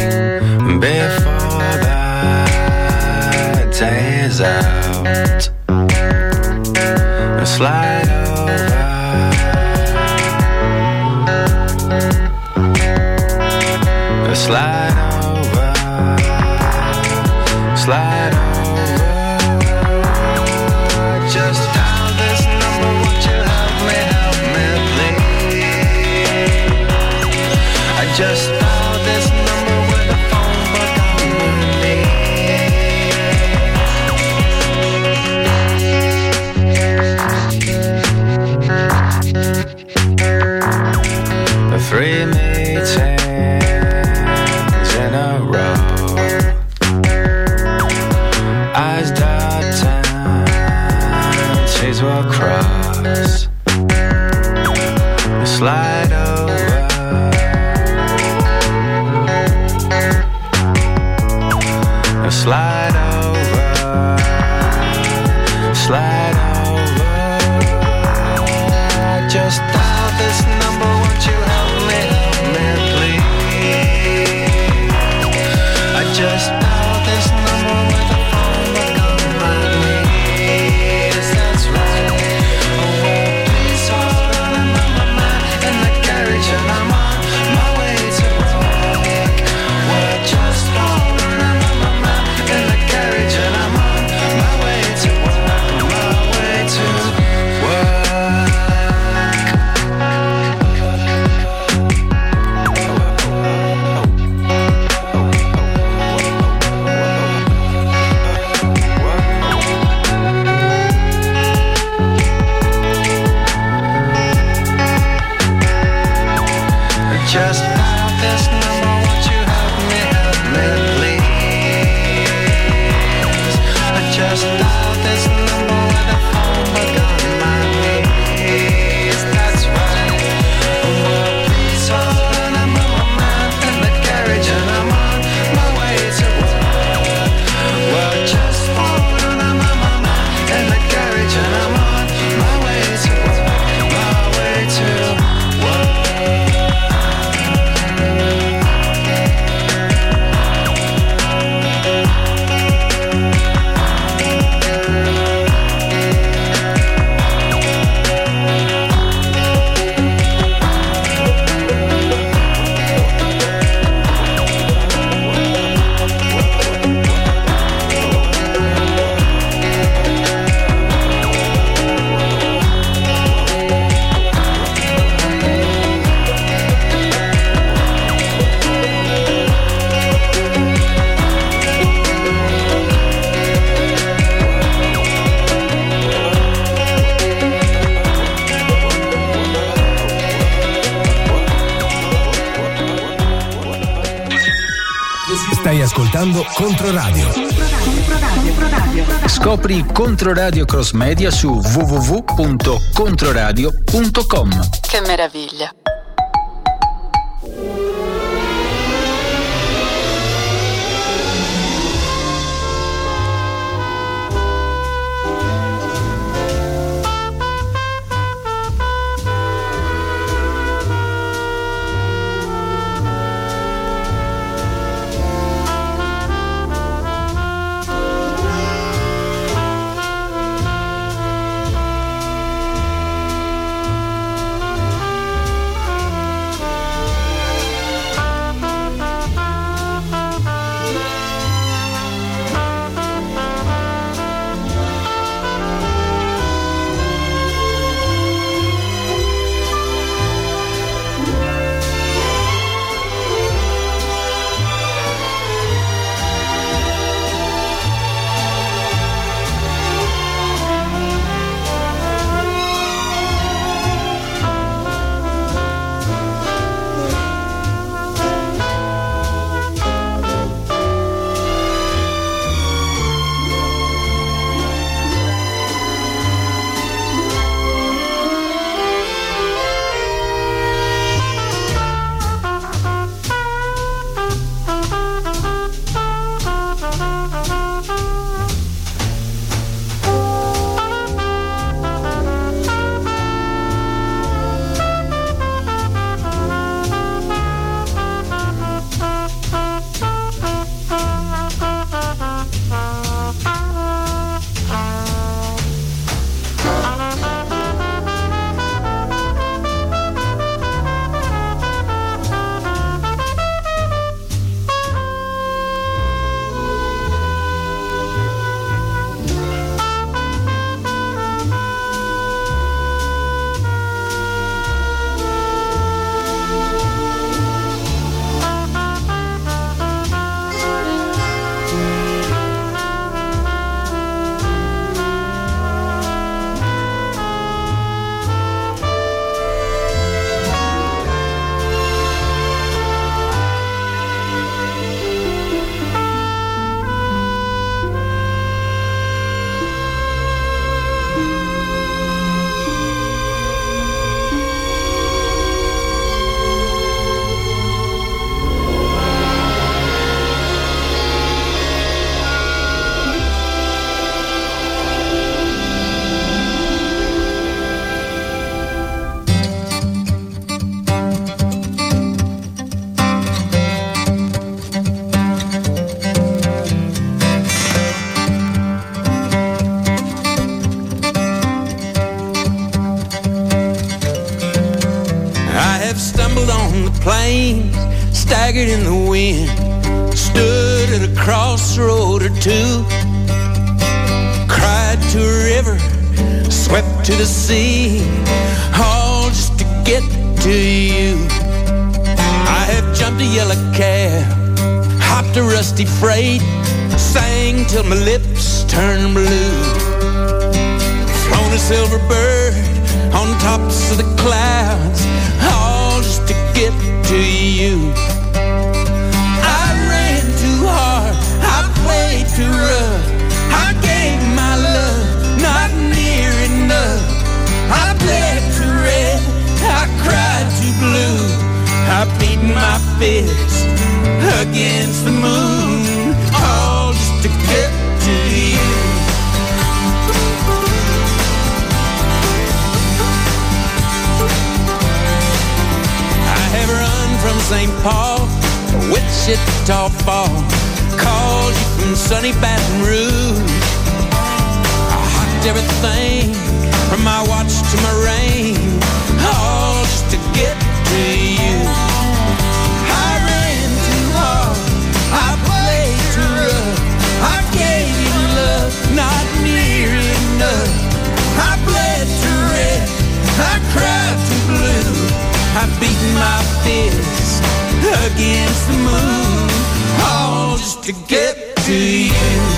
Slide over, slide over. Just dial this number, won't you help me, help me, please? I just dial this number with a phone book on my knee. The three meetings in a row, eyes darting, T's will cross. Slide over, slide over, slide over. Just dial this number, won't you help me, help me, please? I just dial this number with a phone book on my knees. That's right. Oh, well, please hold on, I'm on my mind in the carriage and I'm on my way to work. Well, just hold on, I'm on my mind in the carriage and I'm on my way to work, my way to work. Just dial this number, won't you help me, help me, please? I just dial this number with a phone book on my knees. That's right. Oh, well, please hold on, I'm on my mind in the carriage and I'm on my way to work. Well, just hold on, I'm on my mind in the carriage and I'm on my way to work, my way to work. Stai ascoltando Controradio. Scopri Controradio Cross Media su w w w punto controradio punto com. Che meraviglia. plains, staggered in the wind, stood at a crossroad or two, cried to a river, swept to the sea, all just to get to you. I have jumped a yellow cab, hopped a rusty freight, sang till my lips turned blue, flown a silver bird on tops of the clouds, all just to get to you. I ran too hard, I played too rough, I gave my love, not near enough. I bled too red, I cried too blue, I beat my fist against the moon, all just to get to you. I have run from Saint Paul to Wichita Falls, called you from sunny Baton Rouge. I hocked everything from my watch to my ring, all just to get to you. I ran too hard, I played too rough, I gave you love, not near enough. I bled too red, I cried too blue, I beat my fist against the moon, all just to get to you.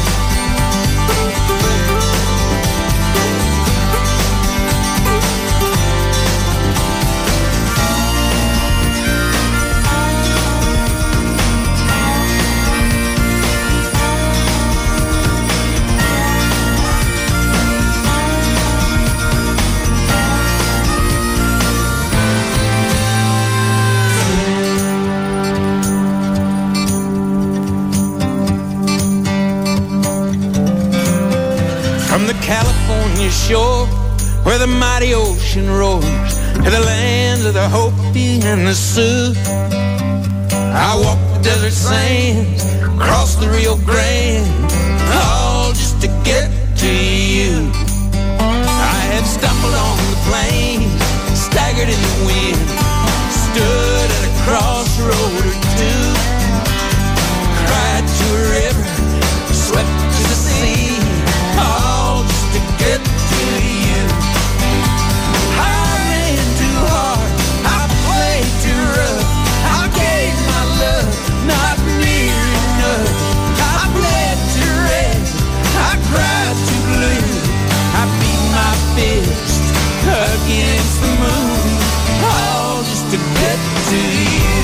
From the California shore, where the mighty ocean roars, to the lands of the Hopi and the Sioux, I walked the desert sands, crossed the Rio Grande, all just to get to you. I have stumbled on the plains, staggered in the wind, stood at a crossroad or two, cried to a river, swept to the sea, all just to get to you. I ran too hard, I played too rough, I gave my love, not near enough. I bled too red, I cried too blue, I beat my fist against the moon, all just to get to you.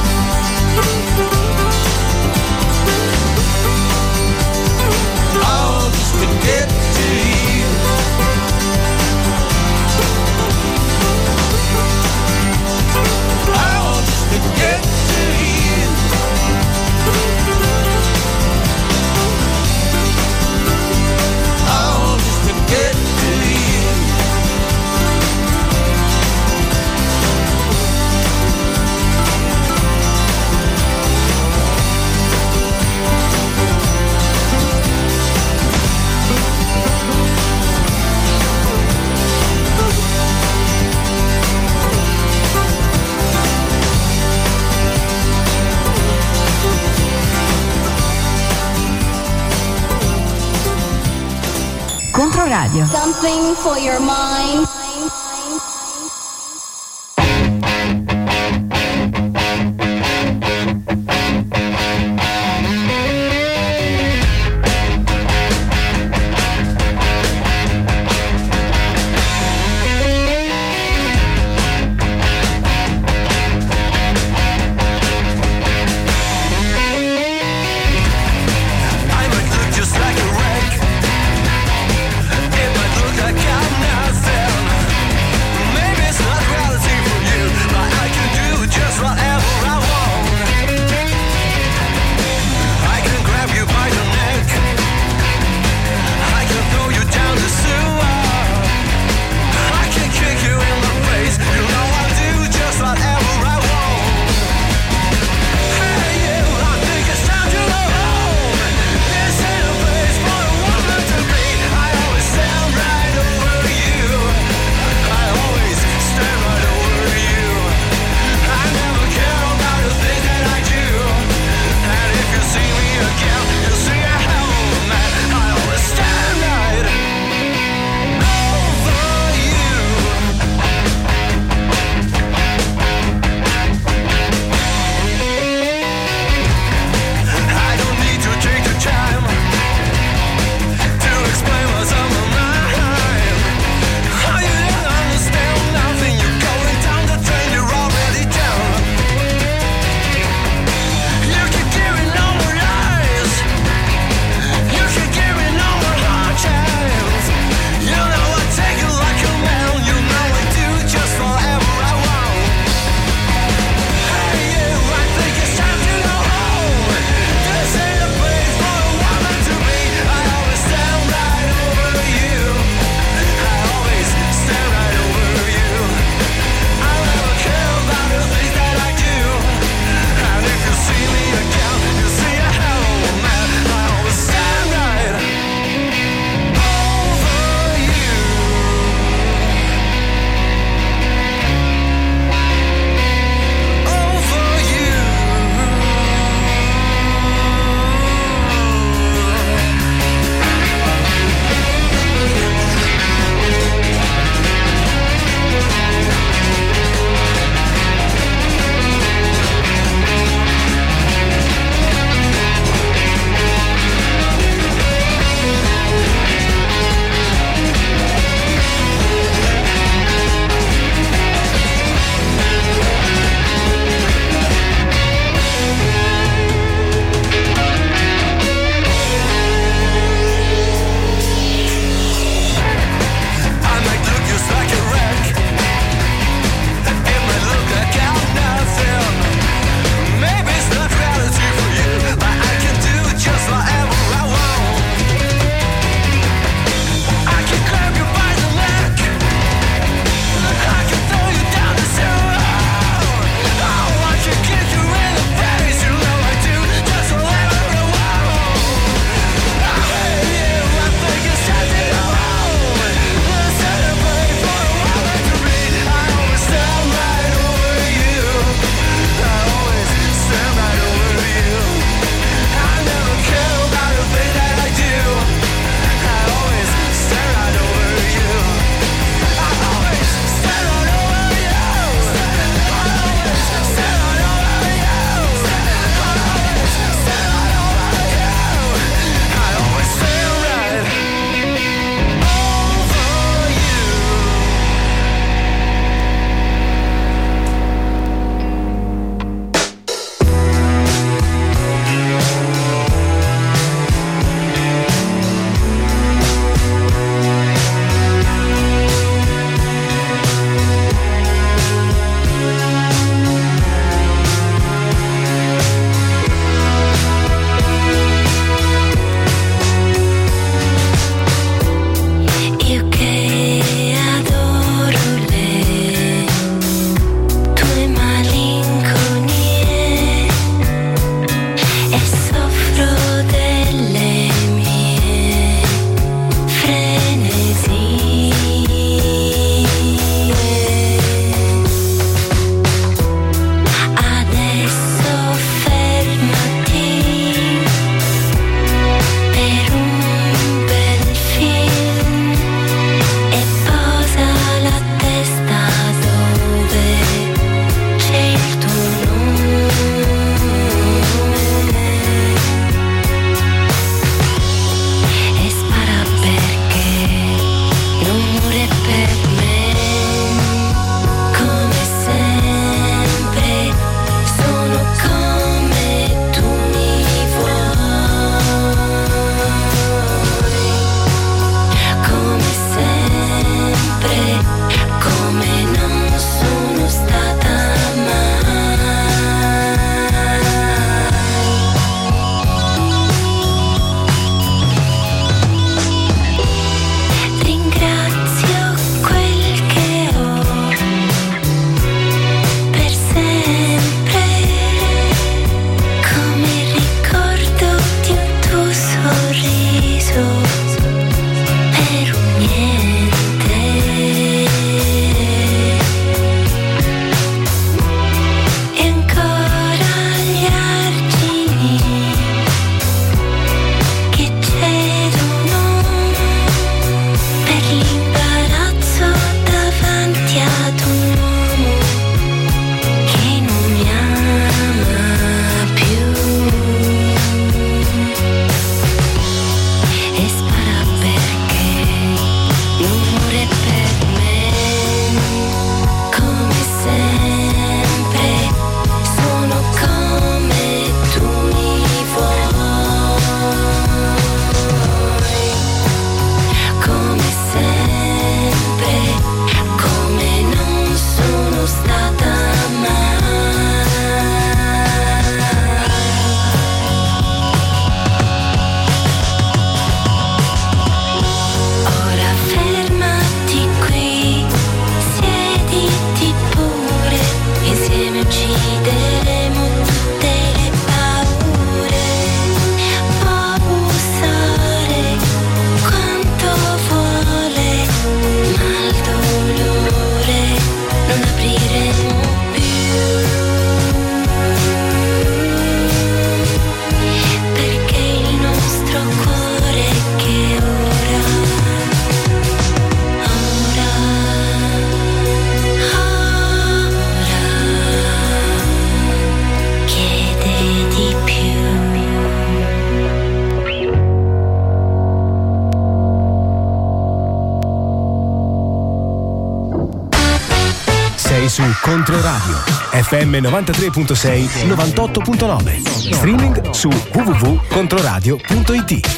All just to get to you. All just to get to you. All just to get to you. Controradio. Something for your mind. Just like a wreck. It might look like I'm nothing. su Controradio F M novantatré virgola sei, novantotto virgola nove. Streaming su w w w punto controradio punto i t.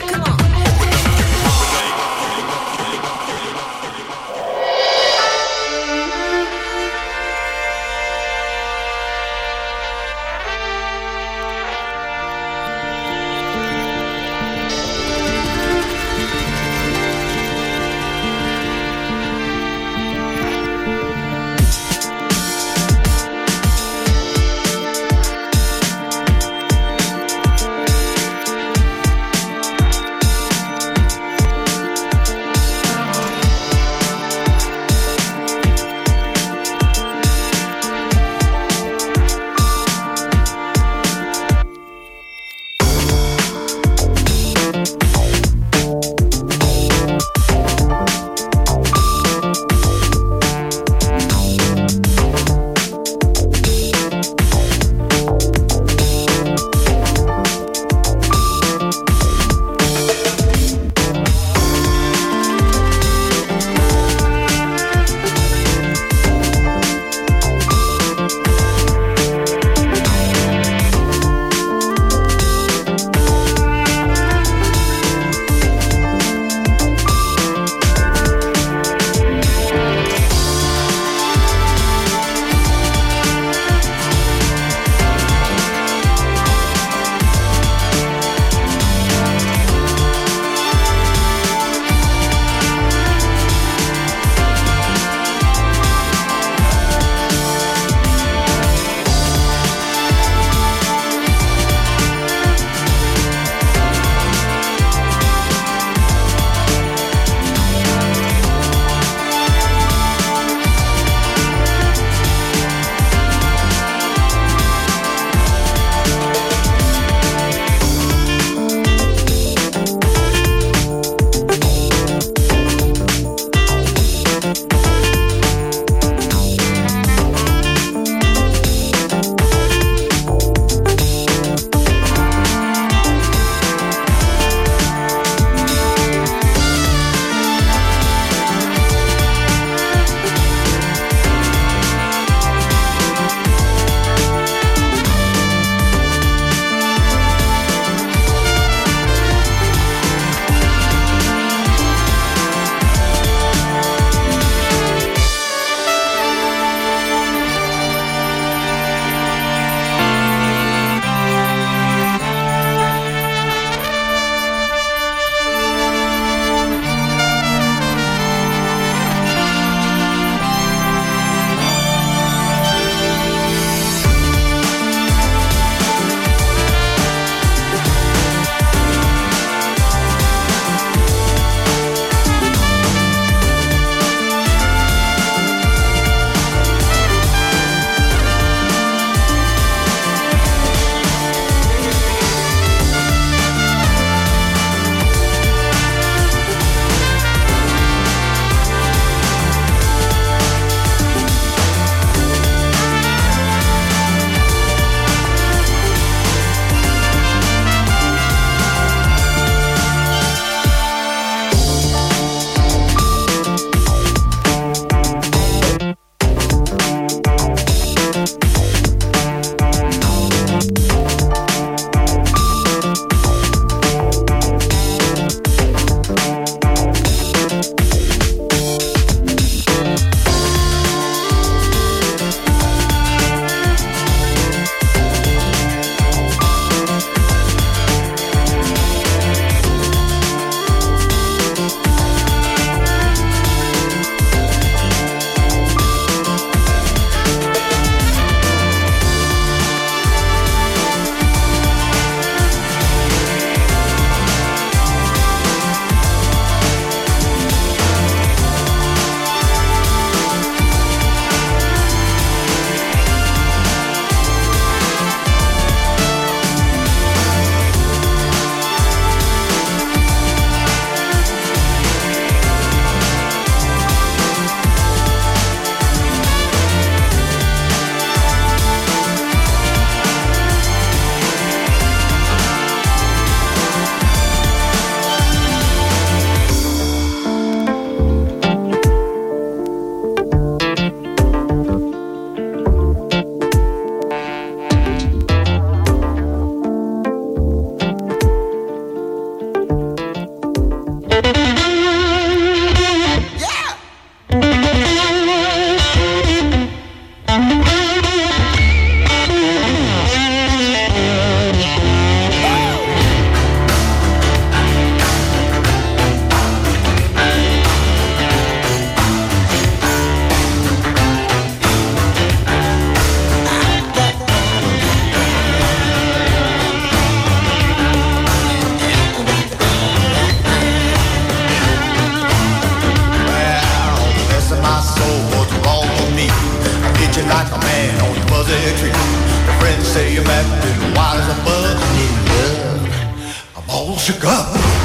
wild as a bug in love. I'm all shook up.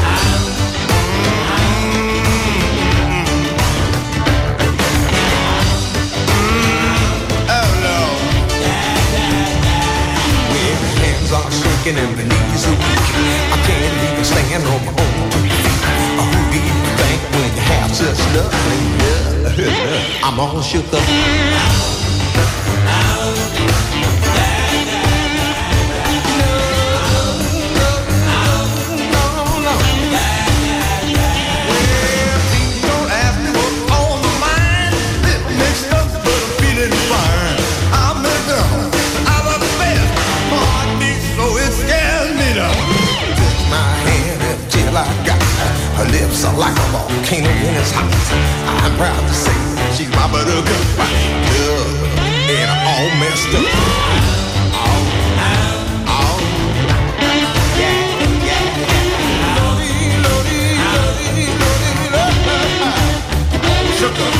I'm shaking and my knees are weak. I can't even stand on my own two feet. Who do you think when you have such lovely love? I'm all shook up. Her lips are like a volcano when it's hot. I'm proud to say she's my buttercup. Love, and I'm all messed up. Oh, oh, yeah, yeah, yeah. Lodi, lodi, lodi, lodi, lodi. Shook up.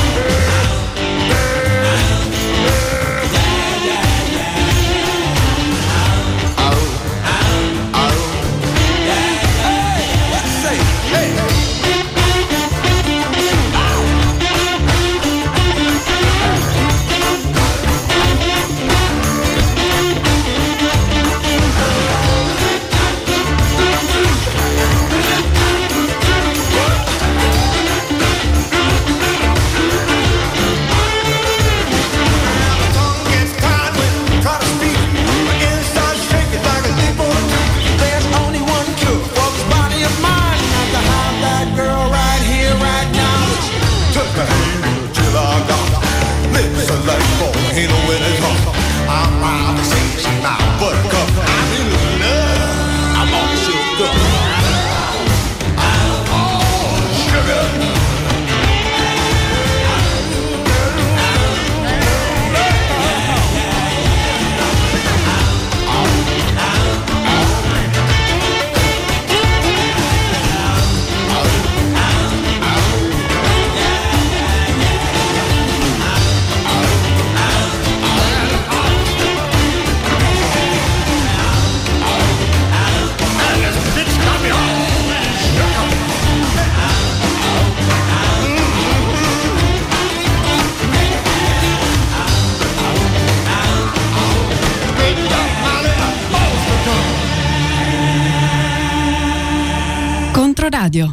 Radio.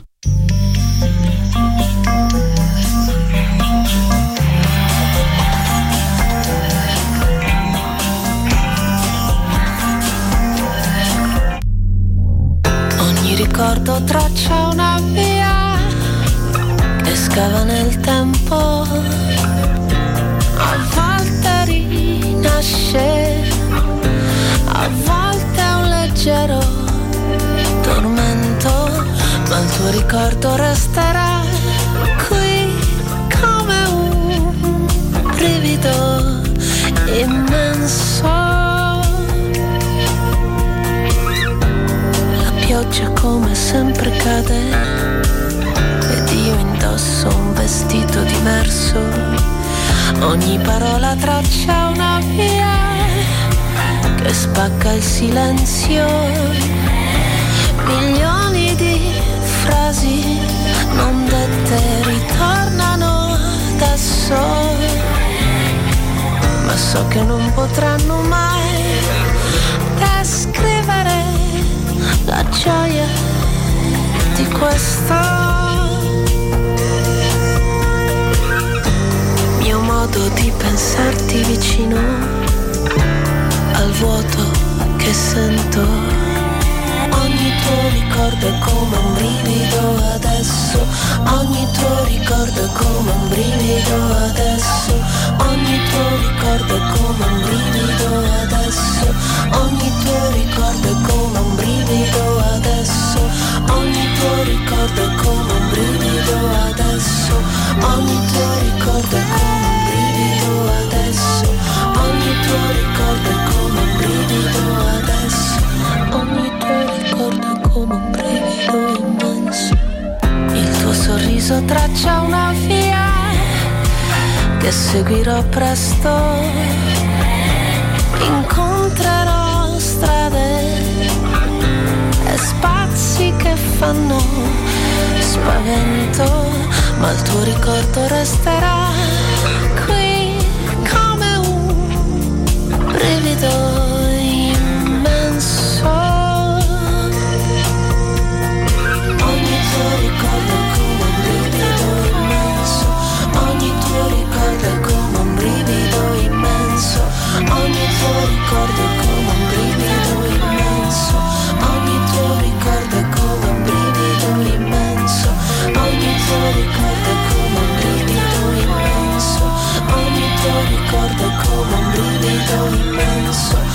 Ogni ricordo traccia una via che scava nel tempo, a volte rinasce, a volte è un leggero tormento, ma il tuo ricordo resterà qui come un brivido immenso. La pioggia come sempre cade ed io indosso un vestito diverso. Ogni parola traccia una via che spacca il silenzio. Milioni di frasi non dette ritornano da sole, ma so che non potranno mai descrivere la gioia di questo mio modo di pensarti vicino al vuoto che sento. Ogni tuo ricordo è come un brivido adesso, ogni tuo ricordo è come un brivido adesso, ogni tuo ricordo è come un brivido adesso, ogni tuo ricordo è come un brivido adesso, ogni tuo ricordo è come un brivido adesso, ogni tuo ricordo è come un brivido adesso, ogni tuo ricordo è come un brivido adesso, ogni tuo ricordo è come un brivido immenso. Il tuo sorriso traccia una via che seguirò presto, incontrerò strade fanno spavento, ma il tuo ricordo resterà qui come un brivido immenso. Ogni tuo ricordo è come un brivido immenso, ogni tuo ricordo è come un brivido immenso, ogni tuo ricordo è come un brivido immenso, ogni tuo ricordo è come un brivido immenso, ogni tuo ricordo è come un brivido immenso, ogni tuo ricordo è come un brivido immenso.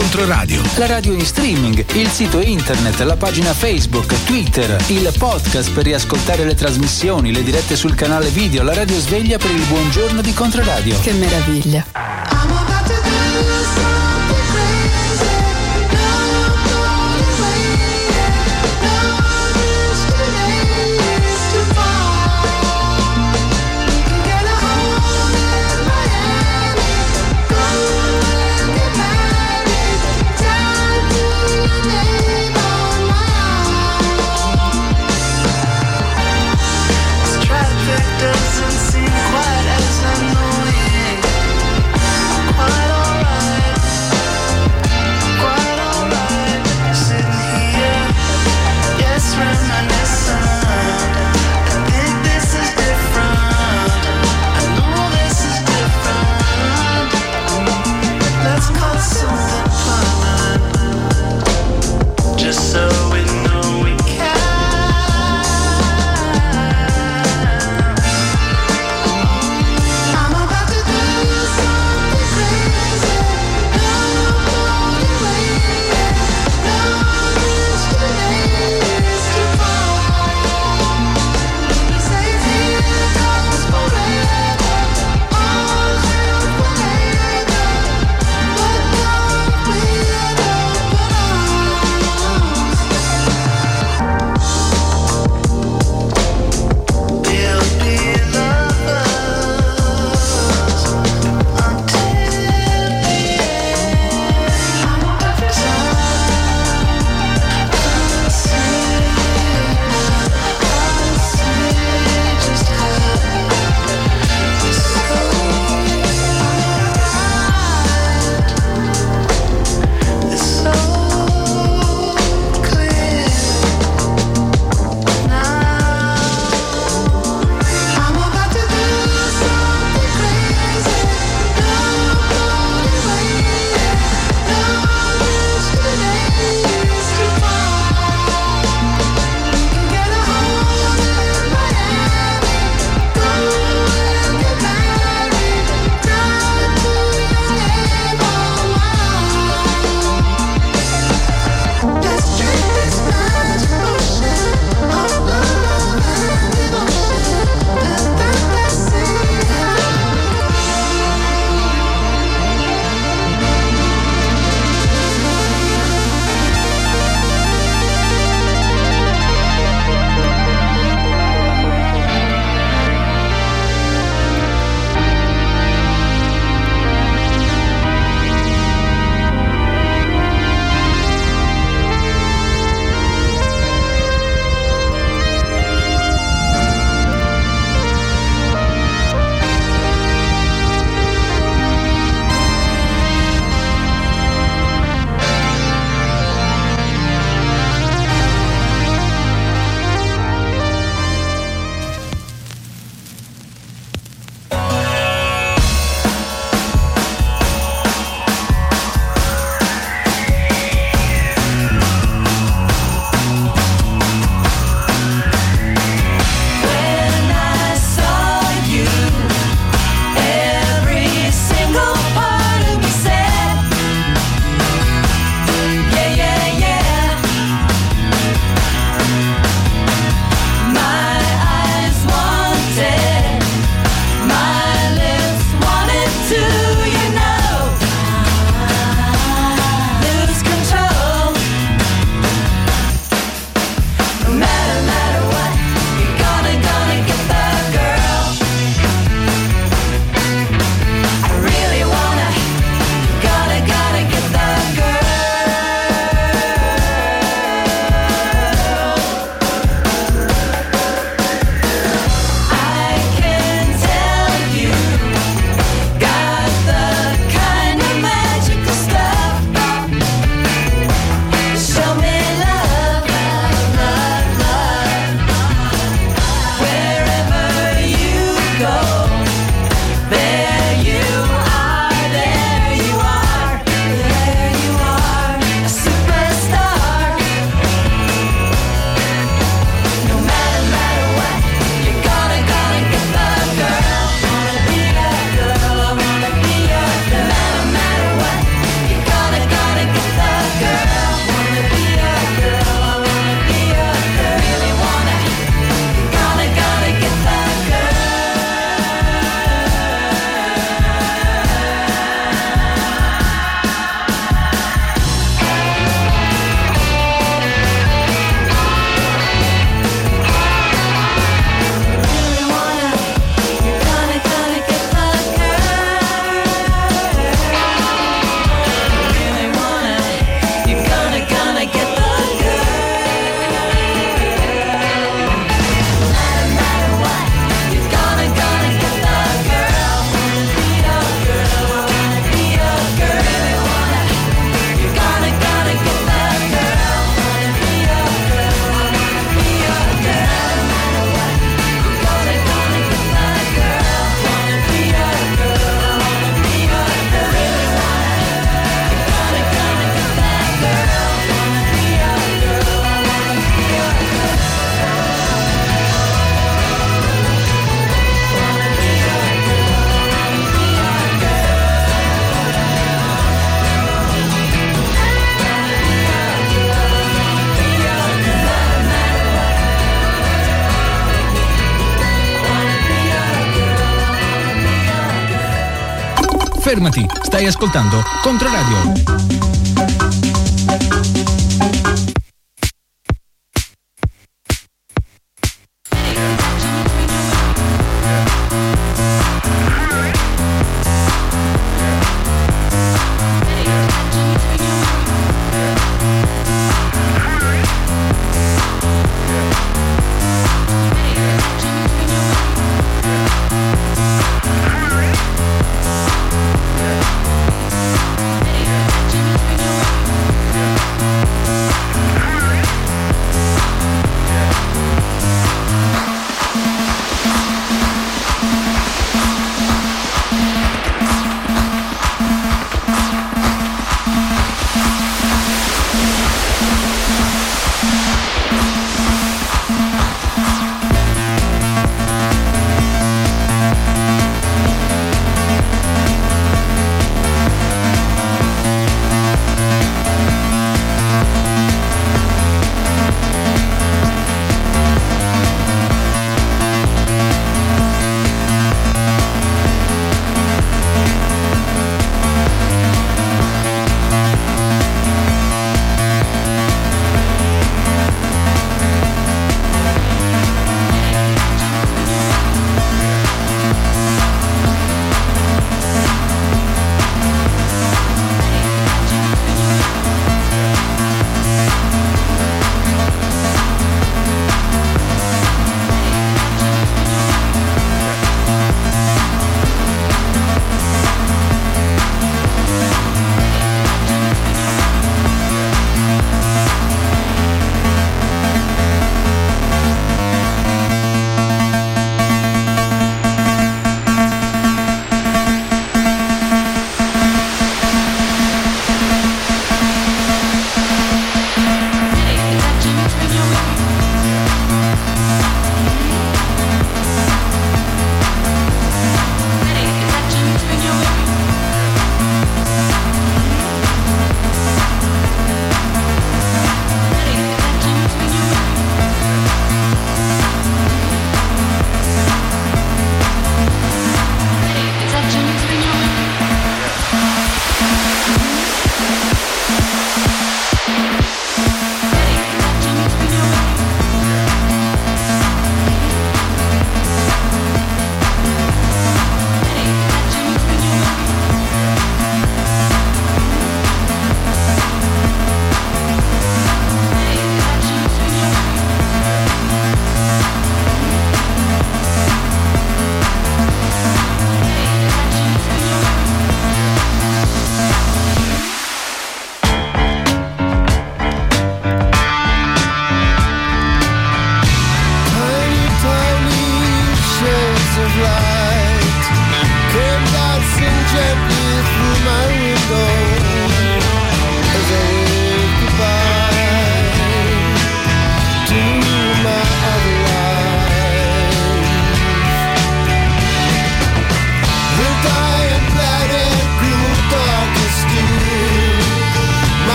Controradio. La radio in streaming, il sito internet, la pagina Facebook, Twitter, il podcast per riascoltare le trasmissioni, le dirette sul canale video, la radio sveglia per il buongiorno di Controradio. Che meraviglia. Doesn't seem quite as annoying. Fermati, stai ascoltando Controradio. Thank you.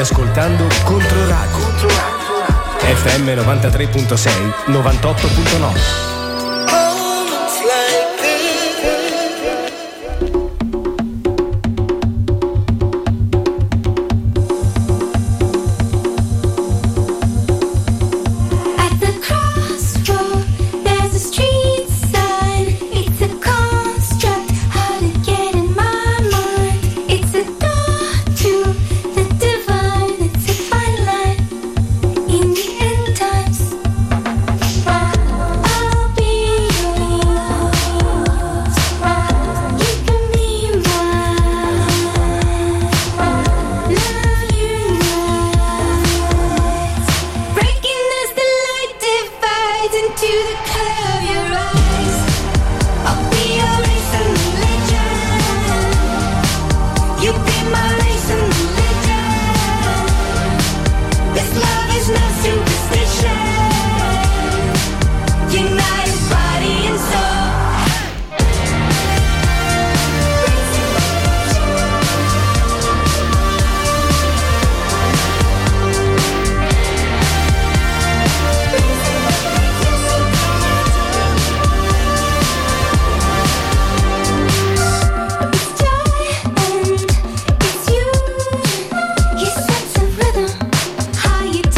ascoltando Controradio. F M novantatré virgola sei, novantotto virgola nove.